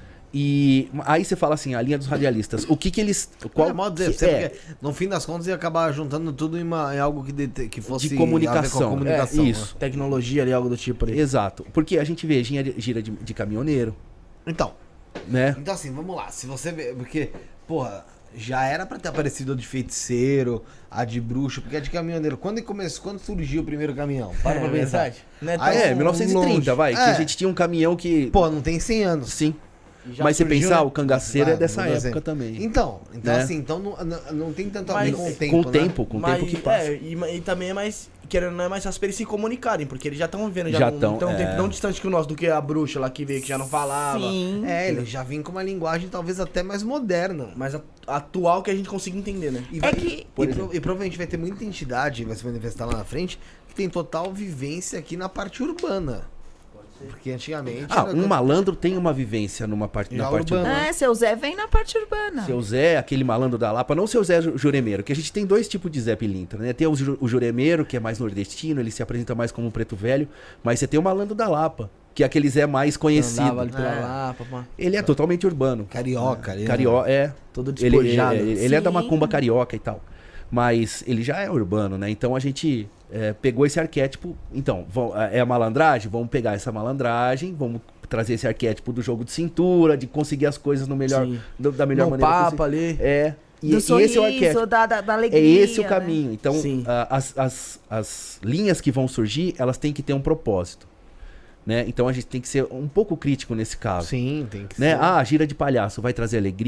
E aí você fala assim, a linha dos radialistas, o que que eles... Qual é modo de que dizer, é? porque no fim das contas ia acabar juntando tudo em, uma- em algo que, de- que fosse De a ver com a comunicação. comunicação, É, né? isso. Tecnologia ali, algo do tipo ali. Exato. Porque a gente vê gira, gira de, de caminhoneiro, Então, né? então assim, vamos lá. Se você vê, porque, porra, já era pra ter aparecido a de feiticeiro, a de bruxo, porque a de caminhoneiro, quando começou, quando surgiu o primeiro caminhão? Para pra pensar. Não é Ah, É, tão mil novecentos e trinta, longe. vai. Que É. a gente tinha um caminhão que... Pô, não tem cem anos. Sim. Já Mas você surgiu, pensar, né? o cangaceiro Vai, é dessa vou dar época exemplo. também. Então, então Né? assim, então não, não, não tem tanto a Mas ver com o tempo, com o né? tempo, com o Mas, tempo que passa. É, e, e também é mais. Querendo, não é mais fácil pra eles se comunicarem, porque eles já estão vivendo já, Já num- tão, tão um é. tempo tão distante que o nosso, do que a bruxa lá que veio, que já não falava. Sim. É, ele já vem com uma linguagem talvez até mais moderna. Mas a- atual que a gente consiga entender, né? E, É vai- que- e, pro- e provavelmente vai ter muita entidade, vai se manifestar lá na frente, que tem total vivência aqui na parte urbana. Porque antigamente. Ah, era- um malandro tem uma vivência numa parte, Já na parte urbano. urbana. É, seu Zé vem na parte urbana. Seu Zé, aquele malandro da Lapa, não seu Zé Ju- Juremeiro, que a gente tem dois tipos de Zé Pilintra, né? Tem o, Ju- o Juremeiro, que é mais nordestino, ele se apresenta mais como um preto velho, mas você tem o malandro da Lapa, que é aquele Zé mais conhecido. Andava ali pela É. lá, papá. Ele é totalmente urbano. Carioca, ali, né? Carioca, é. Todo Ele, ele, despojado. ele- ele é da Sim. macumba carioca e tal. Mas ele já é urbano, né? Então a gente é, pegou esse arquétipo. Então, vão- é a malandragem? Vamos pegar essa malandragem, vamos trazer esse arquétipo do jogo de cintura, de conseguir as coisas no melhor, Sim. do- da melhor No maneira papo possível. ali. É. E, Do e sorriso, esse é o arquétipo. da, da, da É alegria. esse o né? caminho. Então, Sim. ah, as, as, as linhas que vão surgir, elas têm que ter um propósito. Né? Então a gente tem que ser um pouco crítico nesse caso. Sim, tem que Né? ser. Ah, gira de palhaço vai trazer alegria.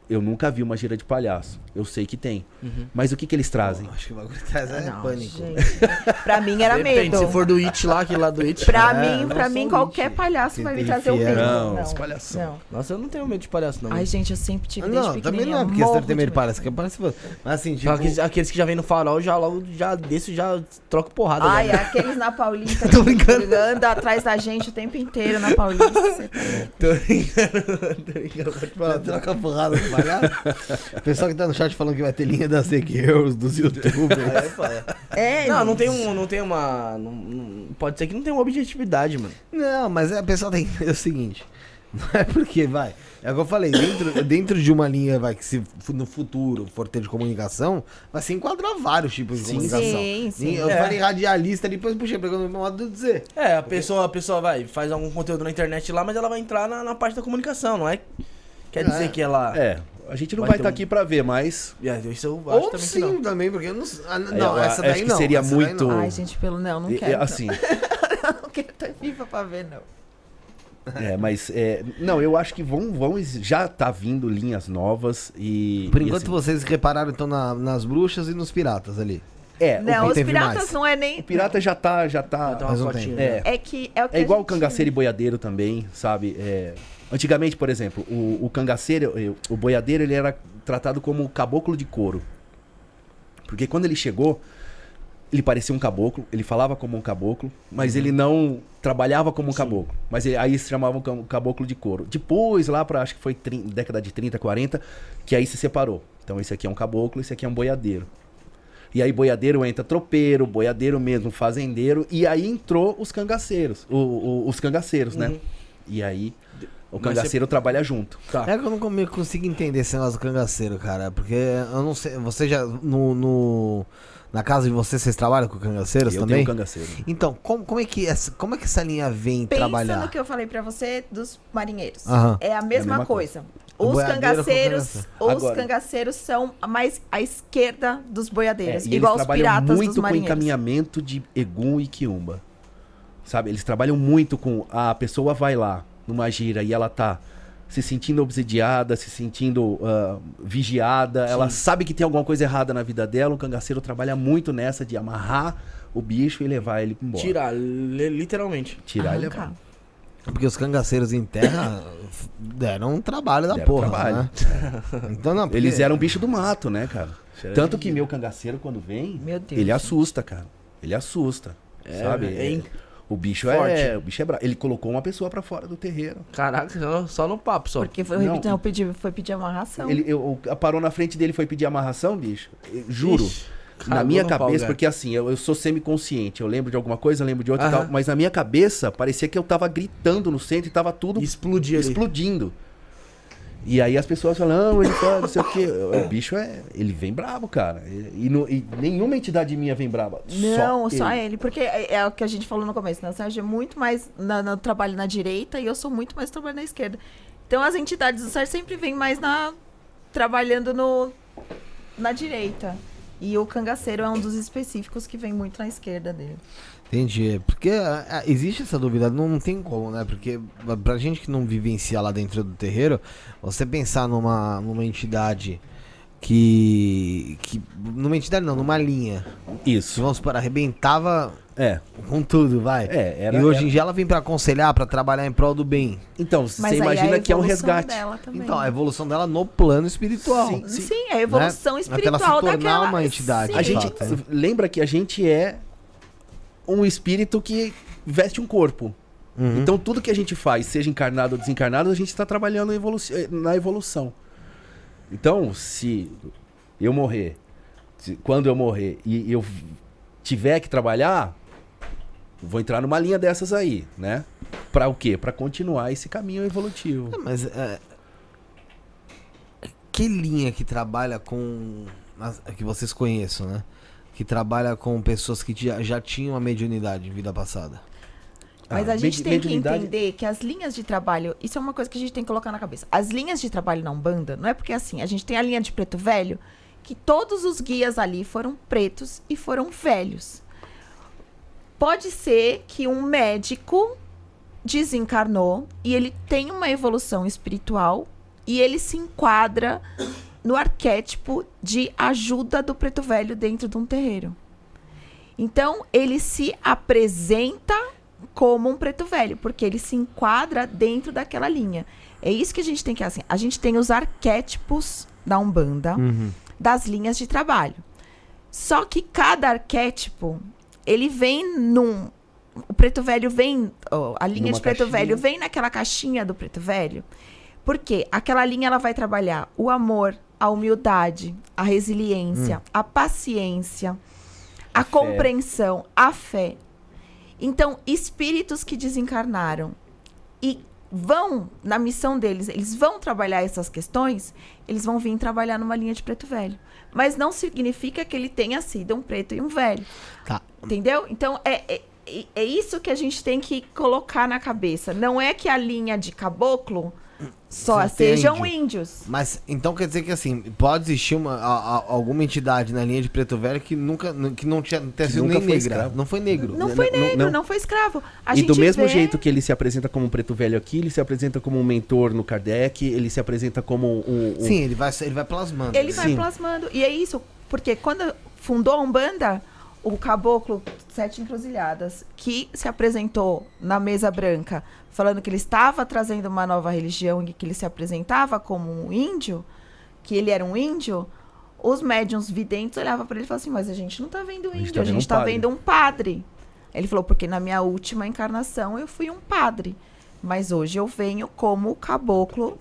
eu nunca vi uma gira de palhaço. Eu sei que tem. Uhum. Mas o que que eles trazem? Acho que o bagulho traz é Não, pânico. gente. Pra mim era Depende, medo. se for do It lá, aquele lá do It. Pra É, mim, não pra sou mim It. qualquer palhaço vai me trazer o Fiel. medo. Não, Não, esse palhação. não. Nossa, eu não tenho medo de palhaço, não. Ai, gente, eu sempre tive desde Não, também não é pequenininha, porque você morro deve ter medo de de palhaço, que parece. Mas assim, tipo. Aqueles, aqueles que já vem no farol, já logo, já desse, já troca porrada. Ai, já. aqueles na Paulista Tô brincando. que anda atrás da gente o tempo inteiro na Paulista. Você tá louco. Tô brincando, tô brincando, pode falar. Fala, troca a porrada com palhaço. O pessoal que tá no chat falando que vai ter linha da C Girls, dos youtubers. Aí, pô, é. É, Não, não tem um, não tem uma, não- não- pode ser que não tenha uma objetividade, mano. Não, mas é, a pessoa tem que entender o seguinte. Não é porque, vai. É o que eu falei, dentro, dentro de uma linha, vai, que se fu- no futuro for ter de comunicação, vai se enquadrar vários tipos de Sim, comunicação. sim, sim. Eu É. falei radialista, depois puxei pra meu modo de dizer. É, a pessoa, a pessoa vai, faz algum conteúdo na internet lá, mas ela vai entrar na, na parte da comunicação, não é? Quer É. dizer que ela... É, a gente não Vai vai ter estar um- aqui pra ver, mas... É, isso eu acho Ou também sim, que não. também, porque eu não. Ah, não, eu essa acho daí que não. seria essa daí muito- não. Ai, gente, pelo não, não e- quero. e, assim, Não quero estar viva pra ver, não. é, mas... É, não, eu acho que vão, vão... Já tá vindo linhas novas e... Por e, enquanto assim, vocês repararam então na- nas bruxas e nos piratas ali. É, Não, o os teve piratas mais. não é nem... o pirata já tá... Já tá Então, Mas uma não tem. fotinha. é, É que é o que É igual a o gente- cangaceiro e boiadeiro também, sabe? É, antigamente, por exemplo, o, o cangaceiro, eh, o boiadeiro, ele era tratado como caboclo de couro. Porque quando ele chegou, ele parecia um caboclo, ele falava como um caboclo, mas ele não trabalhava como um caboclo. Mas ele- aí se chamavam cam- caboclo de couro. Depois, lá pra, acho que foi trin- década de trinta, quarenta, que aí se separou. Então esse aqui é um caboclo, esse aqui é um boiadeiro. E aí boiadeiro entra tropeiro, boiadeiro mesmo, fazendeiro, e aí entrou os cangaceiros, o- o- os cangaceiros, né? Uhum. E aí o Mas cangaceiro trabalha junto. Tá. É que eu não come- consigo entender esse negócio do cangaceiro, cara. Porque eu não sei. Você já. No, no- na casa de vocês, vocês trabalham com cangaceiros Eu também? tenho um cangaceiro. Então, como, como, é que essa, como é que essa linha vem Pensa trabalhar? no que eu falei pra você dos marinheiros. Aham. É a mesma, mesma coisa. O Os boiadeiro com cangaceiros, cangaceiro. os Agora- cangaceiros são mais à esquerda dos É, boiadeiros, e eles igual os trabalham piratas muito dos com marinheiros. encaminhamento de Egum e Quiumba. Sabe? Eles trabalham muito com... A pessoa vai lá numa gira e ela tá se sentindo obsidiada, se sentindo ah, vigiada. Ela sabe que tem alguma coisa errada na vida dela. O cangaceiro trabalha muito nessa de amarrar o bicho e levar ele embora. Tirar, li- literalmente. Tirar e Arrancar. levar. Porque os cangaceiros em terra deram um trabalho da Deram porra, trabalho. né? Então não, porque... Eles eram bicho do mato, né, cara? Tanto que meu cangaceiro, quando vem, Meu Deus, ele gente. assusta, cara. Ele assusta. É, sabe? é in- O bicho forte. é. O bicho é bravo. Ele colocou uma pessoa pra fora do terreiro. Caraca, só- só no papo, só. Porque foi, Não. repetir, não, pedi, foi pedir amarração. Ele eu, eu- parou na frente dele e foi pedir amarração, bicho. Eu juro. Ixi, na cagou minha no pau, cabeça, cara. porque assim, eu, eu sou semiconsciente. Eu lembro de alguma coisa, eu lembro de outra e Aham. tal. Mas na minha cabeça, parecia que eu tava gritando no centro e tava tudo Explodir ali. explodindo. E aí as pessoas falam, não, ele tá, não sei o quê. O bicho é. Ele vem brabo, cara. E, e no- e nenhuma entidade minha vem braba. Não, só, ele. ele. Porque é, é o que a gente falou no começo, né? O Sérgio é muito mais na, no trabalho na direita e eu sou muito mais trabalho na esquerda. Então as entidades do Sérgio sempre vêm mais na trabalhando no na direita. E o cangaceiro é um dos específicos que vem muito na esquerda dele. Entendi. Porque ah, existe essa dúvida, não, não tem como, né? Porque pra gente que não vivencia lá dentro do terreiro, você pensar numa, numa entidade que, que. Numa entidade não, numa linha. Que, Isso. vamos supor, arrebentava É. com tudo, vai. É, era. e hoje era- em dia ela vem pra aconselhar, pra trabalhar em prol do bem. Então, Mas você aí imagina a que é um evolução resgate. dela também. Então, a evolução dela no plano espiritual. Sim, Sim, a evolução Né? espiritual Até ela se tornar daquela... uma entidade. Sim. A de gente fato, né? lembra que a gente é um espírito que veste um corpo. Uhum. Então tudo que a gente faz, seja encarnado ou desencarnado, a gente está trabalhando na evolu- na evolução. Então, se eu morrer, se- quando eu morrer e eu tiver que trabalhar, vou entrar numa linha dessas aí, né? Para o quê? Para continuar esse caminho evolutivo. É, mas é, que linha que trabalha com as- que vocês conheçam, né? Que trabalha com pessoas que já, já tinham a mediunidade em vida passada. Mas Ah, a gente medi- tem que mediunidade- entender que as linhas de trabalho, isso é uma coisa que a gente tem que colocar na cabeça. As linhas de trabalho na Umbanda, não é porque assim, a gente tem a linha de preto velho, que todos os guias ali foram pretos e foram velhos. Pode ser que um médico desencarnou e ele tem uma evolução espiritual e ele se enquadra no arquétipo de ajuda do preto velho dentro de um terreiro. Então, ele se apresenta como um preto velho, porque ele se enquadra dentro daquela linha. É isso que a gente tem que, assim, a gente tem os arquétipos da Umbanda, Uhum. das linhas de trabalho. Só que cada arquétipo, ele vem num... O preto velho vem... ó, a linha Numa de preto caixinha. velho vem naquela caixinha do preto velho. Por quê? Aquela linha, ela vai trabalhar o amor, a humildade, a resiliência, a paciência, a, A fé. compreensão, a fé. Então, espíritos que desencarnaram e vão, na missão deles, eles vão trabalhar essas questões, eles vão vir trabalhar numa linha de preto velho. Mas não significa que ele tenha sido um preto e um velho. Tá. Entendeu? Então, é, é, é isso que a gente tem que colocar na cabeça. Não é que a linha de caboclo só Você tem sejam índio. índios. Mas então quer dizer que assim, pode existir uma, a- a- alguma entidade na linha de preto velho que nunca que não tinha, tenha Que sido nunca nem foi negra. escravo. Não foi negro. Não Não, foi não, negro, não, não. foi escravo. A E do gente mesmo vê- jeito que ele se apresenta como um preto velho aqui, ele se apresenta como um mentor no Kardec, ele se apresenta como um... um- Sim, ele vai ele vai plasmando. Ele vai Sim. plasmando. E é isso, porque quando fundou a Umbanda, o caboclo Sete Encruzilhadas, que se apresentou na mesa branca, falando que ele estava trazendo uma nova religião e que ele se apresentava como um índio, que ele era um índio, os médiuns videntes olhavam para ele e falavam assim, mas a gente não está vendo gente índio, tá a vendo gente um está padre." vendo um padre. Ele falou, porque na minha última encarnação eu fui um padre, mas hoje eu venho como o caboclo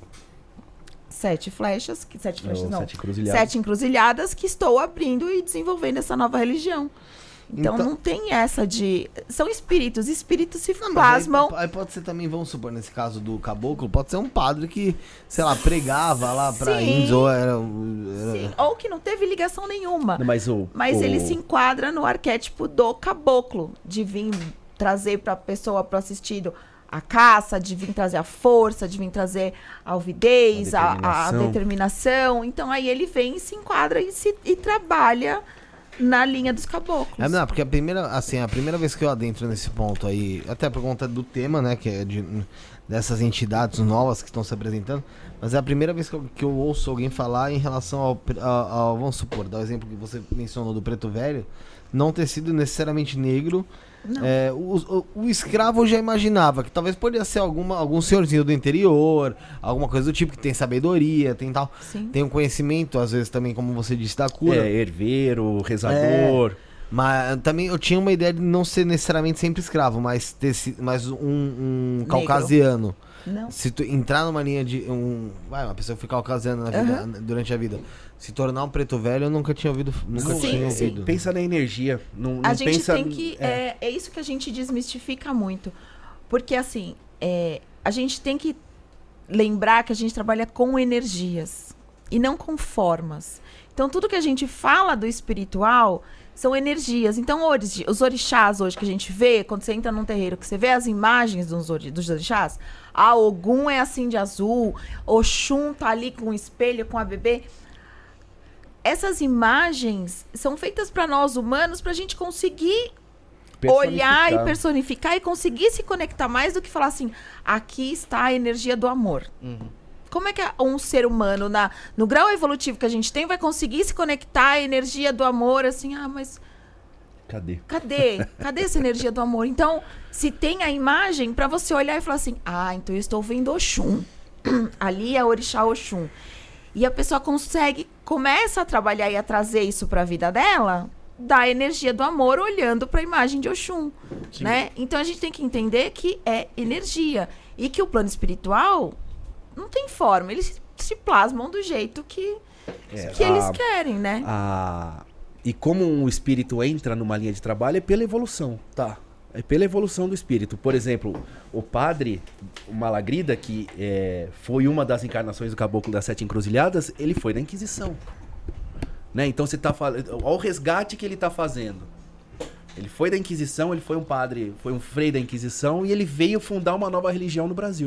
Sete Flechas, que sete flechas Não, não, Sete Encruzilhadas. Sete Encruzilhadas, que estou abrindo e desenvolvendo essa nova religião. Então, Então- não tem essa de... São espíritos, espíritos se Não, mas plasmam. Aí, aí pode ser também, vamos supor, nesse caso do caboclo, pode ser um padre que, sei lá, pregava lá pra Sim. índios, ou era, era- Sim, ou que não teve ligação nenhuma. Não, mas o... Mas o- ele se enquadra no arquétipo do caboclo, de vir trazer para a pessoa, para o assistido, a caça, de vir trazer a força, de vir trazer a alvidez, A a, a determinação. determinação. Então, aí ele vem, se enquadra e, se, e trabalha na linha dos caboclos. É, não, porque a primeira, assim, a primeira vez que eu adentro nesse ponto aí, até por conta do tema, né, que é de, dessas entidades novas que estão se apresentando, mas é a primeira vez que eu, que eu ouço alguém falar em relação ao, pre- ao, ao- vamos supor, dar o exemplo que você mencionou do preto velho, não ter sido necessariamente negro. Não. É, o, o, o escravo eu já imaginava que talvez poderia ser alguma, algum senhorzinho do interior, alguma coisa do tipo, que tem sabedoria, tem tal, Sim. tem um conhecimento, às vezes também, como você disse, da cura. É, herveiro, rezador. Mas também eu tinha uma ideia de não ser necessariamente sempre escravo, mas ter si- mas um, um caucasiano. Não. Se tu entrar numa linha de um, vai, uma pessoa que foi caucasiana na vida, durante a vida, se tornar um preto velho, eu nunca tinha ouvido, nunca Sim, tinha sim. ouvido. Pensa na energia. Não, não A gente pensa... tem que. É. É, isso que a gente desmistifica muito. Porque, assim, é, a gente tem que lembrar que a gente trabalha com energias e não com formas. Então, tudo que a gente fala do espiritual são energias. Então, origi- os orixás hoje que a gente vê, quando você entra num terreiro, que você vê as imagens dos, ori- dos orixás, ah, Ogum é assim de azul, Oxum tá ali com o espelho, com a bebê. Essas imagens são feitas para nós humanos para a gente conseguir olhar e personificar. personificar e conseguir se conectar mais do que falar assim, aqui está a energia do amor. Como é que um ser humano, na, no grau evolutivo que a gente tem, vai conseguir se conectar à energia do amor, assim, ah, mas Cadê? cadê? Cadê essa energia do amor? Então, se tem a imagem, para você olhar e falar assim, ah, então eu estou vendo Oxum. Ali é Orixá Oxum. E a pessoa consegue, começa a trabalhar e a trazer isso para a vida dela, da energia do amor olhando para a imagem de Oxum, né? Então a gente tem que entender que é energia e que o plano espiritual não tem forma, eles se plasmam do jeito que, É, que a- eles querem, né? a- E como um espírito entra numa linha de trabalho é pela evolução. Tá. É pela evolução do espírito. Por exemplo, o padre, o Malagrida, que é, foi uma das encarnações do Caboclo das Sete Encruzilhadas, ele foi da Inquisição. Né? Então você tá falando. Olha o resgate que ele tá fazendo. Ele foi da Inquisição, ele foi um padre, foi um frei da Inquisição e ele veio fundar uma nova religião no Brasil.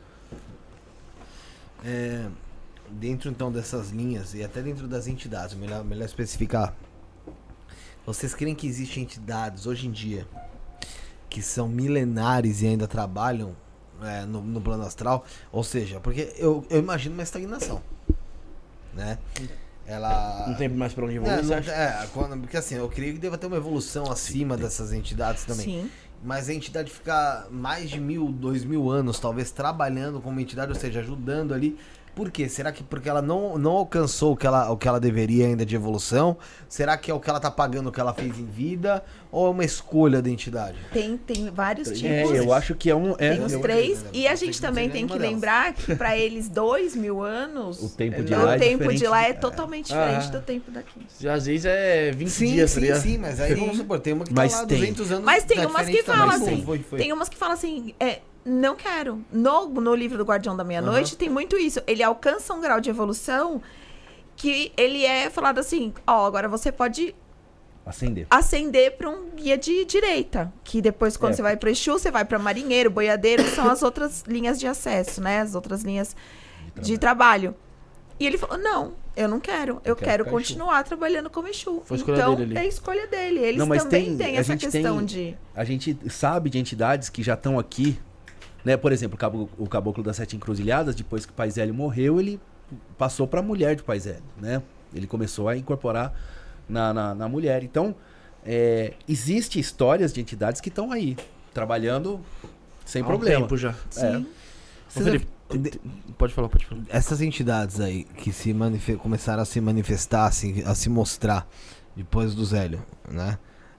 É, dentro então dessas linhas e até dentro das entidades, melhor, melhor especificar. Vocês creem que existem entidades hoje em dia que são milenares e ainda trabalham é, no, no plano astral. Ou seja, porque eu, eu imagino uma estagnação. Né? Ela. Não tem mais pra onde evoluir, É, você não- acha? é, quando- porque assim, eu creio que deva ter uma evolução acima dessas entidades também. Sim. Mas a entidade ficar mais de mil, dois mil anos, talvez, trabalhando como entidade, ou seja, ajudando ali. Por quê? Será que porque ela não, não alcançou o que, ela, o que ela deveria ainda de evolução? Será que é o que ela tá pagando o que ela fez em vida? Ou é uma escolha da entidade? Tem, tem vários tipos. É, eu acho que é um. É, Tem os eu- três. eu- E a eu- gente eu- também eu- tem que uma delas. lembrar que para eles dois mil anos, o tempo o de lá é tempo diferente de lá é de- totalmente Ah. diferente do tempo daqui. Às vezes é vinte Sim, dias, tá sim, ligado? sim, mas aí vamos supor, tem uma que Mas tá lá há tem. duzentos anos. Mas tem tá umas que diferente falam também. assim. Foi, foi. Tem umas que falam assim, é, não quero. No, no livro do Guardião da Meia-Noite tem muito isso. Ele alcança um grau de evolução que ele é falado assim, ó, agora você pode Acender. ascender para um guia de direita, que depois quando É. você vai para Exu, você vai para marinheiro, boiadeiro, que são as outras linhas de acesso, né? As outras linhas de trabalho. E ele falou: "Não, eu não quero. Eu, Eu quero quero ficar continuar trabalhando como Exu". Foi a escolha Então, dele ali. é a escolha dele. Eles Não, mas também tem- têm a essa gente questão tem- de A gente sabe de entidades que já estão aqui, né? Por exemplo, o cabo- o Caboclo das Sete Encruzilhadas, depois que o Pai Zélio morreu, ele passou para a mulher do Pai Zélio, né? Ele começou a incorporar na, na, na mulher. Então, é, existe histórias de entidades que estão aí, trabalhando sem Há um problema. tempo já. sim. Ô, Felipe, pode falar, pode falar. Essas entidades aí que se manife- começaram a se manifestar, assim, a se mostrar depois do Zélio, né?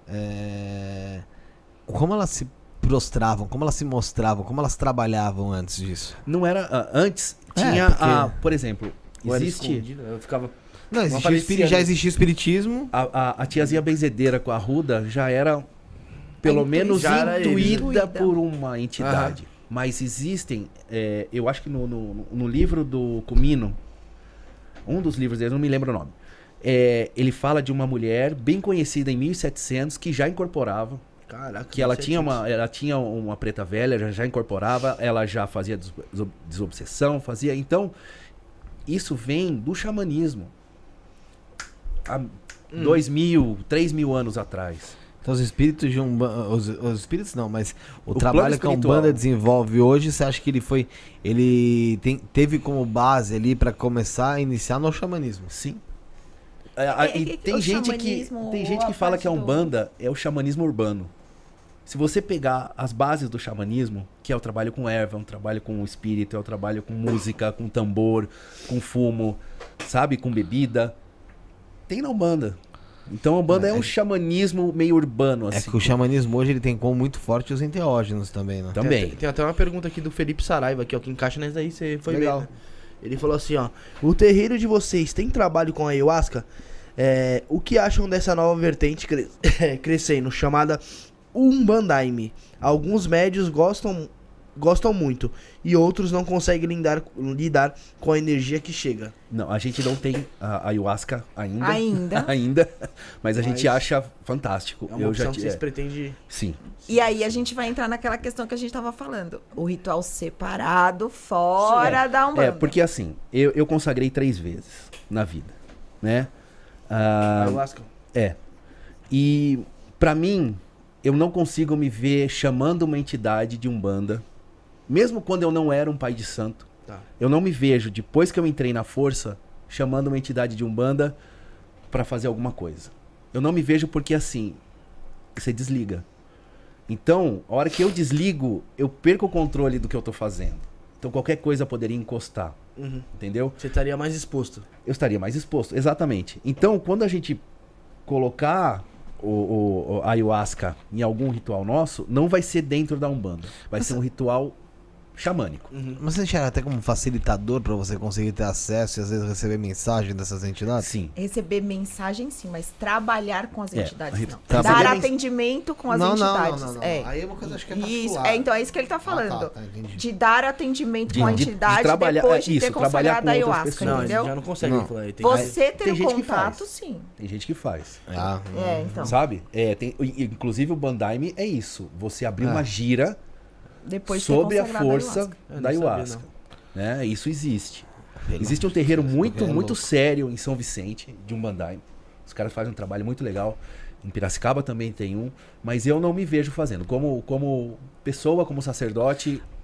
É, Como elas se prostravam, como elas se mostravam, como elas trabalhavam antes disso? Não era. ah, antes É, tinha porque- a. Por exemplo, Ou era existe. escondido, Eu ficava... Não, existia o aparecia, espiri- já né? existia o espiritismo. A, a, a tiazinha benzedeira com a Ruda já era pelo A intui- menos já era ele, né? intuída Intuída. por uma entidade. Mas existem, é, eu acho que no, no, no livro do Comino, um dos livros dele, não me lembro o nome, é, ele fala de uma mulher bem conhecida em mil e setecentos que já incorporava, Caraca. que ela isso é tinha, tipo- uma, ela tinha uma preta velha, já, já incorporava, ela já fazia des- desob- desobsessão, fazia... Então, isso vem do xamanismo. Há Hum. dois mil, três mil anos atrás. Então os espíritos de Umbanda, os, os espíritos não, mas o, O trabalho plano que a espiritual. Umbanda desenvolve hoje, você acha que ele foi, ele tem, teve como base ali pra começar a iniciar no xamanismo? Sim. É, a- É, e é que tem o gente que xamanismo, tem gente a que fala parte que a do- Umbanda é o xamanismo urbano. Se você pegar as bases do xamanismo, que é o trabalho com erva, é um trabalho com o espírito, é o trabalho com música, com tambor, com fumo, sabe, com bebida, tem na Umbanda. Então a Umbanda é, É um que- xamanismo meio urbano É assim. que o xamanismo hoje ele tem como muito forte os enteógenos também, né? Tem Também. até, tem até uma pergunta aqui do Felipe Saraiva, aqui, ó, que encaixa nessa aí, você foi Legal. bem, né? Ele falou assim, ó: "O terreiro de vocês tem trabalho com a ayahuasca? É, o que acham dessa nova vertente cre- crescendo, chamada Umbandaime? Alguns médios gostam, gostam muito, e outros não conseguem lidar, lidar com a energia que chega." Não, a gente não tem a ayahuasca ainda. Ainda. ainda, mas a gente Mas- acha fantástico. É uma Eu opção já que ti- vocês é, pretendem... sim. E aí a gente vai entrar naquela questão que a gente tava falando. O ritual separado, fora da Umbanda. É, porque assim, eu, eu consagrei três vezes na vida, né? Ah, Ayahuasca? é. E pra mim, eu não consigo me ver chamando uma entidade de Umbanda, mesmo quando eu não era um pai de santo. Tá. Eu não me vejo, depois que eu entrei na força, chamando uma entidade de Umbanda pra fazer alguma coisa. Eu não me vejo porque assim, você desliga. Então, a hora que eu desligo, eu perco o controle do que eu tô fazendo. Então qualquer coisa poderia encostar, Uhum. entendeu? Você estaria mais exposto. Eu estaria mais exposto, exatamente. Então, quando a gente colocar o, o, o ayahuasca em algum ritual nosso, não vai ser dentro da Umbanda. Vai ser um ritual xamânico. Uhum. Mas você enxerga até como facilitador pra você conseguir ter acesso e às vezes receber mensagem dessas entidades? Sim. Receber mensagem, sim, mas trabalhar com as É, entidades, a- não. trabalhar- Dar atendimento com as não, não, entidades. não, não, não. É. Aí é uma coisa acho que é Isso, particular. é, então é isso que ele tá falando. Ah, tá, tá, entendi. De dar atendimento De- com a de- de entidade trabalhar- depois é, de isso, ter trabalhar consagrado com a outras ayahuasca, pessoas. Não, ele entendeu? já não consegue Não. falar. Ele tem Você ter tem o gente que contato, faz. sim. Tem gente que faz. Ah, É, então. Sabe? É, tem, i- inclusive o Bandaime é isso. Você abrir Ah. uma gira Depois de ter sobre a consagrado força ayahuasca. Eu não da sabia, ayahuasca. Né? Isso existe. Pelo Existe um amor de terreiro Deus, muito, é muito louco. sério em São Vicente, de Umbandaime. Os caras fazem um trabalho muito legal. Em Piracicaba também tem um. Mas eu não me vejo fazendo. Como, como pessoa, como sacerdote,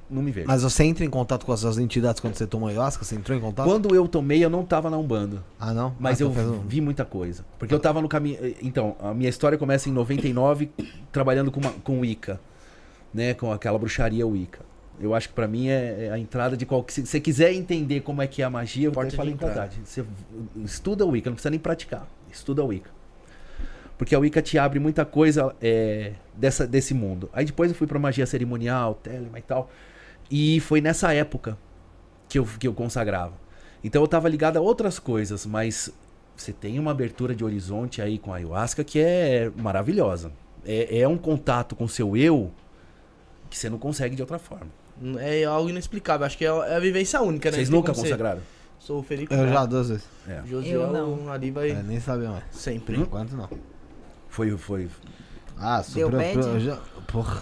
não me vejo. Mas você entra em contato com as suas entidades quando você toma ayahuasca? Você entrou em contato? Quando eu tomei, eu não tava na Umbanda. Ah, não? Mas ah, eu então fez um- vi muita coisa. Porque eu tava no caminho... Então, a minha história começa em noventa e nove, trabalhando com, uma, com Wicca. Né? Com aquela bruxaria Wicca. Eu acho que pra mim é, é a entrada de qualquer... Se você quiser entender como é que é a magia, eu Porta até falei de com a entrada. Tati. Você estuda o Wicca, não precisa nem praticar. Estuda o Wicca. Porque a Wicca te abre muita coisa é, dessa, desse mundo. Aí depois eu fui pra magia cerimonial, Telema e tal. E foi nessa época que eu, que eu consagrava. Então eu tava ligado a outras coisas, mas você tem uma abertura de horizonte aí com a ayahuasca que é maravilhosa. É, é um contato com o seu eu que você não consegue de outra forma. É algo inexplicável. Acho que é é a vivência única, né? Vocês Não tem nunca como ser. consagraram? Sou o Felipe. Eu já, duas vezes. É. Josiel Eu não. ali vai É, nem sabia mais. sempre. Por enquanto, não. Foi, foi. Ah, Deu super... bad? eu já, porra.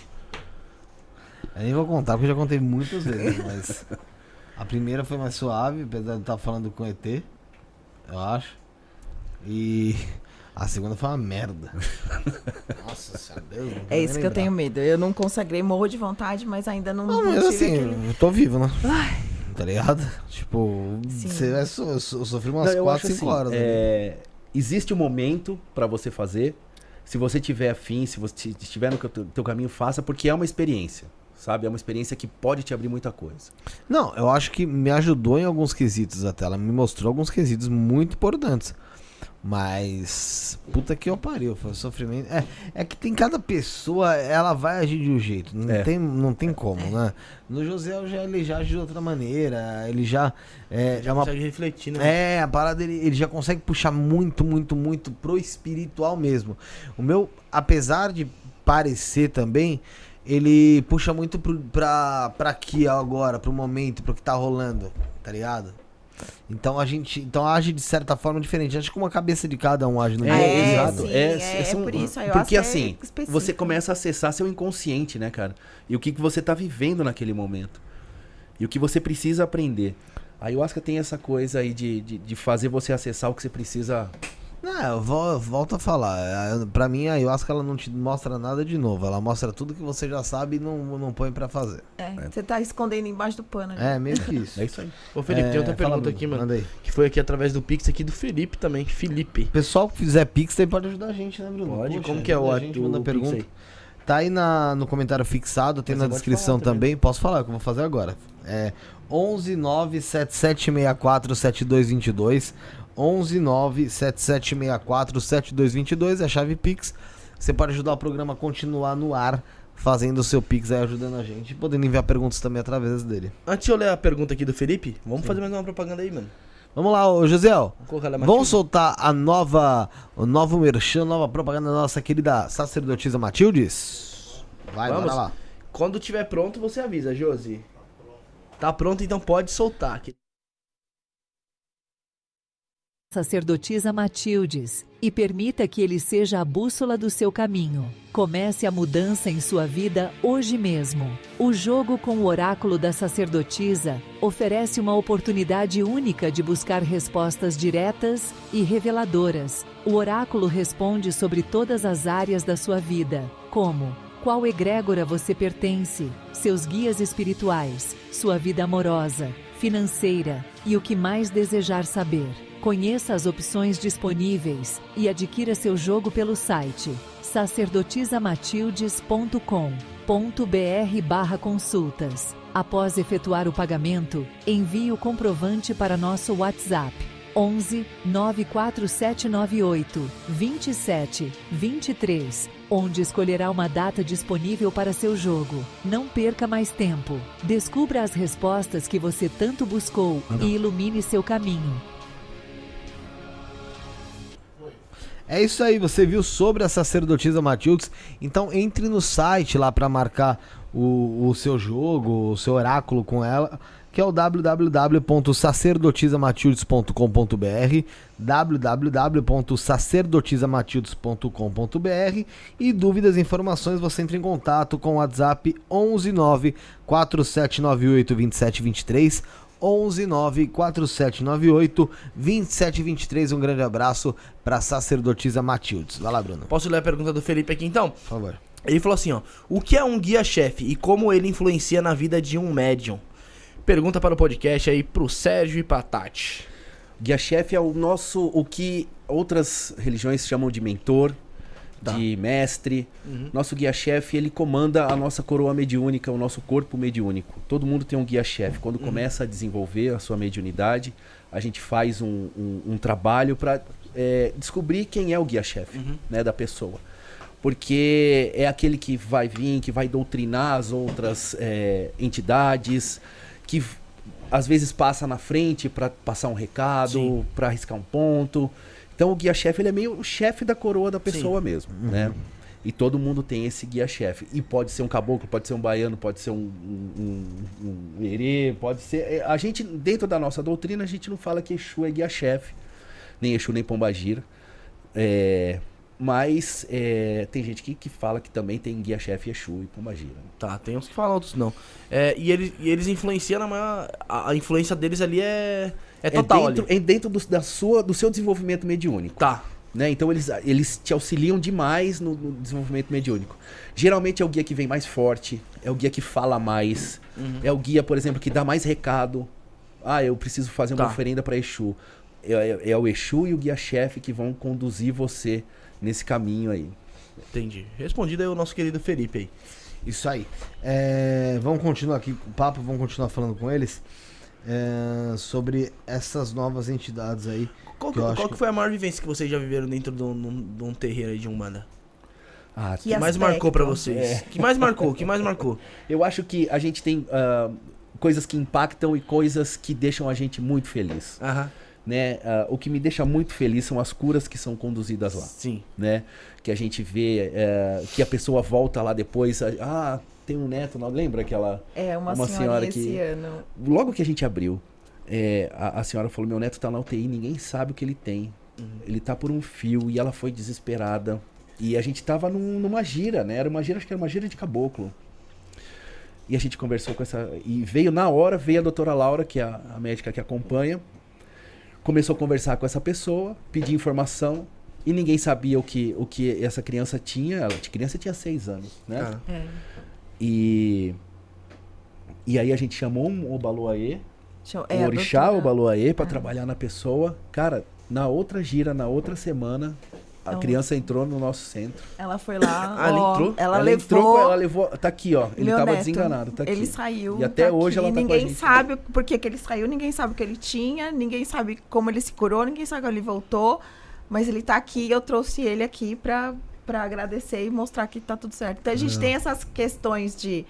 Eu nem vou contar, porque eu já contei muitas vezes, mas... A primeira foi mais suave, apesar de estar falando com E T, eu acho. E... A segunda foi uma merda. Nossa senhora, Deus. Não quero É nem isso que eu lembrar. tenho medo. Eu não consagrei, morro de vontade, mas ainda não, Não, não mas tive assim, aquele- eu tô vivo, né? Tá ligado? Tipo, Sim. você vai so, eu so- eu sofri umas Não, eu quatro, acho cinco assim, horas. né? é, existe um momento pra você fazer. Se você tiver afim, se você estiver no teu, teu caminho, faça, porque é uma experiência. Sabe? É uma experiência que pode te abrir muita coisa. Não, eu acho que me ajudou em alguns quesitos até. Ela me mostrou alguns quesitos muito importantes. Mas, puta que eu pariu, foi um sofrimento. É, é que tem cada pessoa, ela vai agir de um jeito, não, É. tem, não tem como, né? No José já, ele já age de outra maneira, ele já é, Já é uma consegue refletir, né? É, a parada ele, ele já consegue puxar muito, muito, muito pro espiritual mesmo. O meu, apesar de parecer também, ele puxa muito pro, pra, pra aqui agora, pro momento, pro que tá rolando, tá ligado? Então a gente então age de certa forma diferente. Acho que uma cabeça de cada um age no É, jeito. é, exato. sim, É, é, é são- por isso. A ayahuasca Porque é assim, específica. você começa a acessar seu inconsciente, né, cara? E o que, que você tá vivendo naquele momento. E o que você precisa aprender. A ayahuasca tem essa coisa aí de, de, de fazer você acessar o que você precisa. Não, eu vol- eu volto a falar. A- Pra mim, a ayahuasca ela não te mostra nada de novo. Ela mostra tudo que você já sabe e não, não põe pra fazer. É, você tá escondendo embaixo do pano. né? É, meio que isso. É isso aí. Ô, Felipe, tem outra É, fala, pergunta Bruno, aqui, mano. manda aí. Que foi aqui através do Pix aqui do Felipe também. Felipe. O pessoal que fizer Pix aí pode ajudar a gente, né, Bruno? Pode? Poxa, Como que é o ajuda a ato gente, manda do pergunta. Pix aí? Tá aí na, no comentário fixado, tem Mas na você pode descrição falar também. também. Posso falar o que eu vou fazer agora. É onze nove sete sete seis quatro sete dois dois dois. onze nove sete sete seis quatro sete dois dois dois é a chave Pix. Você pode ajudar o programa a continuar no ar, fazendo o seu Pix aí, ajudando a gente. E podendo enviar perguntas também através dele. Antes de eu ler a pergunta aqui do Felipe, vamos fazer mais uma propaganda aí, mano. Vamos lá, ô Josiel. Vamos colocar ela mais Vamos soltar a nova, o novo merchan, a nova propaganda da nossa querida sacerdotisa Matildes? Vai, Vamos. bora lá. Quando tiver pronto, você avisa, Josi. Tá pronto, então pode soltar. aqui. Sacerdotisa Matildes, e permita que ele seja a bússola do seu caminho. Comece a mudança em sua vida hoje mesmo. O jogo com o oráculo da sacerdotisa oferece uma oportunidade única de buscar respostas diretas e reveladoras. O oráculo responde sobre todas as áreas da sua vida, como: qual egrégora você pertence, seus guias espirituais, sua vida amorosa, financeira e o que mais desejar saber. Conheça as opções disponíveis e adquira seu jogo pelo site sacerdotisa matildes ponto com ponto br barra consultas. Após efetuar o pagamento, envie o comprovante para nosso WhatsApp onze nove quatro sete nove oito dois sete dois três, onde escolherá uma data disponível para seu jogo. Não perca mais tempo. Descubra as respostas que você tanto buscou e ilumine seu caminho. É isso aí, você viu sobre a sacerdotisa Matildes. Então entre no site lá para marcar o, o seu jogo, o seu oráculo com ela, que é o w w w ponto sacerdotisa matildes ponto com ponto br, w w w ponto sacerdotisa matildes ponto com ponto br, e dúvidas e informações você entra em contato com o WhatsApp onze nove quatro sete nove oito dois sete dois três, onze nove quatro sete nove oito dois sete dois três. Um grande abraço para sacerdotisa Matildes. Vai lá, Bruno, Posso ler a pergunta do Felipe aqui então? por favor. Ele falou assim, ó. O que é um guia-chefe e como ele influencia na vida de um médium? Pergunta para o podcast aí pro Sérgio e pra Tati. Guia-chefe é o nosso, o que outras religiões chamam de mentor, Tá. de mestre. Uhum. Nosso guia-chefe, ele comanda a nossa coroa mediúnica, o nosso corpo mediúnico. Todo mundo tem um guia-chefe. Quando Uhum. começa a desenvolver a sua mediunidade, a gente faz um, um, um trabalho para é, descobrir quem é o guia-chefe, Uhum. né, da pessoa. Porque é aquele que vai vir, que vai doutrinar as outras é, entidades, que às vezes passa na frente para passar um recado, para arriscar um ponto. Então o guia-chefe, ele é meio o chefe da coroa da pessoa Sim. mesmo, né? E todo mundo tem esse guia-chefe. E pode ser um caboclo, pode ser um baiano, pode ser um, um, um, um herê, pode ser... A gente, dentro da nossa doutrina, a gente não fala que Exu é guia-chefe, nem Exu, nem Pombagira. É... Mas é, tem gente que, que fala que também tem guia-chefe Exu e Pombagira. Tá, tem uns que falam, outros não. É, e, eles, e eles influenciam na maior... A, a influência deles ali é, é total é dentro, ali. é dentro do, da sua, do seu desenvolvimento mediúnico. Tá. Né? Então eles, eles te auxiliam demais no, no desenvolvimento mediúnico. Geralmente é o guia que vem mais forte, é o guia que fala mais, Uhum. é o guia, por exemplo, que dá mais recado. Ah, eu preciso fazer uma Tá. oferenda para Exu. É, é, é o Exu e o guia-chefe que vão conduzir você nesse caminho aí. Entendi. Respondido aí o nosso querido Felipe aí. Isso aí. É, vamos continuar aqui com o papo, vamos continuar falando com eles é, sobre essas novas entidades aí. Qual, Que que, eu acho qual que- que foi a maior vivência que vocês já viveram dentro de um, de um terreiro aí de Umbanda? Ah, Que que mais aspecto? marcou pra vocês? Que mais marcou? Que mais marcou? eu acho que a gente tem ah, coisas que impactam e coisas que deixam a gente muito feliz. Aham. Né? Ah, o que me deixa muito feliz são as curas que são conduzidas lá. Sim. Né? Que a gente vê é, que a pessoa volta lá depois. Ah, tem um neto, não lembra aquela. É, uma, Uma senhorinha senhora que- esse ano. Logo que a gente abriu, é, a, a senhora falou: meu neto tá na U T I, ninguém sabe o que ele tem. Ele tá por um fio e ela foi desesperada. E a gente tava num- numa gira, né? Era uma gira, acho que era uma gira de caboclo. E a gente conversou com essa. E veio na hora, veio a doutora Laura, que é a, a médica que acompanha. Começou a conversar com essa pessoa, pedir informação. E ninguém sabia o que, o que essa criança tinha. Ela, a criança tinha seis anos, né? Ah. É. E. E aí a gente chamou um Obaloaê, Deixa eu- o é, a orixá doutora- Obaloaê, pra Ah. trabalhar na pessoa. Cara, na outra gira, na outra semana, a Então- criança entrou no nosso centro. Ela foi lá. Ah, ela ó, entrou? Ela, ela levou. entrou, ela levou. Tá aqui, ó. Ele meu tava neto. desenganado, tá aqui. Ele saiu. E até tá hoje aqui, ela tá com a ninguém gente. sabe por que que ele saiu, ninguém sabe o que ele tinha, ninguém sabe como ele se curou, ninguém sabe como ele voltou. Mas ele tá aqui e eu trouxe ele aqui pra, pra agradecer e mostrar que tá tudo certo. Então a gente tem essas questões de.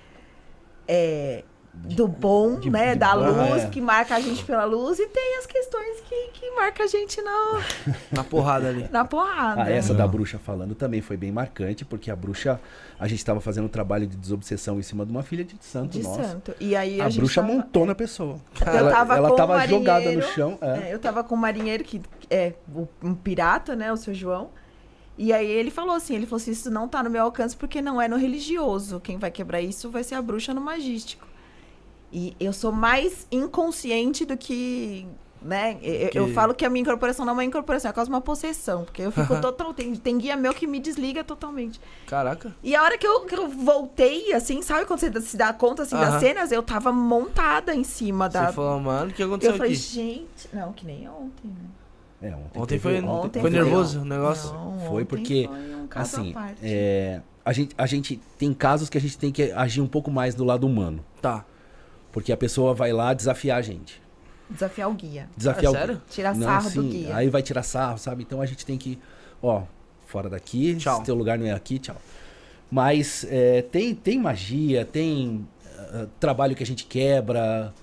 é, do bom, de- né? de da bom, luz, é. que marca a gente pela luz, e tem as questões que, que marca a gente na, Na porrada ali. na porrada. Ah, essa da bruxa falando também foi bem marcante, porque a bruxa, a gente tava fazendo um trabalho de desobsessão em cima de uma filha de santo De nossa. santo. E aí a, A gente bruxa tava- montou na pessoa. Eu ela tava ela com tava um jogada no marinheiro, chão. É. É, eu tava com um marinheiro que é o- um pirata, né? O seu João. E aí ele falou assim, ele falou assim, isso não tá no meu alcance porque não é no religioso. Quem vai quebrar isso vai ser a bruxa no magístico. E eu sou mais inconsciente do que, né? Eu, Que- eu falo que a minha incorporação não é uma incorporação, é quase uma possessão. Porque eu fico total... Tem, tem guia meu que me desliga totalmente. Caraca. E a hora que eu, que eu voltei, assim, sabe quando você se dá conta, assim, Aham. das cenas? Eu tava montada em cima da... Você falou, mano, o que Eu aconteceu falei, aqui? gente... Não, que nem ontem, né? É, ontem Ontem teve- foi, ontem foi foi- nervoso o negócio? Não, Foi ontem porque, foi um caso assim, à parte. é, a, gente, a gente tem casos que a gente tem que agir um pouco mais do lado humano. Tá. Porque a pessoa vai lá desafiar a gente. Desafiar o guia. Desafiar Ah, o sério? Tirar Não, sarro do sim, guia. Aí vai tirar sarro, sabe? Então a gente tem que, ó, fora daqui, Tchau. se teu lugar não é aqui, tchau. Mas é, tem, tem magia, tem ah, trabalho que a gente quebra.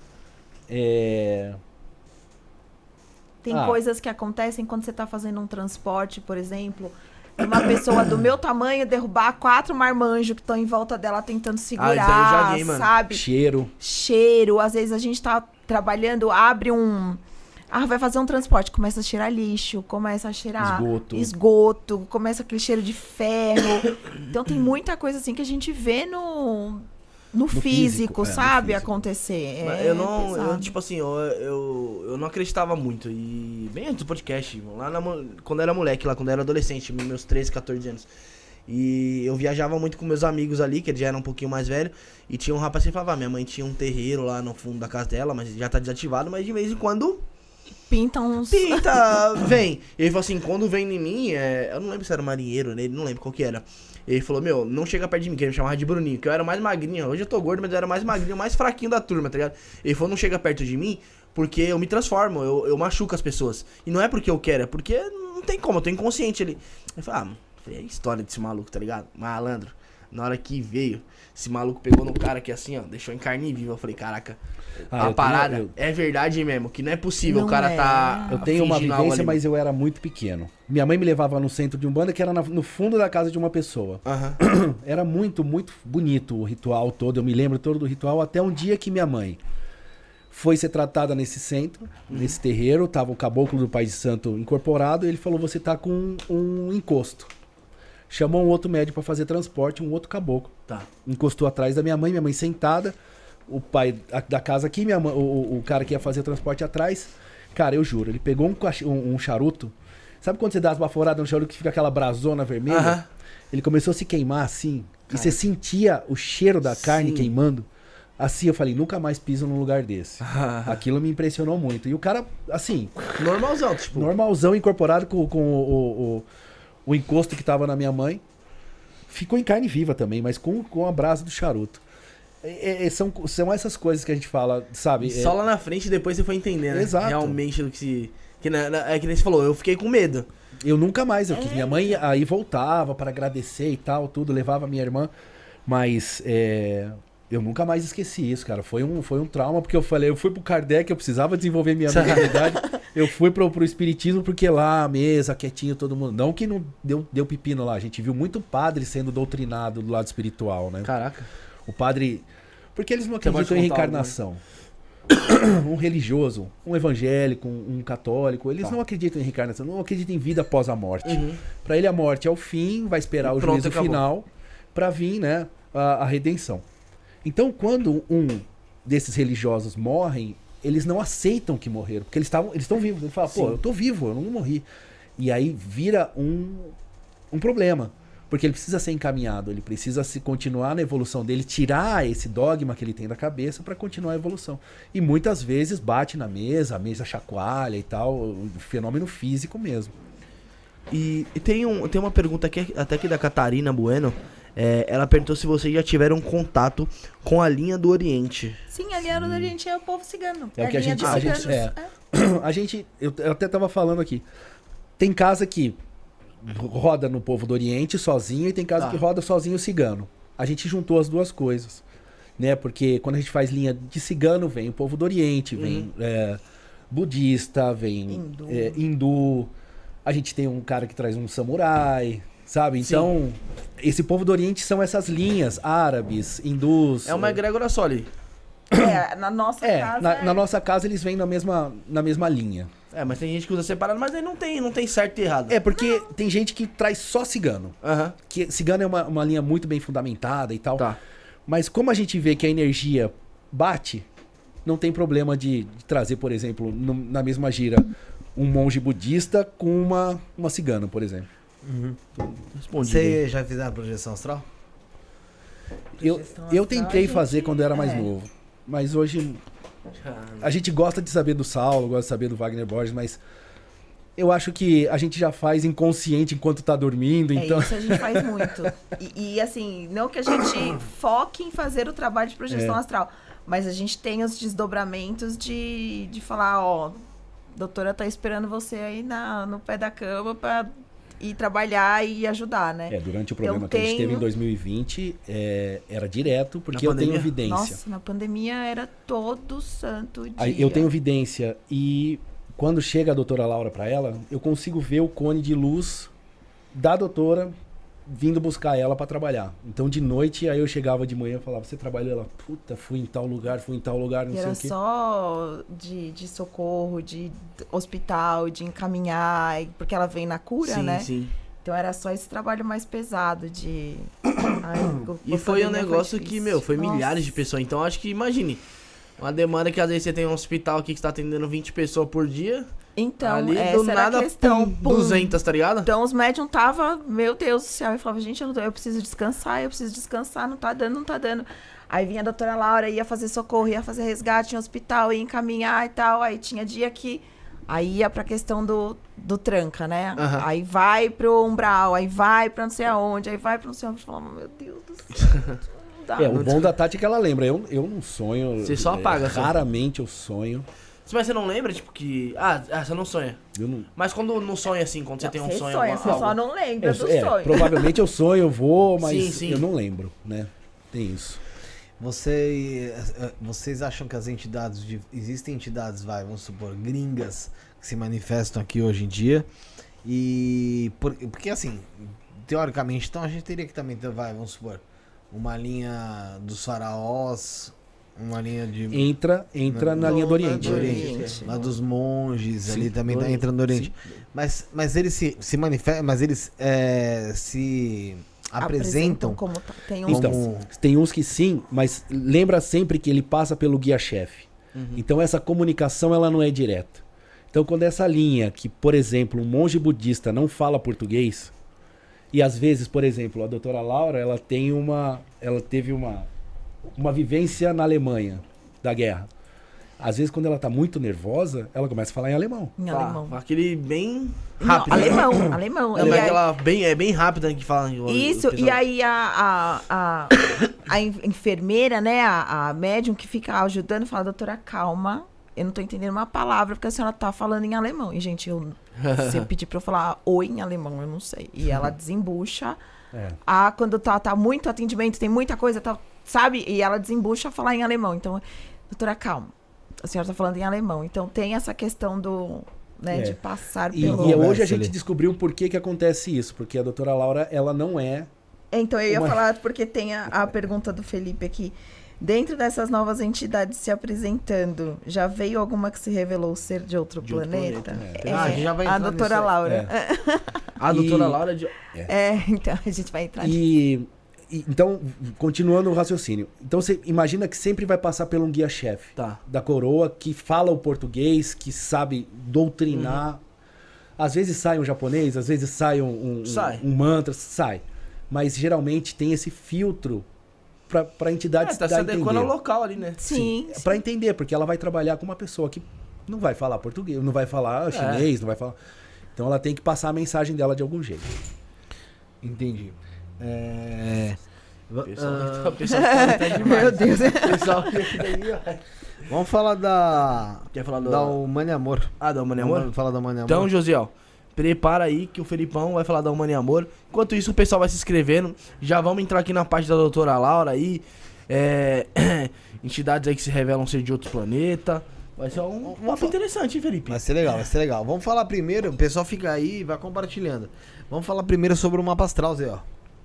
É, Tem Ah. coisas que acontecem quando você tá fazendo um transporte, por exemplo, e uma pessoa do meu tamanho derrubar quatro marmanjos que estão em volta dela tentando segurar, isso aí eu já vi, mano. sabe? cheiro. Cheiro. Às vezes a gente tá trabalhando, abre um... Ah, vai fazer um transporte, começa a cheirar lixo, começa a cheirar Esgoto. esgoto, começa aquele cheiro de ferro. Então tem muita coisa assim que a gente vê no, no, físico, físico, é, no sabe, físico. acontecer. Mas É eu não, eu, pesado. tipo assim, eu, eu, eu não acreditava muito. E bem antes do podcast, lá na, mo- quando eu era moleque, lá quando eu era adolescente, meus treze, quatorze anos. E eu viajava muito com meus amigos ali, que eles já eram um pouquinho mais velhos. E tinha um rapaz que falava, ah, minha mãe tinha um terreiro lá no fundo da casa dela, mas já tá desativado, mas de vez em quando... Pintam uns... Pinta, vem. E ele falou assim, quando vem em mim, é... eu não lembro se era marinheiro, né? Ele não lembro qual que era. Ele falou, meu, não chega perto de mim, que ele me chamava de Bruninho, que eu era mais magrinho. Hoje eu tô gordo, mas eu era mais magrinho, mais fraquinho da turma, tá ligado? Ele falou, não chega perto de mim, porque eu me transformo, eu, eu machuco as pessoas. E não é porque eu quero, é porque não tem como, eu tô inconsciente ali. Ele falou, ah, é a história desse maluco, tá ligado? Malandro. Na hora que veio, esse maluco pegou no cara aqui assim, ó, deixou em carne viva. Eu falei, caraca, Ah, a eu parada tenho- é verdade mesmo, que não é possível Não o cara é. tá Eu tenho uma fingindo algo vivência, ali. mas eu era muito pequeno. Minha mãe me levava no centro de Umbanda, que era na- no fundo da casa de uma pessoa. Aham. Era muito, muito bonito o ritual todo. Eu me lembro todo do ritual, até um dia que minha mãe foi ser tratada nesse centro, nesse terreiro. Tava o caboclo do Pai de Santo incorporado. E ele falou, você tá com um encosto. Chamou um outro médico para fazer transporte, um outro caboclo. Tá. Encostou atrás da minha mãe, minha mãe sentada, o pai a- da casa aqui, minha mãe, o, o- o cara que ia fazer o transporte atrás. Cara, eu juro, ele pegou um, cach- um- um charuto. Sabe quando você dá as baforadas no charuto que fica aquela brasona vermelha? Aham. Ele começou a se queimar assim. E você sentia o cheiro da carne Sim. queimando. Assim eu falei, nunca mais piso num lugar desse. Aquilo me impressionou muito. E o cara, assim, Normalzão, tipo. normalzão incorporado com, com o, o, o, o encosto que tava na minha mãe. Ficou em carne viva também, mas com, com a brasa do charuto. É- é- são, são essas coisas que a gente fala, sabe? É- Só lá na frente depois você foi entender, né? Exato. Realmente do que se. Que na, na- é que nem você falou, eu fiquei com medo. Eu nunca mais, eu quis. Minha mãe aí voltava para agradecer e tal, tudo, levava minha irmã, mas é, eu nunca mais esqueci isso, cara. Foi um, foi um trauma, porque eu falei, eu fui pro Kardec, eu precisava desenvolver minha mediunidade, eu fui pro, pro Espiritismo, porque lá, mesa, quietinho, todo mundo. Não que não deu, deu pepino lá, a gente viu muito padre sendo doutrinado do lado espiritual, né? Caraca. O padre. Porque eles não Você pode acreditam em contar algo, né? reencarnação. Um religioso, um evangélico, um, um católico, eles Tá. não acreditam em reencarnação, não acreditam em vida após a morte. Uhum. Pra ele a morte é o fim, vai esperar E o pronto, juízo acabou. final pra vir, né, a, a redenção. Então, quando um desses religiosos morrem, eles não aceitam que morreram, porque eles estavam, eles estão vivos. Ele fala, pô, Sim. eu tô vivo, eu não morri. E aí vira um, um problema. Porque ele precisa ser encaminhado, ele precisa se continuar na evolução dele, tirar esse dogma que ele tem da cabeça para continuar a evolução. E muitas vezes bate na mesa, a mesa chacoalha e tal, um fenômeno físico mesmo. E, e tem, um, tem uma pergunta aqui, até aqui da Catarina Bueno. É, ela perguntou se vocês já tiveram contato com a linha do Oriente. Sim, a linha do Oriente é o povo cigano. É o que a linha gente- dos a gente- ciganos. é. A gente, eu, eu até tava falando aqui, tem casa que roda no povo do Oriente sozinho e tem casa Tá. que roda sozinho o cigano. A gente juntou as duas coisas, né? Porque quando a gente faz linha de cigano, vem o povo do Oriente, vem é, budista, vem Hindu. é, hindu. A gente tem um cara que traz um samurai, sabe? Então, esse povo do Oriente são essas linhas, árabes, hindus. É uma egrégora só ali. É, na nossa É, casa. na, é- na nossa casa eles vêm na mesma, na mesma linha. É, mas tem gente que usa separado, mas aí não tem, não tem certo e errado. É, porque tem gente que traz só cigano. Aham. Que cigano é uma, uma linha muito bem fundamentada e tal. Tá. Mas como a gente vê que a energia bate, não tem problema de, de trazer, por exemplo, no- na mesma gira, um monge budista com uma, uma cigana, por exemplo. Respondi. Você já fizeram a projeção astral? Eu, Projeção eu astral, tentei a gente- fazer quando eu era mais é. novo. Mas hoje a gente gosta de saber do Saulo, gosta de saber do Wagner Borges, mas eu acho que a gente já faz inconsciente enquanto tá dormindo, então... É isso a gente faz muito. E, e, assim, não que a gente foque em fazer o trabalho de projeção É. astral, mas a gente tem os desdobramentos de, de falar, ó, a doutora tá esperando você aí na, no pé da cama pra ir trabalhar e ajudar, né? É, durante o programa Eu que a gente teve tenho- em dois mil e vinte, é, era direto, porque Na eu tenho pandemia? evidência. Nossa, na pandemia era todo santo dia. Aí eu tenho evidência e quando chega a doutora Laura pra ela, eu consigo ver o cone de luz da doutora vindo buscar ela pra trabalhar. Então de noite, aí eu chegava de manhã e falava, você trabalhou? Ela, puta, fui em tal lugar, fui em tal lugar, não E sei era o quê. só de, de socorro, de hospital, de encaminhar, porque ela vem na cura, Sim, né? sim. Então era só esse trabalho mais pesado de. Ai, com- E com foi um pandemia negócio que, difícil. meu, foi Nossa. milhares de pessoas. Então acho que, imagine, uma demanda que às vezes você tem um hospital aqui que está atendendo vinte pessoas por dia. Então, Ali essa do era nada, a questão. pum, Pum. duzentas, tá ligado? Então os médiums tava, meu Deus do céu, eu falava, gente, eu, não tô- eu preciso descansar, eu preciso descansar, não tá dando, não tá dando. Aí vinha a doutora Laura, ia fazer socorro, ia fazer resgate em hospital, ia encaminhar e tal. Aí tinha dia que aí ia pra questão do, do tranca, né? Aham. Aí vai pro umbral, aí vai pra não sei aonde, aí vai pra não sei onde. Eu falava, meu Deus do céu, não dá. É, o bom da Tati é que ela lembra. Eu, eu não sonho. Você só é, apaga, só. Raramente eu sonho. Mas você não lembra, tipo, que... Ah, ah, você não sonha. Eu não... Mas quando não sonha assim, quando você tem um Você sonho... sonha, algo- você só não lembra Eu- do é, sonho. provavelmente eu sonho, eu vou, mas Sim, sim. eu não lembro, né? Tem isso. Você, eh, vocês acham que as entidades, de, existem entidades, vai, vamos supor, gringas, que se manifestam aqui hoje em dia, e, por- porque assim, teoricamente, então a gente teria que também ter, vai, vamos supor, uma linha dos faraós, uma linha de... Entra, entra na linha do Oriente. do Do Oriente, Oriente. lá dos monges, Sim, ali também do tá Oriente, entrando no Oriente. Mas, mas eles se, se manifestam, mas eles eh, se apresentam como tá. Tem uns Então, como... tem uns que sim, mas lembra sempre que ele passa pelo guia-chefe. Uhum. Então essa comunicação ela não é direta. Então quando essa linha que, por exemplo, um monge budista não fala português, e às vezes, por exemplo, a doutora Laura, ela tem uma, ela teve uma, uma vivência na Alemanha da guerra. Às vezes quando ela tá muito nervosa, ela começa a falar em alemão. em Tá, alemão. aquele bem Não, rápido. né? alemão, alemão. É, E mas aí- aquela bem, é bem rápida que fala. o- o Isso, e pessoal- aí a, a, a, a en- enfermeira, né, a, a médium que fica ajudando, fala, doutora, calma, eu não tô entendendo uma palavra, porque a senhora tá falando em alemão. E, gente, eu, você pedir pra eu falar oi em alemão, eu não sei. E ela desembucha, É. a, quando tá, tá muito atendimento, tem muita coisa, tá, sabe? E ela desembucha a falar em alemão. Então, doutora, calma, a senhora tá falando em alemão. Então, tem essa questão do, né, É. de passar E, pelo... e hoje a Conversa gente ali. descobriu por que que acontece isso, porque a doutora Laura, ela não é... Então, eu ia Uma- falar, porque tem a, a pergunta do Felipe aqui. Dentro dessas novas entidades se apresentando, já veio alguma que se revelou ser de outro De outro planeta? planeta, É, Ah, a gente já vai a entrar doutora nisso aí. Laura. A doutora E- Laura de... É. então a gente vai entrar nisso. E, e- então, continuando o raciocínio. Então você imagina que sempre vai passar por um guia-chefe Tá. da coroa que fala o português, que sabe doutrinar. Às vezes sai um japonês, às vezes sai um, um, Sai. um mantra, sai. Mas geralmente tem esse filtro para a entidade É, tá se dar a adequando ao entender. local ali, né? Sim, sim. Para entender, porque ela vai trabalhar com uma pessoa que não vai falar português, não vai falar chinês, não vai falar. Então ela tem que passar a mensagem dela de algum jeito. Entendi. É... O pessoal, ah, o pessoal tá tá demais. Meu Deus. O pessoal aqui daí, ó. vamos falar da... Quer falar do... Da Humana e Amor. Ah, da Humana e Amor? Vamos falar da Humana e Amor. Então, Josiel, prepara aí que o Felipão vai falar da Humana e Amor. Enquanto isso, o pessoal vai se inscrevendo. Já vamos entrar aqui na parte da doutora Laura aí. É... entidades aí que se revelam ser de outro planeta. Vai ser um papo interessante, hein, Felipe? Vai ser legal, vai ser legal. Vamos falar primeiro, o pessoal fica aí e vai compartilhando. Vamos falar primeiro sobre o mapa astral, Zé, ó.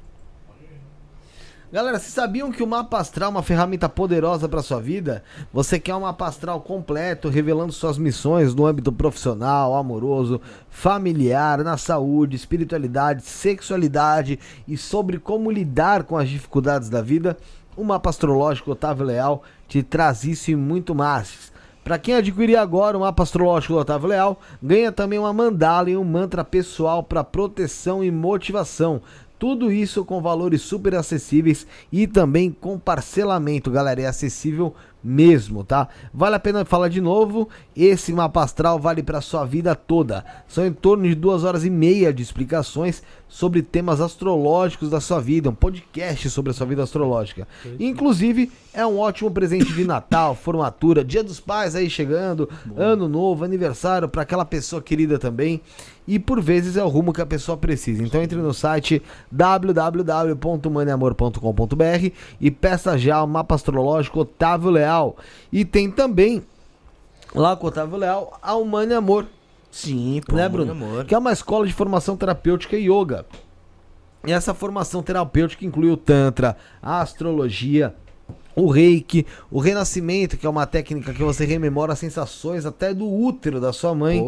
Galera, vocês sabiam que o mapa astral é uma ferramenta poderosa para sua vida? Você quer um mapa astral completo, revelando suas missões no âmbito profissional, amoroso, familiar, na saúde, espiritualidade, sexualidade e sobre como lidar com as dificuldades da vida? O mapa astrológico Otávio Leal te traz isso e muito mais. Para quem adquirir agora o mapa astrológico do Otávio Leal, ganha também uma mandala e um mantra pessoal para proteção e motivação. Tudo isso com valores super acessíveis e também com parcelamento, galera, é acessível mesmo, tá? Vale a pena falar de novo, esse mapa astral vale para sua vida toda. São em torno de duas horas e meia de explicações sobre temas astrológicos da sua vida, um podcast sobre a sua vida astrológica. Inclusive, é um ótimo presente de Natal, formatura, Dia dos Pais aí chegando, Ano Novo, aniversário para aquela pessoa querida também. E por vezes é o rumo que a pessoa precisa. Então entre no site w w w ponto maneamor ponto com ponto b r e peça já o mapa astrológico Otávio Leal. E tem também, lá com o Otávio Leal, a Humana e Amor, Sim, pô, né, Humana e Bruno? Amor. Que é uma escola de formação terapêutica e yoga. E essa formação terapêutica inclui o Tantra, a astrologia, o Reiki, o Renascimento, que é uma técnica que você rememora as sensações até do útero da sua mãe. Pô.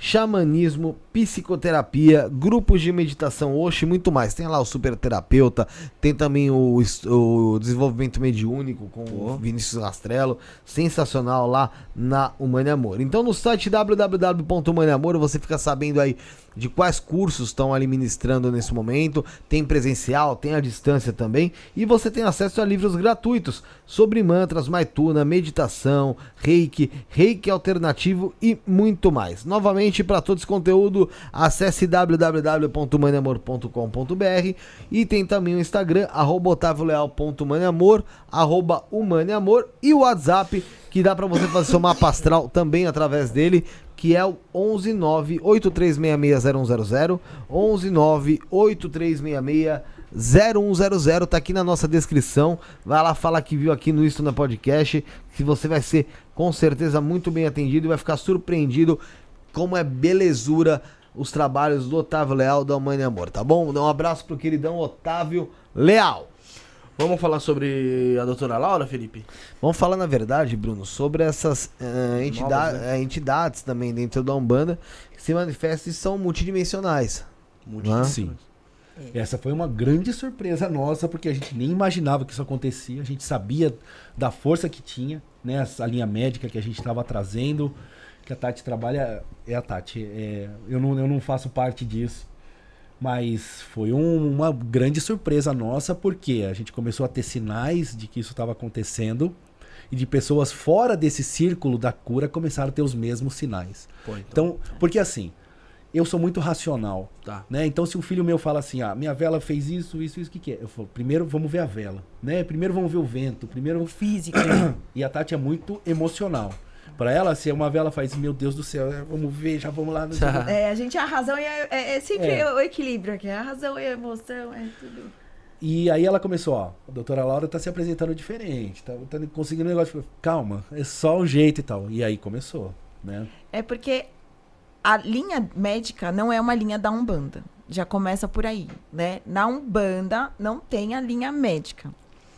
xamanismo, psicoterapia, grupos de meditação Oxi e muito mais. Tem lá o super terapeuta, tem também o, o desenvolvimento mediúnico com o Vinícius Rastrello, sensacional lá na Humane Amor. Então no site w w w ponto humane amor você fica sabendo aí de quais cursos estão ali ministrando nesse momento, tem presencial, tem a distância também, e você tem acesso a livros gratuitos sobre mantras, maituna, meditação, reiki, reiki alternativo e muito mais. Novamente, para todo esse conteúdo, acesse w w w ponto humane amor ponto com ponto b r e tem também o Instagram, arroba otavio leal ponto humane amor, arroba humane amor, e o WhatsApp, que dá para você fazer seu mapa astral também através dele, que é o onze nove oito três seis seis zero um zero zero, onze nove oito três seis seis zero um zero zero, tá aqui na nossa descrição. Vai lá, fala que viu aqui no Isto Na Podcast, que você vai ser com certeza muito bem atendido e vai ficar surpreendido como é belezura os trabalhos do Otávio Leal da Humane Amor, tá bom? Dá um abraço pro queridão Otávio Leal. Vamos falar sobre a doutora Laura, Felipe? Vamos falar, na verdade, Bruno, sobre essas uh, entidade, Novas, né? uh, entidades também dentro da Umbanda que se manifestam e são multidimensionais. Multidimensionais. Sim. Essa foi uma grande surpresa nossa, porque a gente nem imaginava que isso acontecia. A gente sabia da força que tinha, né? Essa linha médica que a gente estava trazendo, que a Tati trabalha. É a Tati. É, eu, não, eu não faço parte disso. Mas foi um, uma grande surpresa nossa, porque a gente começou a ter sinais de que isso estava acontecendo e de pessoas fora desse círculo da cura começaram a ter os mesmos sinais. Pô, então, Então, porque assim, eu sou muito racional, Tá. né? Então, se um filho meu fala assim, ah, minha vela fez isso, isso, isso, o que que é? Eu falo, primeiro vamos ver a vela, né? Primeiro vamos ver o vento, primeiro... O físico. E a Tati é muito emocional. Pra ela, se uma vela faz, meu Deus do céu, é, vamos ver, já vamos lá. No... É, a gente, a razão é, é, é sempre É. o equilíbrio aqui. A razão e a emoção, é tudo. E aí ela começou, ó, a doutora Laura tá se apresentando diferente, tá, tá conseguindo um negócio, calma, é só um jeito e tal. E aí começou, né? É porque a linha médica não é uma linha da Umbanda. Já começa por aí, né? Na Umbanda não tem a linha médica.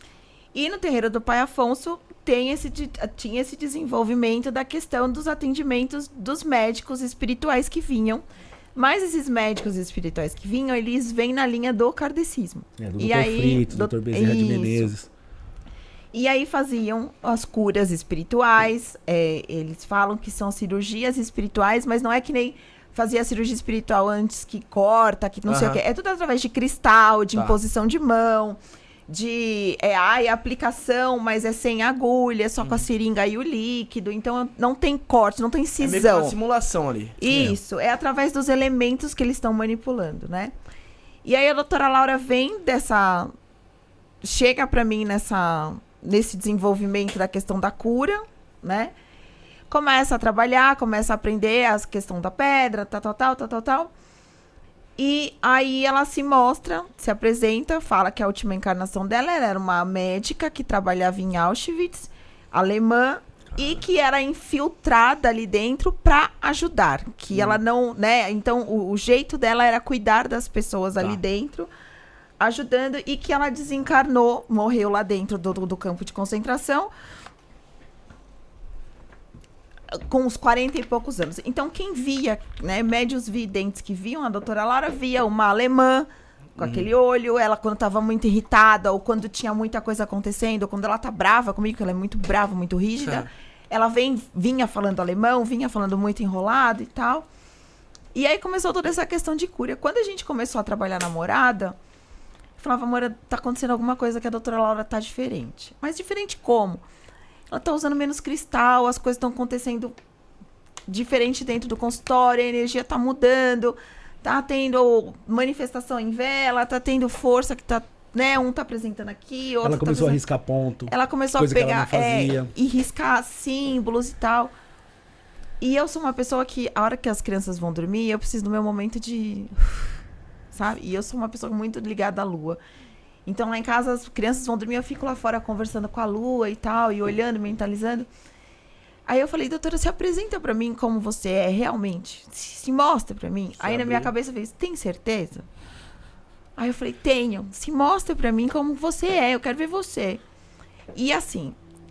E no terreiro do Pai Afonso tem esse, de- tinha esse desenvolvimento da questão dos atendimentos dos médicos espirituais que vinham. Mas esses médicos espirituais que vinham, eles vêm na linha do kardecismo. É, do E doutor aí, Frito, do- doutor Bezerra de isso. Menezes. E aí faziam as curas espirituais. É, eles falam que são cirurgias espirituais, mas não é que nem fazia a cirurgia espiritual antes que corta, que não sei o Aham. quê. É tudo através de cristal, de Tá. imposição de mão, de é, ai, aplicação, mas é sem agulha, é só com a seringa e o líquido. Então não tem corte, não tem É meio que cisão. uma simulação ali. Isso, é. através dos elementos que eles estão manipulando, né? E aí a doutora Laura vem dessa... Chega pra mim nessa, nesse desenvolvimento da questão da cura, né? Começa a trabalhar, começa a aprender a questão da pedra, tal, tal, tal, tal, tal, tal. E aí ela se mostra, se apresenta, fala que a última encarnação dela ela era uma médica que trabalhava em Auschwitz, alemã, e que era infiltrada ali dentro para ajudar, que ela não, né, então o, o jeito dela era cuidar das pessoas Tá. ali dentro, ajudando, e que ela desencarnou, morreu lá dentro do, do campo de concentração, com uns quarenta e poucos anos. Então, quem via, né, médios videntes que viam a doutora Laura, via uma alemã com aquele olho, ela quando estava muito irritada, ou quando tinha muita coisa acontecendo, ou quando ela tá brava comigo, que ela é muito brava, muito rígida, Certo. ela vem, vinha falando alemão, vinha falando muito enrolado e tal. E aí começou toda essa questão de cura. Quando a gente começou a trabalhar na morada, eu falava, amor, tá acontecendo alguma coisa que a doutora Laura tá diferente. Mas diferente como? Ela tá usando menos cristal, as coisas estão acontecendo diferente dentro do consultório, a energia tá mudando, tá tendo manifestação em vela, tá tendo força que tá, né, um tá apresentando aqui, outro Ela tá começou a apresentando- riscar ponto. Ela começou coisa a que ela pegar não fazia. é, e riscar símbolos e tal. E eu sou uma pessoa que, a hora que as crianças vão dormir, eu preciso do meu momento de... Sabe? E eu sou uma pessoa muito ligada à lua. Então, lá em casa, as crianças vão dormir, eu fico lá fora conversando com a lua e tal, e olhando, mentalizando. Aí eu falei, doutora, se apresenta pra mim como você é realmente. Se, se mostra pra mim. Se Aí na minha abriu. cabeça fez, tem certeza? Aí eu falei, tenho. Se mostra pra mim como você é, eu quero ver você. E assim,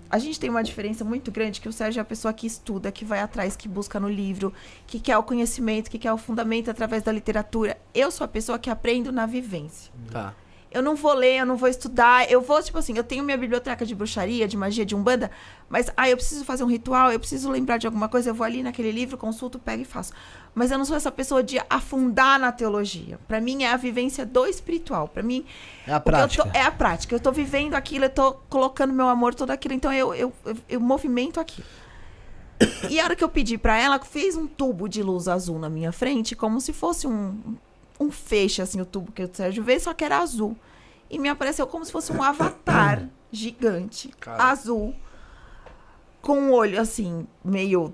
a gente tem uma diferença muito grande, que o Sérgio é a pessoa que estuda, que vai atrás, que busca no livro, que quer o conhecimento, que quer o fundamento através da literatura. Eu sou a pessoa que aprendo na vivência. Tá. Eu não vou ler, eu não vou estudar, eu vou, tipo assim, eu tenho minha biblioteca de bruxaria, de magia, de umbanda, mas, ah, eu preciso fazer um ritual, eu preciso lembrar de alguma coisa, eu vou ali naquele livro, consulto, pego e faço. Mas eu não sou essa pessoa de afundar na teologia. Pra mim, é a vivência do espiritual. Pra mim... É a o que eu prática. tô- é a prática. Eu tô vivendo aquilo, eu tô colocando meu amor, todo aquilo, então eu, eu, eu, eu movimento aquilo. E a hora que eu pedi pra ela, fez um tubo de luz azul na minha frente, como se fosse um, um feixe, assim, o tubo que o Sérgio vê, só que era azul. E me apareceu como se fosse um avatar gigante, Cara. azul, com um olho, assim, meio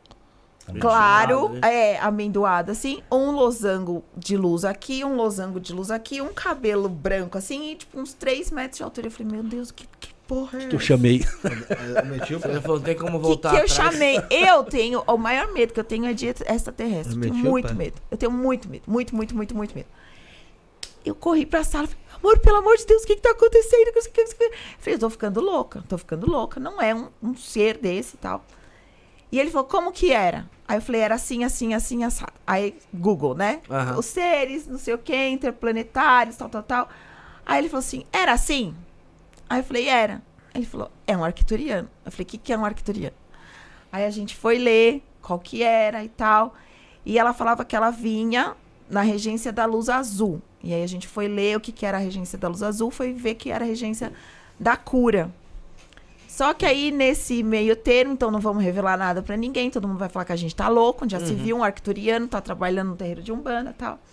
claro, Amendoado, né? é, amendoado, assim, um losango de luz aqui, um losango de luz aqui, um cabelo branco, assim, e, tipo, uns três metros de altura. Eu falei, meu Deus, que, que porra é Eu essa? chamei. Eu meti o Você falou, não tem como O que, voltar que eu atrás. chamei? Eu tenho, o maior medo que eu tenho é de extraterrestre. Eu Eu tenho meti o muito pé. medo. Eu tenho muito medo. Muito, muito, muito, muito medo. Eu corri pra sala e falei, amor, pelo amor de Deus, o que que tá acontecendo? Eu falei, eu tô ficando louca, tô ficando louca. Não é um, um ser desse e tal. E ele falou, como que era? Aí eu falei, era assim, assim, assim, assado. Aí, Google, né? Aham. Os seres, não sei o quê, interplanetários, tal, tal, tal. Aí ele falou assim, era assim? Aí eu falei, era. Aí ele falou, é um arcturiano. Eu falei, o que, que é um arcturiano? Aí a gente foi ler qual que era e tal. E ela falava que ela vinha na regência da luz azul. E aí a gente foi ler o que, que era a regência da luz azul, foi ver que era a regência da cura. Só que aí, nesse meio termo, então não vamos revelar nada pra ninguém, todo mundo vai falar que a gente tá louco, onde já se viu um arcturiano, tá trabalhando no terreiro de Umbanda e tal.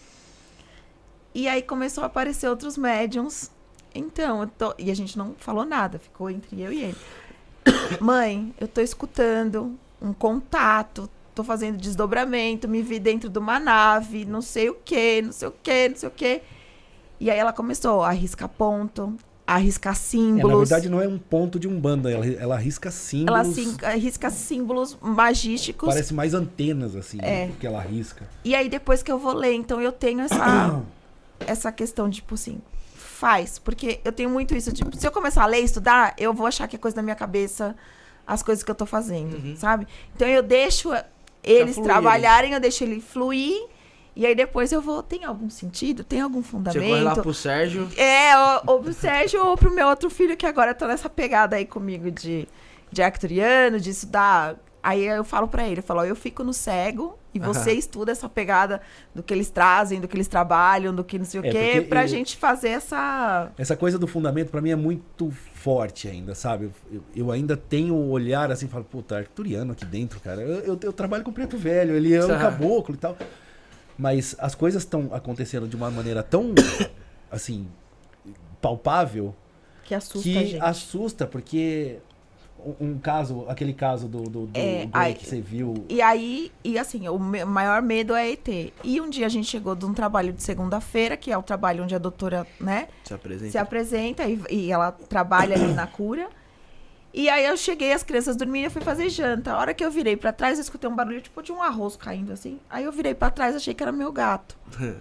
E aí começou a aparecer outros médiums. Então, eu tô... e a gente não falou nada, ficou entre eu e ele. Mãe, eu tô escutando um contato, tô fazendo desdobramento, me vi dentro de uma nave, não sei o que, não sei o que, não sei o que. E aí ela começou a riscar ponto, a riscar É, símbolos. na verdade, não é um ponto de umbanda, ela, ela risca símbolos. Ela assim, risca símbolos magísticos. Parece mais antenas, assim, É. que ela risca. E aí, depois que eu vou ler, então eu tenho essa, essa questão de, tipo assim, faz. Porque eu tenho muito isso, tipo, se eu começar a ler e estudar, eu vou achar que é coisa da minha cabeça, as coisas que eu tô fazendo, sabe? Então eu deixo eles fluir, trabalharem, eu deixo ele fluir, e aí depois eu vou, tem algum sentido? Tem algum Você corre lá fundamento? pro Sérgio. É, ou, ou pro Sérgio ou pro meu outro filho, que agora tá nessa pegada aí comigo de, de arcturiano, de estudar. Aí eu falo pra ele, eu falo, ó, eu fico no cego e você Aham. estuda essa pegada do que eles trazem, do que eles trabalham, do que não sei o É, quê, porque pra eu- gente fazer essa... Essa coisa do fundamento, pra mim, é muito forte ainda, sabe? Eu, eu- eu ainda tenho o olhar assim, falo, puta, arcturiano aqui dentro, cara. Eu, eu, eu trabalho com preto velho, ele é um Tá. caboclo e tal. Mas as coisas estão acontecendo de uma maneira tão, assim, palpável, Que assusta que a gente. assusta, porque um, um caso, aquele caso do, do, do É, gay aí- que você viu. E aí, e assim, o me- maior medo é E T. E um dia a gente chegou de um trabalho de segunda-feira, que é o trabalho onde a doutora, né, Se apresenta. se apresenta e, e ela trabalha ali na cura. E aí eu cheguei, as crianças dormindo, eu fui fazer janta. A hora que eu virei pra trás, eu escutei um barulho tipo de um arroz caindo assim. Aí eu virei pra trás, achei que era meu gato.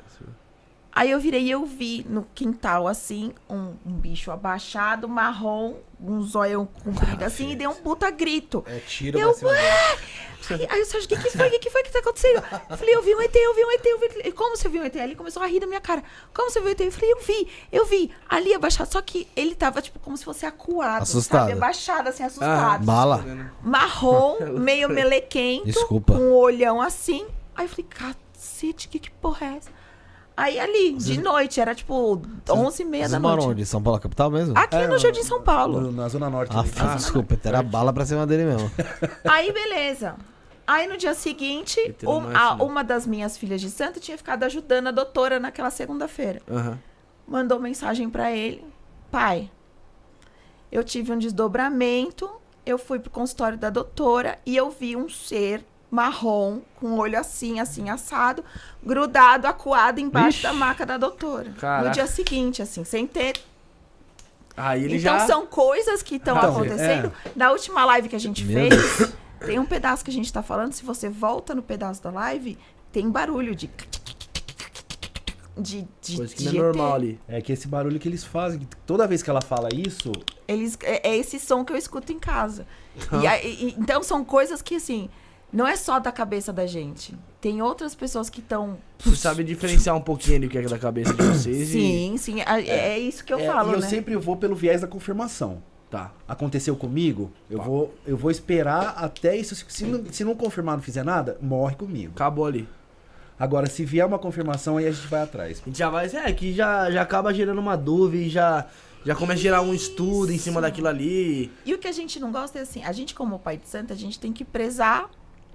Aí eu virei e eu vi no quintal, assim, um, um bicho abaixado, marrom, um zoião comprido assim, e deu um puta grito. É tiro Eu, pra cima dele. Aí, aí o Sérgio, o que que foi? O que que foi que tá acontecendo? Eu falei, eu vi um E T, eu vi um E T, eu vi... Ele, como você viu um E T? Aí ele começou a rir da minha cara. Como você viu um E T? Eu falei, eu vi, eu vi. Ali abaixado, só que ele tava, tipo, como se fosse acuado, Assustado. sabe? Abaixado, assim, assustado. Bala. Marrom, meio melequento, Desculpa. com um olhão assim. Aí eu falei, cacete, que que porra é essa? Aí ali, de noite, era tipo onze e meia Vocês da moram noite. onde? São Paulo, capital mesmo? Aqui É, no Jardim São Paulo. no- na Zona Norte. Ah, ali. f- desculpa, era bala pra cima dele mesmo. Aí, beleza. Aí, no dia seguinte, E tem um- uma a- assim, né? uma das minhas filhas de santo tinha ficado ajudando a doutora naquela segunda-feira. Aham. Mandou mensagem pra ele. Pai, eu tive um desdobramento, eu fui pro consultório da doutora e eu vi um ser marrom, com o olho assim, assim, assado, grudado, acuado embaixo Ixi. da maca da doutora. Caraca. No dia seguinte, assim, sem ter... Aí ele Então já... são coisas que estão Então, acontecendo. Na última live que a gente Meu fez, tem um pedaço que a gente tá falando, se você volta no pedaço da live, tem barulho de... de, de, Coisa que de não é G T. normal ali. É que esse barulho que eles fazem, toda vez que ela fala isso, Eles, é, é esse som que eu escuto em casa. Então. E aí- e- então são coisas que, assim, não é só da cabeça da gente. Tem outras pessoas que estão... Você sabe diferenciar um pouquinho do que é da cabeça de vocês. Sim, sim. É, é isso que eu é, falo, e eu né? sempre vou pelo viés da confirmação. E... Tá. Aconteceu comigo, eu Tá. vou, eu vou esperar até isso. Se não, se não confirmar, não fizer nada, morre comigo. Acabou ali. Agora, se vier uma confirmação, aí a gente vai atrás. A gente já vai... É, que já, já acaba gerando uma dúvida e já, já começa a gerar um estudo em cima daquilo ali. E o que a gente não gosta é assim, a gente como pai de santo, a gente tem que prezar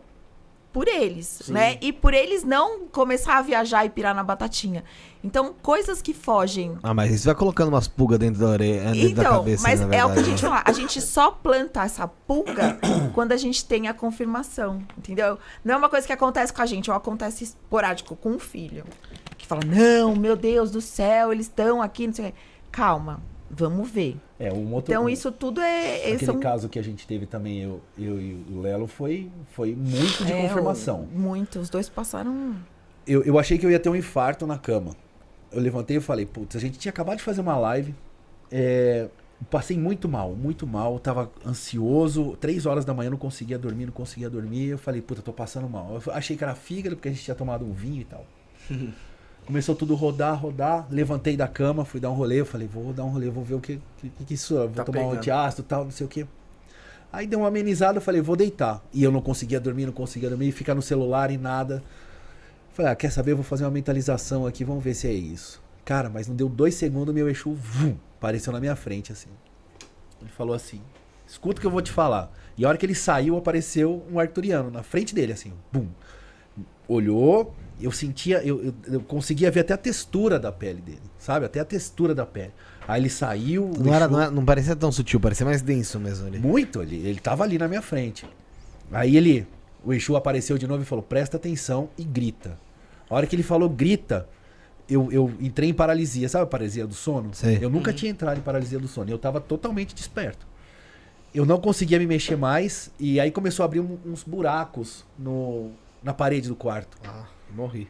por eles, Sim. né? E por eles não começar a viajar e pirar na batatinha. Então, coisas que fogem. Ah, mas isso vai colocando umas pulgas dentro da orelha, dentro da Então, cabeça, mas na é o que a verdade, gente né? fala, a gente só planta essa pulga quando a gente tem a confirmação, entendeu? Não é uma coisa que acontece com a gente, ou acontece esporádico com um filho. Que fala, não, meu Deus do céu, eles estão aqui, não sei o quê. Calma, vamos ver. É, um outro, Então, isso tudo é... é Aquele são- caso que a gente teve também, eu, eu e o Lelo, foi, foi muito de é, confirmação. o- Muito, os dois passaram... Eu, eu achei que eu ia ter um infarto na cama. Eu levantei e falei, putz, a gente tinha acabado de fazer uma live. É, passei muito mal, muito mal. Tava ansioso. Três horas da manhã não conseguia dormir, não conseguia dormir. Eu falei, puta, tô passando mal. Eu achei que era fígado, porque a gente tinha tomado um vinho e tal. Começou tudo a rodar, rodar. Levantei da cama, fui dar um rolê. Eu falei, vou dar um rolê, vou ver o que que, que isso é. Vou Tá tomar um pegando. antiácido e tal, não sei o que. Aí deu uma amenizada, eu falei, vou deitar. E eu não conseguia dormir, não conseguia dormir. Ficar no celular e nada. Falei, ah, quer saber? Eu vou fazer uma mentalização aqui, vamos ver se é isso. Cara, mas não deu dois segundos, meu Exu vum, apareceu na minha frente, assim. Ele falou assim, escuta o que eu vou te falar. E a hora que ele saiu, apareceu um arturiano na frente dele, assim, bum. Olhou, eu sentia, eu, eu, eu conseguia ver até a textura da pele dele, sabe? Até a textura da pele. Aí ele saiu... o Não, era, Exu- não, era- não parecia tão sutil, parecia mais denso mesmo ali. Muito, ele, ele tava ali na minha frente. Aí ele, o Exu apareceu de novo e falou, presta atenção e grita. A hora que ele falou grita, eu, eu entrei em paralisia. Sabe a paralisia do sono? Sei. Eu nunca tinha entrado em paralisia do sono. Eu tava totalmente desperto. Eu não conseguia me mexer mais e aí começou a abrir um- uns buracos no, na parede do quarto. Ah, morri.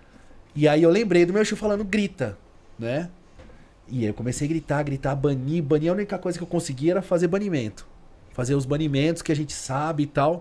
E aí eu lembrei do meu Exu falando grita, né? E aí eu comecei a gritar, gritar, banir, banir. A única coisa que eu conseguia era fazer banimento. Fazer os banimentos que a gente sabe e tal.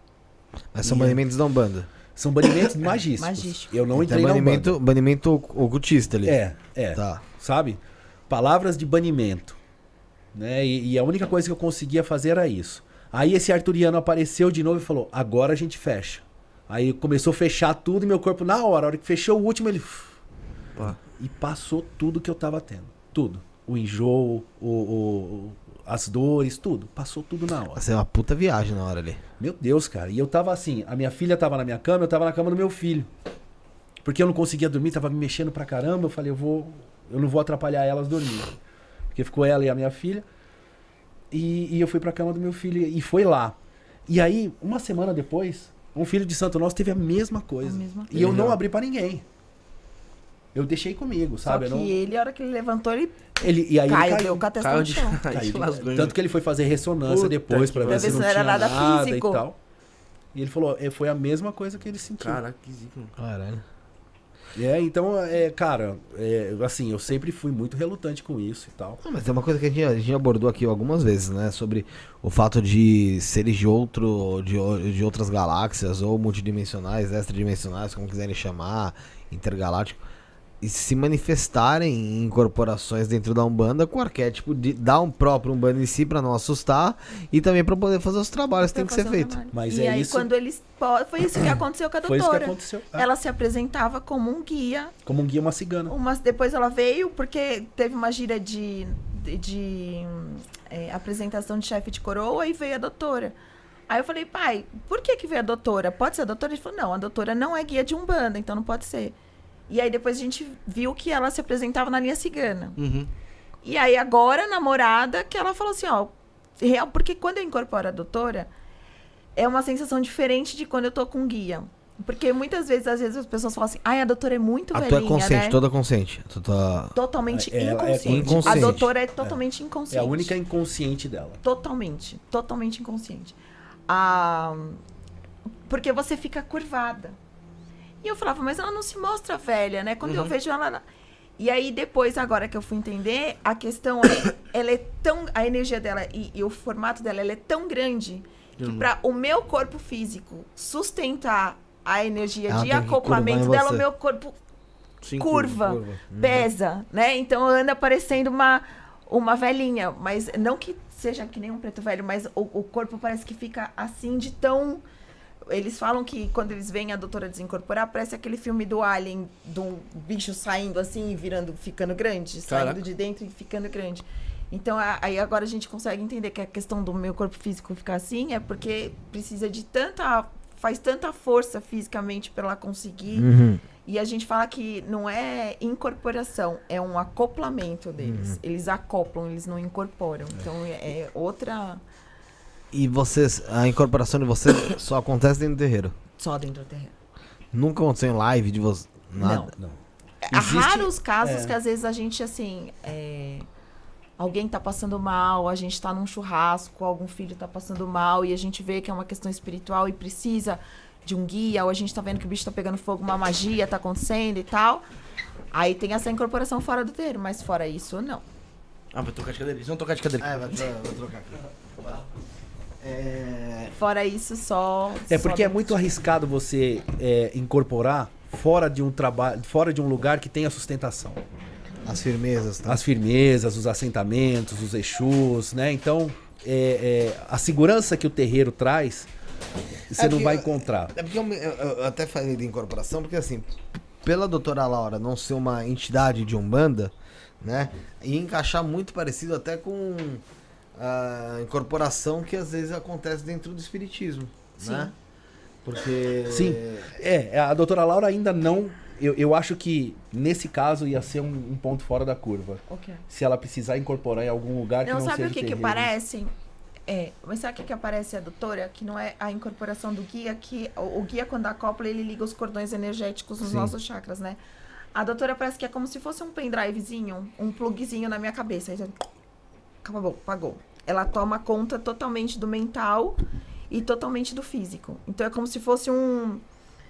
Mas são E- banimentos da Umbanda. São banimentos magísticos. Magístico. Eu não Então entrei é na banimento, Umbanda. banimento ocultista ali. É, é. Tá. Sabe? Palavras de banimento. Né? E, e a única coisa que eu conseguia fazer era isso. Aí esse arturiano apareceu de novo e falou, agora a gente fecha. Aí começou a fechar tudo e meu corpo na hora. A hora que fechou o último, ele... Pá. E passou tudo que eu tava tendo. Tudo. O enjoo, o, o- as dores, tudo. Passou tudo na hora. Vai ser uma puta viagem na hora ali. Meu Deus, cara. E eu tava assim, a minha filha tava na minha cama, eu tava na cama do meu filho. Porque eu não conseguia dormir, tava me mexendo pra caramba. Eu falei, eu vou. Eu não vou atrapalhar elas dormir. Porque ficou ela e a minha filha. E, e eu fui pra cama do meu filho e foi lá. E aí, uma semana depois, um filho de santo nosso teve a mesma coisa. A mesma E eu não coisa. abri pra ninguém. Eu deixei comigo, sabe? Só Eu que não... ele, a hora que ele levantou, ele ele, e aí caiu, ele deu caiu. com a testa Caiu no de... chão. Aí Caiu te de- lasgou, Tanto que ele foi fazer ressonância Puta depois que pra ver pariu. se não Pra ver se tinha não era nada, nada e físico. tal. E ele falou, é, foi a mesma coisa que ele sentiu. Caraca, que zica, mano. Caralho. É, então, é, cara, é, assim, eu sempre fui muito relutante com isso e tal. Não, mas tem uma coisa que a gente, a gente abordou aqui algumas vezes, né? Sobre o fato de seres de outro, de, o- de outras galáxias, ou multidimensionais, extradimensionais, como quiserem chamar, intergaláctico, e se manifestarem em corporações dentro da Umbanda com o arquétipo de dar um próprio Umbanda em si pra não assustar e também pra poder fazer os trabalhos que tem que ser Fazer um feito. trabalho. Mas e é aí, isso- quando eles. po- Foi isso que aconteceu com a Foi isso que doutora. aconteceu. É, Ela se apresentava como um guia. como um guia, uma cigana. Uma, depois ela veio, porque teve uma gira de, de, de, é, apresentação de chefe de coroa e veio a doutora. Aí eu falei, pai, por que que veio a doutora? Pode ser a doutora? Ele falou, não, a doutora não é guia de Umbanda, então não pode ser. E aí depois a gente viu que ela se apresentava na linha cigana. Uhum. E aí agora, namorada, que ela falou assim, ó, real, porque quando eu incorporo a doutora, é uma sensação diferente de quando eu tô com guia. Porque muitas vezes, às vezes as pessoas falam assim, ai, a doutora é muito A tua velhinha, é consciente, né? toda consciente. Tu tá... Totalmente É, ela é inconsciente. inconsciente. A doutora é totalmente É inconsciente. a única inconsciente dela. Totalmente. Totalmente inconsciente. Ah, porque você fica curvada. E eu falava, mas ela não se mostra velha, né? Quando Uhum. eu vejo ela... E aí, depois, agora que eu fui entender, a questão é, ela é tão... A energia dela e, e o formato dela, ela é tão grande que para o meu corpo físico sustentar a energia Ela de tem que acoplamento curvar em dela, você. o meu corpo Sim, curva, curva. pesa, né? Então anda parecendo uma, uma velhinha, mas não que seja que nem um preto velho, mas o, o corpo parece que fica assim de tão... Eles falam que quando eles veem a doutora desincorporar, parece aquele filme do Alien, de um bicho saindo assim e virando, ficando grande, Caraca. saindo de dentro e ficando grande. Então, a- aí agora a gente consegue entender que a questão do meu corpo físico ficar assim é porque precisa de tanta... faz tanta força fisicamente para ela conseguir. Uhum. E a gente fala que não é incorporação, é um acoplamento deles. Eles acoplam, eles não incorporam. Então é, é outra... E vocês, a incorporação de vocês só acontece dentro do terreiro? Só dentro do terreno. Nunca aconteceu em live de vocês? Nada? Não. É Existe- raros casos é. que às vezes a gente, assim... é, alguém tá passando mal, a gente tá num churrasco, algum filho tá passando mal e a gente vê que é uma questão espiritual e precisa de um guia, ou a gente tá vendo que o bicho tá pegando fogo, uma magia tá acontecendo e tal. Aí tem essa incorporação fora do terreiro, mas fora isso, não. Ah, vai trocar de cadeira. Eles vão trocar de cadeira. É, vai, vai trocar aqui. É... Fora isso, só... É só porque é dentro. muito arriscado você é, incorporar fora de um trabalho, fora de um lugar que tenha sustentação. As firmezas, tá? As firmezas, os assentamentos, os exus, né? Então, é, é, a segurança que o terreiro traz, você É não que- vai encontrar. É porque eu, me- eu- eu até falei de incorporação, porque assim, pela doutora Laura não ser uma entidade de Umbanda, né? E encaixar muito parecido até com a incorporação que às vezes acontece dentro do espiritismo, né? Porque... Sim. É, a doutora Laura ainda não... Eu, eu acho que, nesse caso, ia ser um, um ponto fora da curva. Ok. Se ela precisar incorporar em algum lugar que Não, não sabe seja o que que terreiro. parece? É, mas sabe o que que aparece a doutora? Que não é a incorporação do guia, que o, o guia quando acopla, ele liga os cordões energéticos nos Sim. nossos chakras, né? A doutora parece que é como se fosse um pendrivezinho, um plugzinho na minha cabeça. Aí já... Acabou, apagou. Ela toma conta totalmente do mental e totalmente do físico. Então é como se fosse um...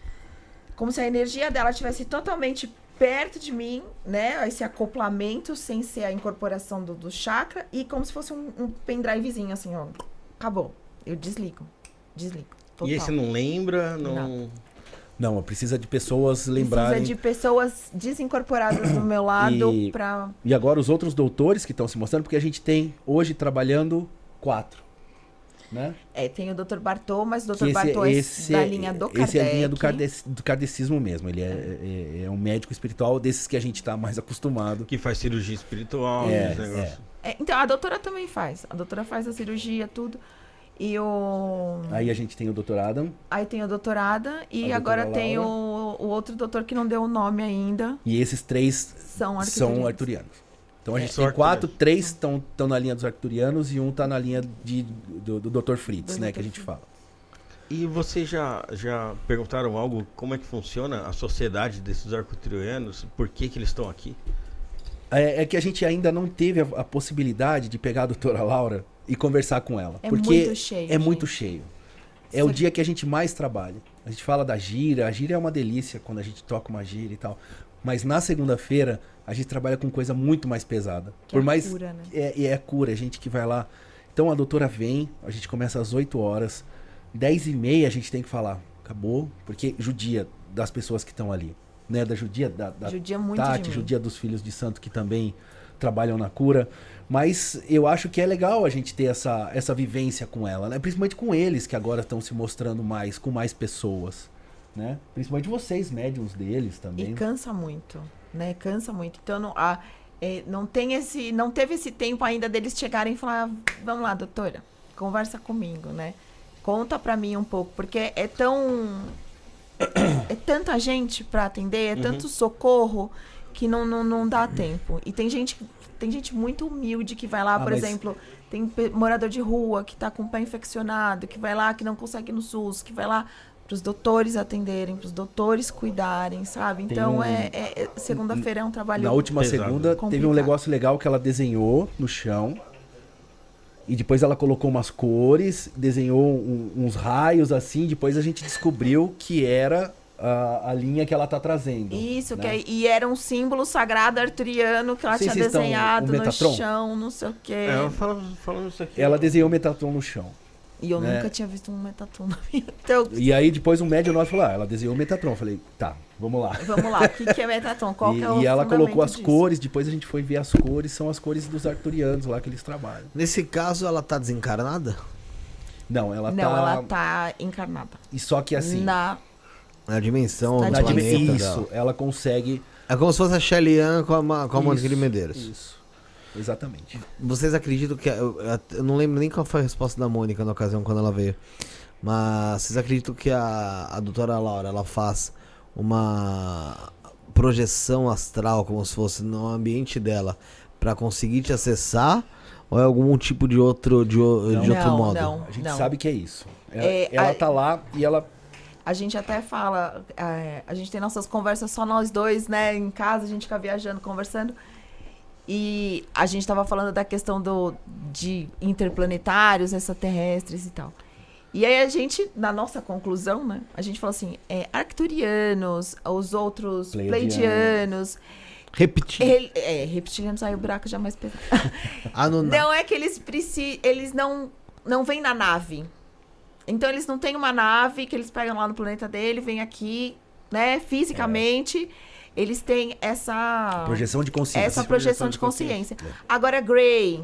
Como se a energia dela estivesse totalmente perto de mim, né? Esse acoplamento sem ser a incorporação do, do chakra. E como se fosse um, um pendrivezinho, assim, ó. Acabou. Eu desligo. Desligo. Total. E aí você não lembra, não... Não. Não, precisa de pessoas lembrarem. Precisa de pessoas desincorporadas do meu lado E- pra... E agora os outros doutores que estão se mostrando, porque a gente tem hoje trabalhando quatro, né? É, tem o doutor Bartô, mas o doutor Que Bartô é esse da é- linha do Kardec. Esse é a linha do, karde- do kardecismo mesmo. Ele é, é- é um médico espiritual desses que a gente tá mais acostumado. Que faz cirurgia espiritual, É, esse negócio. É, então, a doutora também faz. A doutora faz a cirurgia, tudo. E o... Aí a gente tem o doutor Adam Aí tem o doutorada e A agora doutora tem o, Laura. o outro doutor que não deu o nome ainda. e esses três São são arcturianos. arturianos. Então a É, gente são tem quatro, arturianos. três estão na linha dos arcturianos e um tá na linha de, do, do doutor Fritz, Do né? doutor Que a gente Fritz. fala. E vocês já, já perguntaram algo, como é que funciona a sociedade desses arcotrianos? Por que que eles estão aqui? É, é que a gente ainda não teve a, a possibilidade de pegar a doutora Laura e conversar com ela. É porque muito cheio, é muito gente. cheio. É o Você- dia que a gente mais trabalha. A gente fala da gira, a gira é uma delícia quando a gente toca uma gira e tal. Mas na segunda-feira a gente trabalha com coisa muito mais pesada. Que Por é a mais cura, né? é, e é a cura, a gente que vai lá. Então a doutora vem, a gente começa às oito horas, dez e meia a gente tem que falar, acabou, porque judia das pessoas que estão ali, né? Da judia da, da Judia muito Tati, de mim. judia dos filhos de santo que também trabalham na cura. Mas eu acho que é legal a gente ter essa, essa vivência com ela, né? Principalmente com eles que agora estão se mostrando mais, com mais pessoas, né? Principalmente vocês, médiums deles E também. cansa muito, né? Cansa muito. Então, não, a, é, não tem esse, não teve esse tempo ainda deles chegarem e falar, vamos lá, doutora, conversa comigo, né? Conta pra mim um pouco, porque é tão... É tanta gente pra atender, é tanto socorro, que não, não, não dá tempo. E tem gente, tem gente muito humilde que vai lá, Ah, por mas- exemplo, tem pe- morador de rua que tá com o pé infeccionado, que vai lá, que não consegue ir no SUS, que vai lá pros doutores atenderem, pros doutores cuidarem, sabe? Então, um- é, é- é- segunda-feira é um trabalho... Na última Pesado. segunda teve um Complicado. negócio legal que ela desenhou no chão. E depois ela colocou umas cores, desenhou um- uns raios assim. Depois a gente descobriu que era a, a linha que ela tá trazendo. Isso, né? que é- e era um símbolo sagrado arturiano que ela Sei tinha se estão- desenhado o no Metatron? chão, não sei o quê. É, ela fala, falando isso aqui. Ela desenhou o Metatron no chão. E eu né? nunca tinha visto um Metatron na minha. Então, E aí depois um médium nosso falou, ah, ela desenhou o Metatron. Eu falei, tá, vamos lá. vamos lá, o que, que é Metatron? Qual e, que é o e ela fundamento colocou as disso? cores, depois a gente foi ver as cores, são as cores dos arturianos lá que eles trabalham. Nesse caso, ela tá desencarnada? Não, ela Não, tá... ela tá encarnada. E só que assim, Na... Na dimensão, Na do na planeta dimensão, dela. isso, ela consegue... É como se fosse a Shelly Ann com a, Ma- com a Mônica de Isso, Medeiros. Isso, exatamente. Vocês acreditam que... Eu, eu não lembro nem qual foi a resposta da Mônica na ocasião quando ela veio. Mas vocês acreditam que a, a doutora Laura, ela faz uma projeção astral, como se fosse no ambiente dela, pra conseguir te acessar? Ou é algum tipo de outro, de, o- de Não, outro modo? não. A gente sabe que é isso. Ela, É, ela a- tá lá e ela... A gente até fala, é, a gente tem nossas conversas só nós dois, né? Em casa, a gente fica viajando, conversando. E a gente tava falando da questão do, de interplanetários, extraterrestres e tal. E aí a gente, na nossa conclusão, né? A gente fala assim, é, arcturianos, os outros Pleiadianos. pleiadianos, Repetir. ele- é, reptilianos, aí o buraco já mais pesado. Anunnaki. Não é que eles precisam, eles não, não vêm na nave. Então eles não têm uma nave que eles pegam lá no planeta dele, vêm aqui, né, fisicamente. Eles têm essa Projeção de consciência. essa projeção de consciência. Agora Grey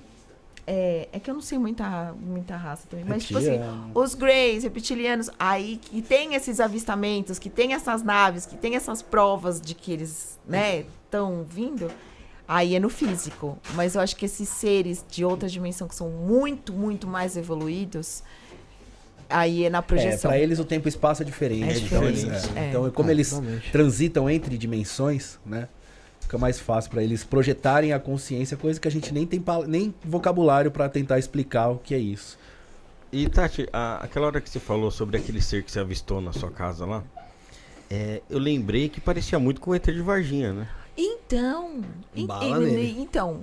é, é que eu não sei muita muita raça também, mas tipo assim, Reptiliano. os Greys, reptilianos, aí que tem esses avistamentos, que tem essas naves, que tem essas provas de que eles, né, estão vindo. Aí é no físico. Mas eu acho que esses seres de outra dimensão que são muito, muito mais evoluídos, aí é na É, projeção. pra eles o tempo e espaço é diferente. É então, eles, diferente, é. é. Então, como Ah, eles totalmente. transitam entre dimensões, né? Fica mais fácil pra eles projetarem a consciência, coisa que a gente nem tem pa- nem vocabulário pra tentar explicar o que é isso. E Tati, a- aquela hora que você falou sobre aquele ser que você avistou na sua casa lá, é, eu lembrei que parecia muito com o E T de Varginha, né? Então, en- Bala en- nele. então,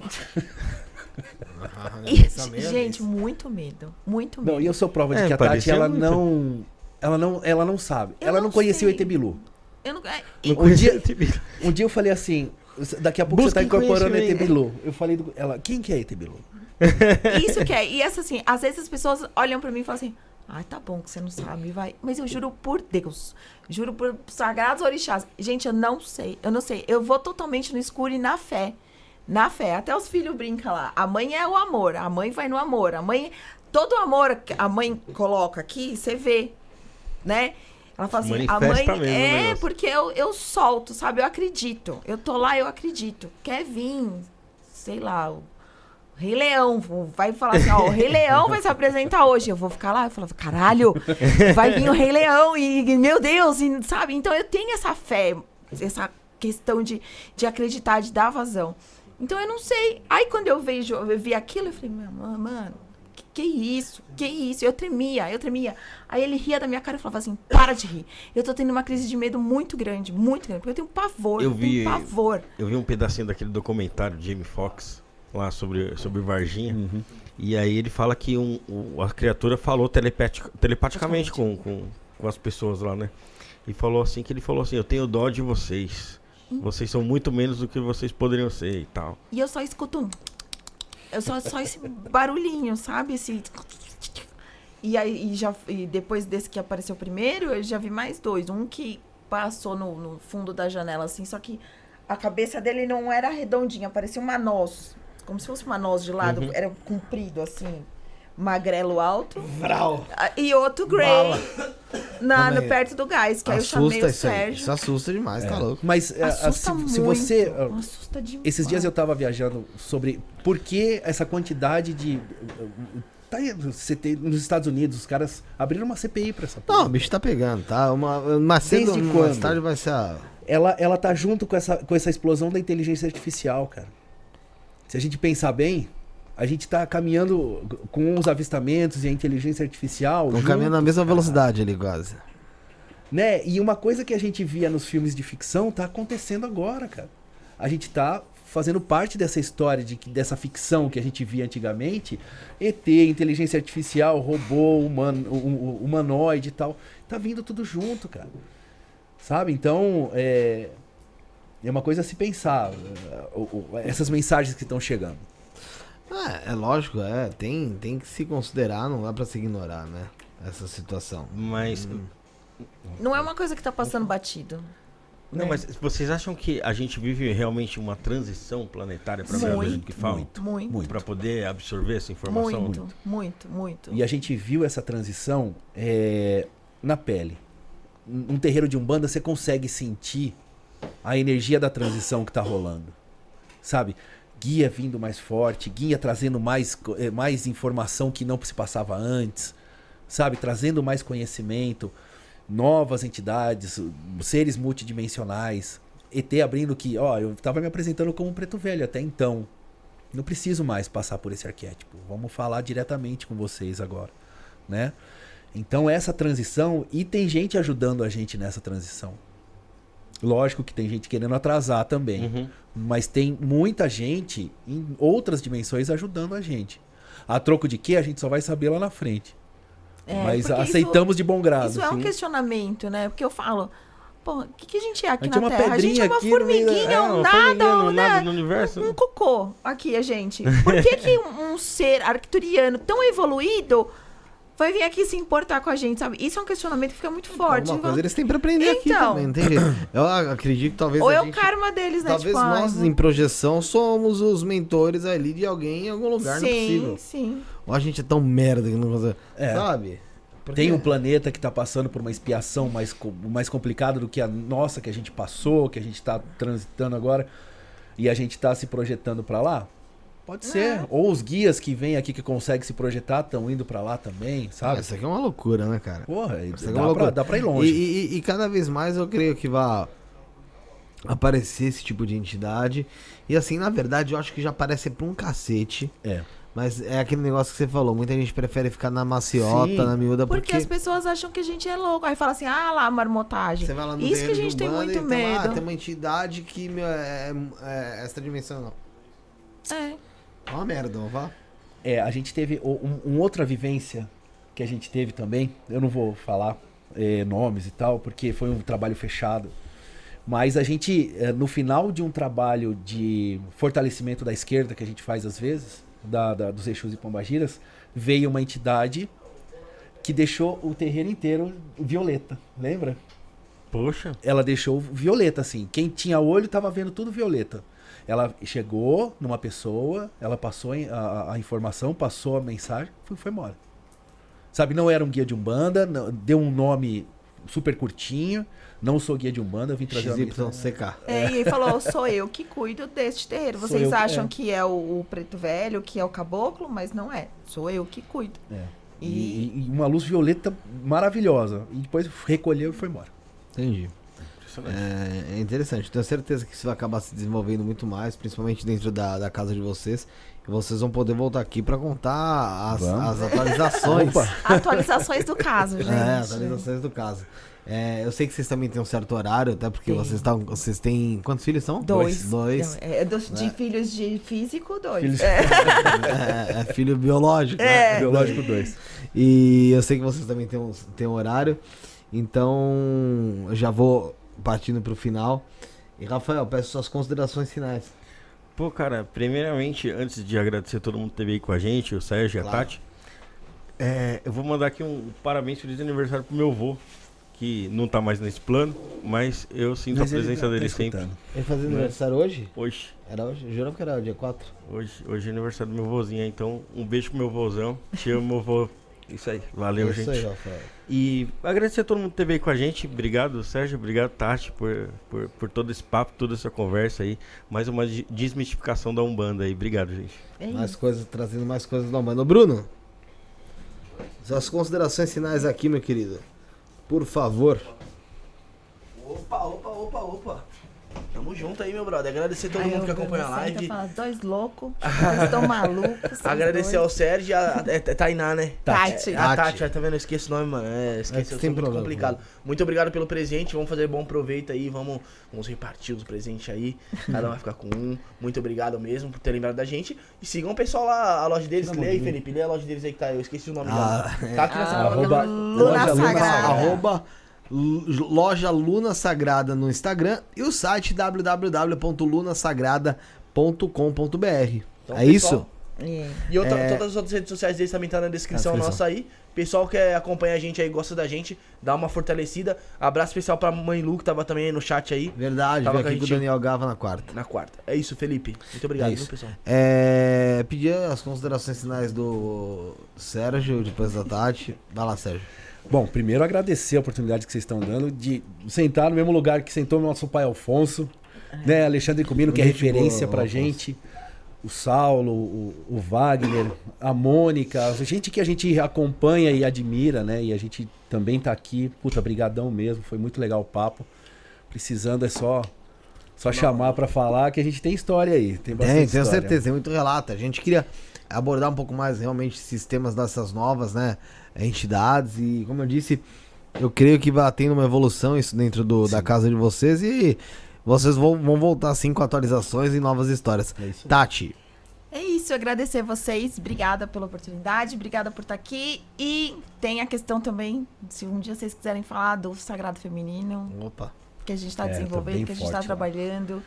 Ah, e- essa meia gente, vez. muito medo, muito medo. Não, e eu sou prova de É, que a Tati, parecia ela muito. não, ela não, ela não sabe. Eu ela não não conhecia sei. o E T Bilu. Eu não, é, Um dia, um dia eu falei assim, daqui a pouco Busquem você tá incorporando o E T conhecimento. Bilu. Eu falei, do, ela, quem que é E T Bilu? isso que é. E essa assim, às vezes as pessoas olham pra mim e falam assim: "Ah, tá bom que você não sabe, vai". Mas eu juro por Deus, juro por sagrados orixás. Gente, eu não sei, eu não sei. Eu vou totalmente no escuro e na fé. Na fé, até os filhos brincam lá. A mãe é o amor, a mãe vai no amor. A mãe, todo o amor que a mãe coloca aqui, você vê, né? Ela fala assim, a mãe Manifesta mesmo o é negócio. porque eu, eu solto, sabe? Eu acredito. Eu tô lá, eu acredito. Quer vir, sei lá, o Rei Leão, vai falar assim, ó, o Rei Leão vai se apresentar hoje. Eu vou ficar lá, eu falo, caralho, vai vir o Rei Leão e, meu Deus, e, sabe? Então eu tenho essa fé, essa questão de, de acreditar, de dar vazão. Então eu não sei. Aí quando eu vejo, eu vi aquilo, eu falei, meu, mano, que, que isso? Que isso? Eu tremia, eu tremia. Aí ele ria da minha cara e falava assim, para de rir. Eu tô tendo uma crise de medo muito grande, muito grande, porque eu tenho pavor, Eu eu vi- tenho pavor. Eu vi um pedacinho daquele documentário de Jamie Foxx lá sobre, sobre Varginha. E aí ele fala que um, o- a criatura falou telepatic, telepaticamente com, com, com as pessoas lá, né? E falou assim, que ele falou assim, eu tenho dó de vocês. Vocês são muito menos do que vocês poderiam ser e tal. E eu só escuto um... Eu só, só esse barulhinho, sabe? Esse... E aí, e já, e depois desse que apareceu primeiro, eu já vi mais dois. Um que passou no, no fundo da janela, assim, só que a cabeça dele não era redondinha, parecia uma noz. Como se fosse uma noz de lado, Uhum. era comprido, assim, magrelo alto. Vral. Ah, E outro grey, na, no, Também. perto do gás, que aí eu chamei Assusta o isso aí. Sérgio. Isso assusta demais, tá louco. Mas é, Assusta assim, se muito, você... ah, assusta demais. Esses dias eu tava viajando sobre por que essa quantidade de... Tá aí, você tem, nos Estados Unidos, os caras abriram uma C P I pra essa porra. Não, o bicho tá pegando, tá? Uma, mais cedo Desde ou quando? mais tarde vai ser a... Ela, ela tá junto com essa, com essa explosão da inteligência artificial, cara. Se a gente pensar bem, a gente tá caminhando com os avistamentos e a inteligência artificial. Estão juntos, caminhando na mesma cara. velocidade ali, quase. Né? E uma coisa que a gente via nos filmes de ficção tá acontecendo agora, cara. A gente tá fazendo parte dessa história, de, que- dessa ficção que a gente via antigamente. E T, inteligência artificial, robô, humano, hu- hu- humanoide e tal. Tá vindo tudo junto, cara. Sabe? Então, é, é uma coisa a se pensar. é, o- o- Essas mensagens que estão chegando. É, é lógico, é. Tem, tem que se considerar, não dá pra se ignorar, né? Essa situação. Mas. Não é uma coisa que tá passando batido. Não, né? mas vocês acham que a gente vive realmente uma transição planetária para a Muito, que fala? muito, Muito, muito. Para poder absorver essa informação? muito, muito, muito. E a gente viu essa transição é, na pele. Um terreiro de Umbanda, você consegue sentir a energia da transição que tá rolando. Sabe? Guia vindo mais forte, guia trazendo mais, co- eh, mais informação que não se passava antes. Sabe? Trazendo mais conhecimento, novas entidades, seres multidimensionais. E T abrindo que, ó, eu tava me apresentando como um preto velho até então. Não preciso mais passar por esse arquétipo. Vamos falar diretamente com vocês agora, né? Então essa transição, e tem gente ajudando a gente nessa transição. Lógico que tem gente querendo atrasar também, Uhum. mas tem muita gente em outras dimensões ajudando a gente. A troco de quê? A gente só vai saber lá na frente. É, mas porque aceitamos de bom grado. Isso é um sim. questionamento, né? Porque eu falo, pô, o que, que a gente é aqui A gente na é uma Terra? A gente é pedrinha uma aqui no meio da- formiguinha, É, um uma nada, formiguinha no um, né? nada no universo. Um, um cocô aqui, a gente. Por que, que um, um ser arcturiano tão evoluído vai vir aqui se importar com a gente, sabe? Isso é um questionamento que fica muito forte. Alguma Eu coisa falo, eles têm pra aprender aqui Então. também, não tem jeito. Eu acredito que talvez Ou a é o gente... karma deles, né? Talvez tipo, ai, nós, vou- em projeção, somos os mentores ali de alguém em algum lugar, não é Sim, possível. sim. Ou a gente é tão merda que não consegue... É. Sabe? Porque- Tem um planeta que está passando por uma expiação mais, co- mais complicada do que a nossa, que a gente passou, que a gente está transitando agora, e a gente está se projetando para lá? Pode ser. Ou os guias que vêm aqui que conseguem se projetar estão indo para lá também, Ah, sabe? isso aqui é uma loucura, né, cara? Porra, Isso aqui é uma dá, pra, loucura. dá pra ir longe. E, e- e cada vez mais eu creio que vai aparecer esse tipo de entidade. E assim, na verdade, eu acho que já aparece pra um cacete. É. Mas é aquele negócio que você falou. Muita gente prefere ficar na maciota, Sim. na miúda, Porque, porque... as pessoas acham que a gente é louco. Aí fala assim, ah lá, marmotagem. Você vai lá no Isso que a terreiro de gente tem Umbanda muito e tem lá, medo. tem uma entidade que meu, é, é extradimensional. É. É uma merda, não vá? É, a gente teve o- um, uma outra vivência que a gente teve também. Eu não vou falar é, nomes e tal, porque foi um trabalho fechado. Mas a gente, é, no final de um trabalho de fortalecimento da esquerda que a gente faz às vezes, da, da- dos Exus e Pombagiras, veio uma entidade que deixou o terreiro inteiro violeta, lembra? Poxa. Ela deixou violeta, assim. Quem tinha olho tava vendo tudo violeta. Ela chegou numa pessoa, ela passou a, a- a informação, passou a mensagem, foi, foi embora. Sabe, não era um guia de Umbanda, não- deu um nome super curtinho, não sou guia de Umbanda, eu vim trazer uma X Y mensagem. C K. É, e ele falou, sou eu que cuido deste terreiro. Sou Vocês eu que- acham é. que é o, o preto velho, que é o caboclo, mas não é. Sou eu que cuido. É. E- E, e uma luz violeta maravilhosa. E depois recolheu e foi embora. Entendi. Impressionante. É, é interessante. Tenho certeza que isso vai acabar se desenvolvendo muito mais, principalmente dentro da, da casa de vocês. E vocês vão poder voltar aqui pra contar as, Vamos. as atualizações. Opa. Atualizações do caso, gente. É, atualizações do caso. É, eu sei que vocês também têm um certo horário, até porque Sim. vocês, tão, vocês têm. Quantos filhos são? Dois. Dois. Não, é, dos- de Né? filhos de físico, dois. Filhos- É. É, é filho biológico. É. Né? Biológico dois. E eu sei que vocês também têm um, têm um horário. Então, eu já vou partindo pro final. E Rafael, peço suas considerações finais. Pô, cara, primeiramente, antes de agradecer todo mundo que esteve aí com a gente, o Sérgio e a Claro. Tati, é, eu vou mandar aqui um parabéns, feliz aniversário pro meu avô, que não tá mais nesse plano, mas eu sinto Mas a ele presença tá dele sempre. escutando. Ele fazendo Né? aniversário hoje? Hoje, Era hoje? Eu jurava que era o dia quatro. hoje, hoje é aniversário do meu vozinho, então um beijo pro meu vozão, te amo, meu vô. Isso aí, valeu, É isso gente. aí, Rafael. E agradecer a todo mundo que esteve aí com a gente. Obrigado, Sérgio. Obrigado, Tati, por, por, por todo esse papo, toda essa conversa aí. Mais uma de- desmistificação da Umbanda aí. Obrigado, gente. É Mais isso. coisas, trazendo mais coisas da Umbanda. Ô, Bruno, suas considerações finais aqui, meu querido. Por favor. Opa, opa, opa, opa. Tamo junto aí, meu brother. Agradecer todo Aí mundo que eu- acompanha a você live. ainda fala, dois loucos, vocês estão malucos. vocês Agradecer ao dois. Sérgio e a, é, é Tainá, né? Tati. É, a Tati. Tati, tá vendo? Eu esqueço o nome, mano. É, esqueci, É, eu sem sou muito problema. complicado. Muito obrigado pelo presente. Vamos fazer bom proveito aí. Vamos, vamos repartir os presentes aí. Cada um vai ficar com um. Muito obrigado mesmo por ter lembrado da gente. E sigam o pessoal lá, a loja deles. Lê aí, Felipe. Lê a loja deles aí que tá. Eu esqueci o nome Ah, dela. Tá aqui nessa Ah, palavra. Arroba, Luna loja Luna Sagrada. Sagrada. Arroba L- Loja Luna Sagrada no Instagram e o site w w w ponto luna sagrada ponto com ponto b r. Então, é pessoal, isso? É. E outra, É. todas as outras redes sociais deles também tá na descrição, Na descrição. nossa aí. Pessoal que acompanha a gente aí, gosta da gente, dá uma fortalecida. Abraço especial pra mãe Lu, que tava também aí no chat aí, Verdade, Tava veio com a aqui com o gente- Daniel Gava na quarta. na quarta. É isso, Felipe. Muito obrigado, É viu, isso. pessoal? É, pedir as considerações finais do Sérgio, depois da Tati. Vai lá, Sérgio. Bom, primeiro agradecer a oportunidade que vocês estão dando de sentar no mesmo lugar que sentou nosso pai Alfonso, né? Alexandre Comino, que é Gente referência boa, pra Alfonso. gente. O Saulo, o, o Wagner, a Mônica, gente que a gente acompanha e admira, né? E a gente também tá aqui. Puta, brigadão mesmo, foi muito legal o papo. Precisando é só só chamar pra falar que a gente tem história aí. Tem bastante Tem, tenho história. certeza, tem muito relato. A gente queria abordar um pouco mais realmente sistemas dessas novas, né, entidades e, como eu disse, eu creio que vai tendo uma evolução isso dentro do, da casa de vocês e vocês vão, vão voltar assim com atualizações e novas histórias. É isso aí. Tati, É isso, agradecer vocês, obrigada pela oportunidade, obrigada por estar aqui. E tem a questão também, se um dia vocês quiserem falar do Sagrado Feminino, opa, que a gente está É, tá desenvolvendo, bem que a gente está forte lá. trabalhando.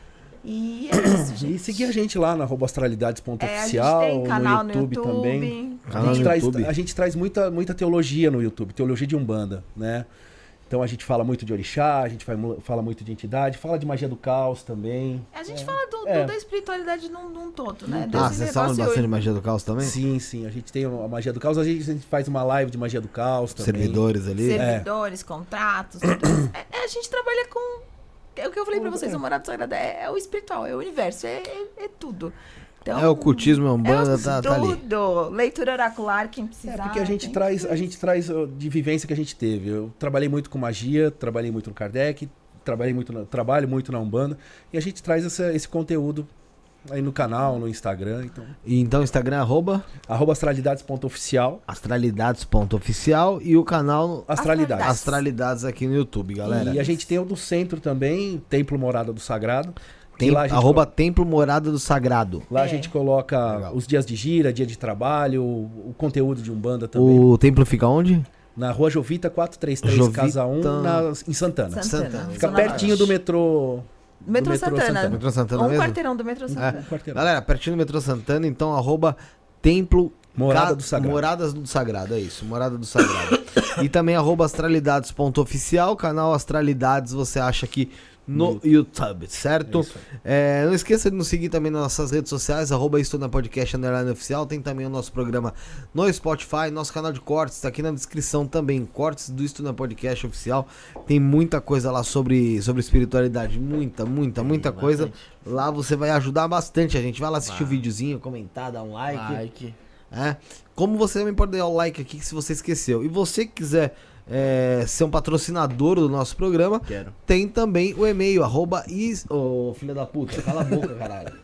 E é isso, gente. E seguir a gente lá na arroba astralidades ponto É, a oficial, gente tem canal no YouTube, também. Canal A gente, no traz, YouTube. a gente traz muita, muita teologia no YouTube, teologia de Umbanda, né? Então a gente fala muito de orixá, a gente vai mu- fala muito de entidade, fala de magia do caos também. A gente fala do, do- É. da espiritualidade num, num todo, né? ah, Desse vocês falam negócio bastante de hoje. magia do caos também? Sim, sim, a gente tem a magia do caos, a gente, a gente faz uma live de magia do caos também. Servidores ali. Servidores, contratos, tudo isso. É, é, a gente trabalha com. É o que eu falei pra vocês, o Morado Sagrado é, é o espiritual, é o universo, é, é, é tudo. Então, É ocultismo, é é umbanda, o- tá, tá ali. tudo. Leitura oracular, quem É, precisar. porque a gente tem traz, tudo a isso. gente traz ó, de vivência que a gente teve. Eu trabalhei muito com magia, trabalhei muito no Kardec, trabalhei muito na, trabalho muito na Umbanda e a gente traz essa- esse conteúdo aí no canal, no Instagram, então E então, Instagram, arroba arroba astralidades ponto oficial. astralidades ponto oficial e o canal Astralidades. Astralidades aqui no YouTube, galera. E a gente tem o do centro também, Templo Morada do Sagrado. que Tem, lá a gente arroba colo- Templo Morada do Sagrado. Lá a É. gente coloca Legal. os dias de gira, dia de trabalho, o, o conteúdo de Umbanda também. O templo fica onde? Na Rua Jovita quatrocentos e trinta e três, Jovita. Casa um, na- em Santana. Santana. Santana. Fica Zona pertinho Norte. do metrô. Metrô do Santana. Metrô Santana um mesmo? quarteirão do Metrô Santana. Um quarteirão. Galera, pertinho do metrô Santana, então arroba Templo Morada Ca- do Sagrado. Moradas do Sagrado, é isso, Morada do Sagrado. E também arroba astralidades ponto oficial, canal Astralidades você acha aqui no YouTube, certo? É isso aí. É, não esqueça de nos seguir também nas nossas redes sociais, arroba Isto na Podcast Underline Oficial. Tem também o nosso programa no Spotify, nosso canal de cortes, tá aqui na descrição também. Cortes do Isto na Podcast Oficial. Tem muita coisa lá sobre, sobre espiritualidade. Muita, muita, muita coisa. Lá você vai ajudar bastante a gente. Vai lá assistir o videozinho, comentar, dar um like. Like. É. Como você também pode dar o like aqui se você esqueceu. E você que quiser é, ser um patrocinador do nosso programa, Quero. tem também o e-mail, arroba is... Ô, filha da puta, cala a boca, caralho.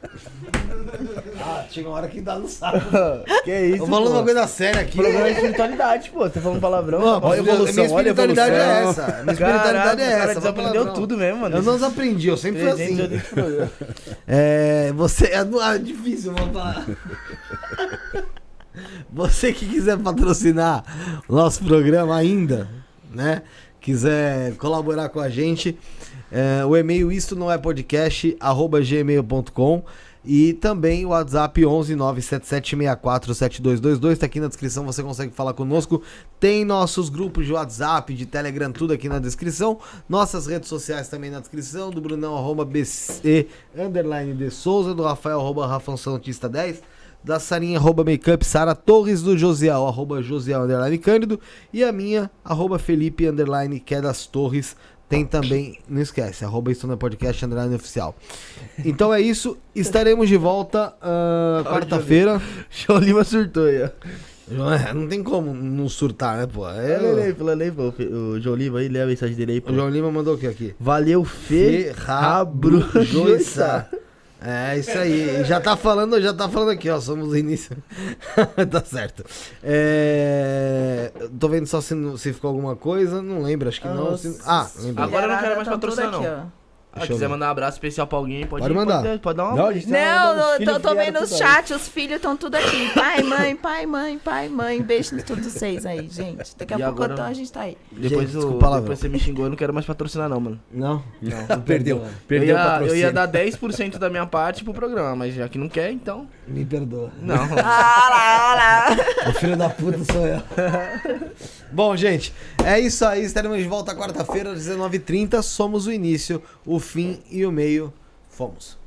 Ah, chega uma hora que dá no saco. Que isso, Tô falando pô? uma coisa séria aqui. Programa de espiritualidade, pô. Você tá falando palavrão? Não, Olha a minha- evolução, minha olha a espiritualidade evolução. é essa. Minha espiritualidade é Caraca, o cara essa. desaprendeu palavrão. tudo mesmo, mano. Eu não desaprendi, eu sempre fui assim. trezentos de programa. É, você é, é difícil, vamos falar. Você que quiser patrocinar o nosso programa ainda, né? Quiser colaborar com a gente, é, o e-mail isto não é podcast arroba gmail ponto com e também o WhatsApp onze nove sete sete seis quatro sete dois dois dois, tá aqui na descrição, você consegue falar conosco. Tem nossos grupos de WhatsApp, de Telegram, tudo aqui na descrição. Nossas redes sociais também na descrição, do Brunão arroba bc underline de Souza, do Rafael arroba Rafa Santista dez, da Sarinha, arroba Makeup Sara Torres, do Josiel, arroba Josiel, underline Cândido, e a minha, arroba Felipe, underline Quedas Torres, tem também, não esquece, arroba Isto no Podcast, underline Oficial. Então é isso, estaremos de volta ah, quarta-feira. Show Lima surtou aí, ó. É, não tem como não surtar, né, pô? É, Falei aí, falei aí, pô. O João Lima aí, lê a mensagem dele aí, pô. o João Lima mandou o que aqui? Valeu, Fê, Rabro, Joissa. É, isso aí. Já tá falando, já tá falando aqui, ó. Somos o início. Tá certo. É... Tô vendo só se, não- se ficou alguma coisa. Não lembro, acho que não. Ah, Se- Ah, lembrei. Agora eu não quero mais Tão tudo patrocinar, aqui, não. ó. Ah, quiser mandar um abraço especial pra alguém, pode, Pode mandar. Pode, pode dar uma. Não, a gente tá Não, mandando os não, filhos tô, tô vieram vendo no tudo aí. chat, os filhos estão tudo aqui. Pai, mãe, pai, mãe, pai, mãe. Beijo em todos vocês aí, gente. Daqui a E pouco agora- então a gente tá aí. Depois, Gente, do, desculpa, palavrão. depois você me xingou, eu não quero mais patrocinar, não, mano. Não? Não. Perdeu. Eu Perdeu o ia, eu patrocínio. ia dar dez por cento da minha parte pro programa, mas já que não quer, então. Me perdoa. Não. Ah lá, ah lá. O filho da puta sou eu. Bom, gente, é isso aí. Estaremos de volta quarta-feira às dezenove e trinta. Somos o início, o fim e o meio. Fomos.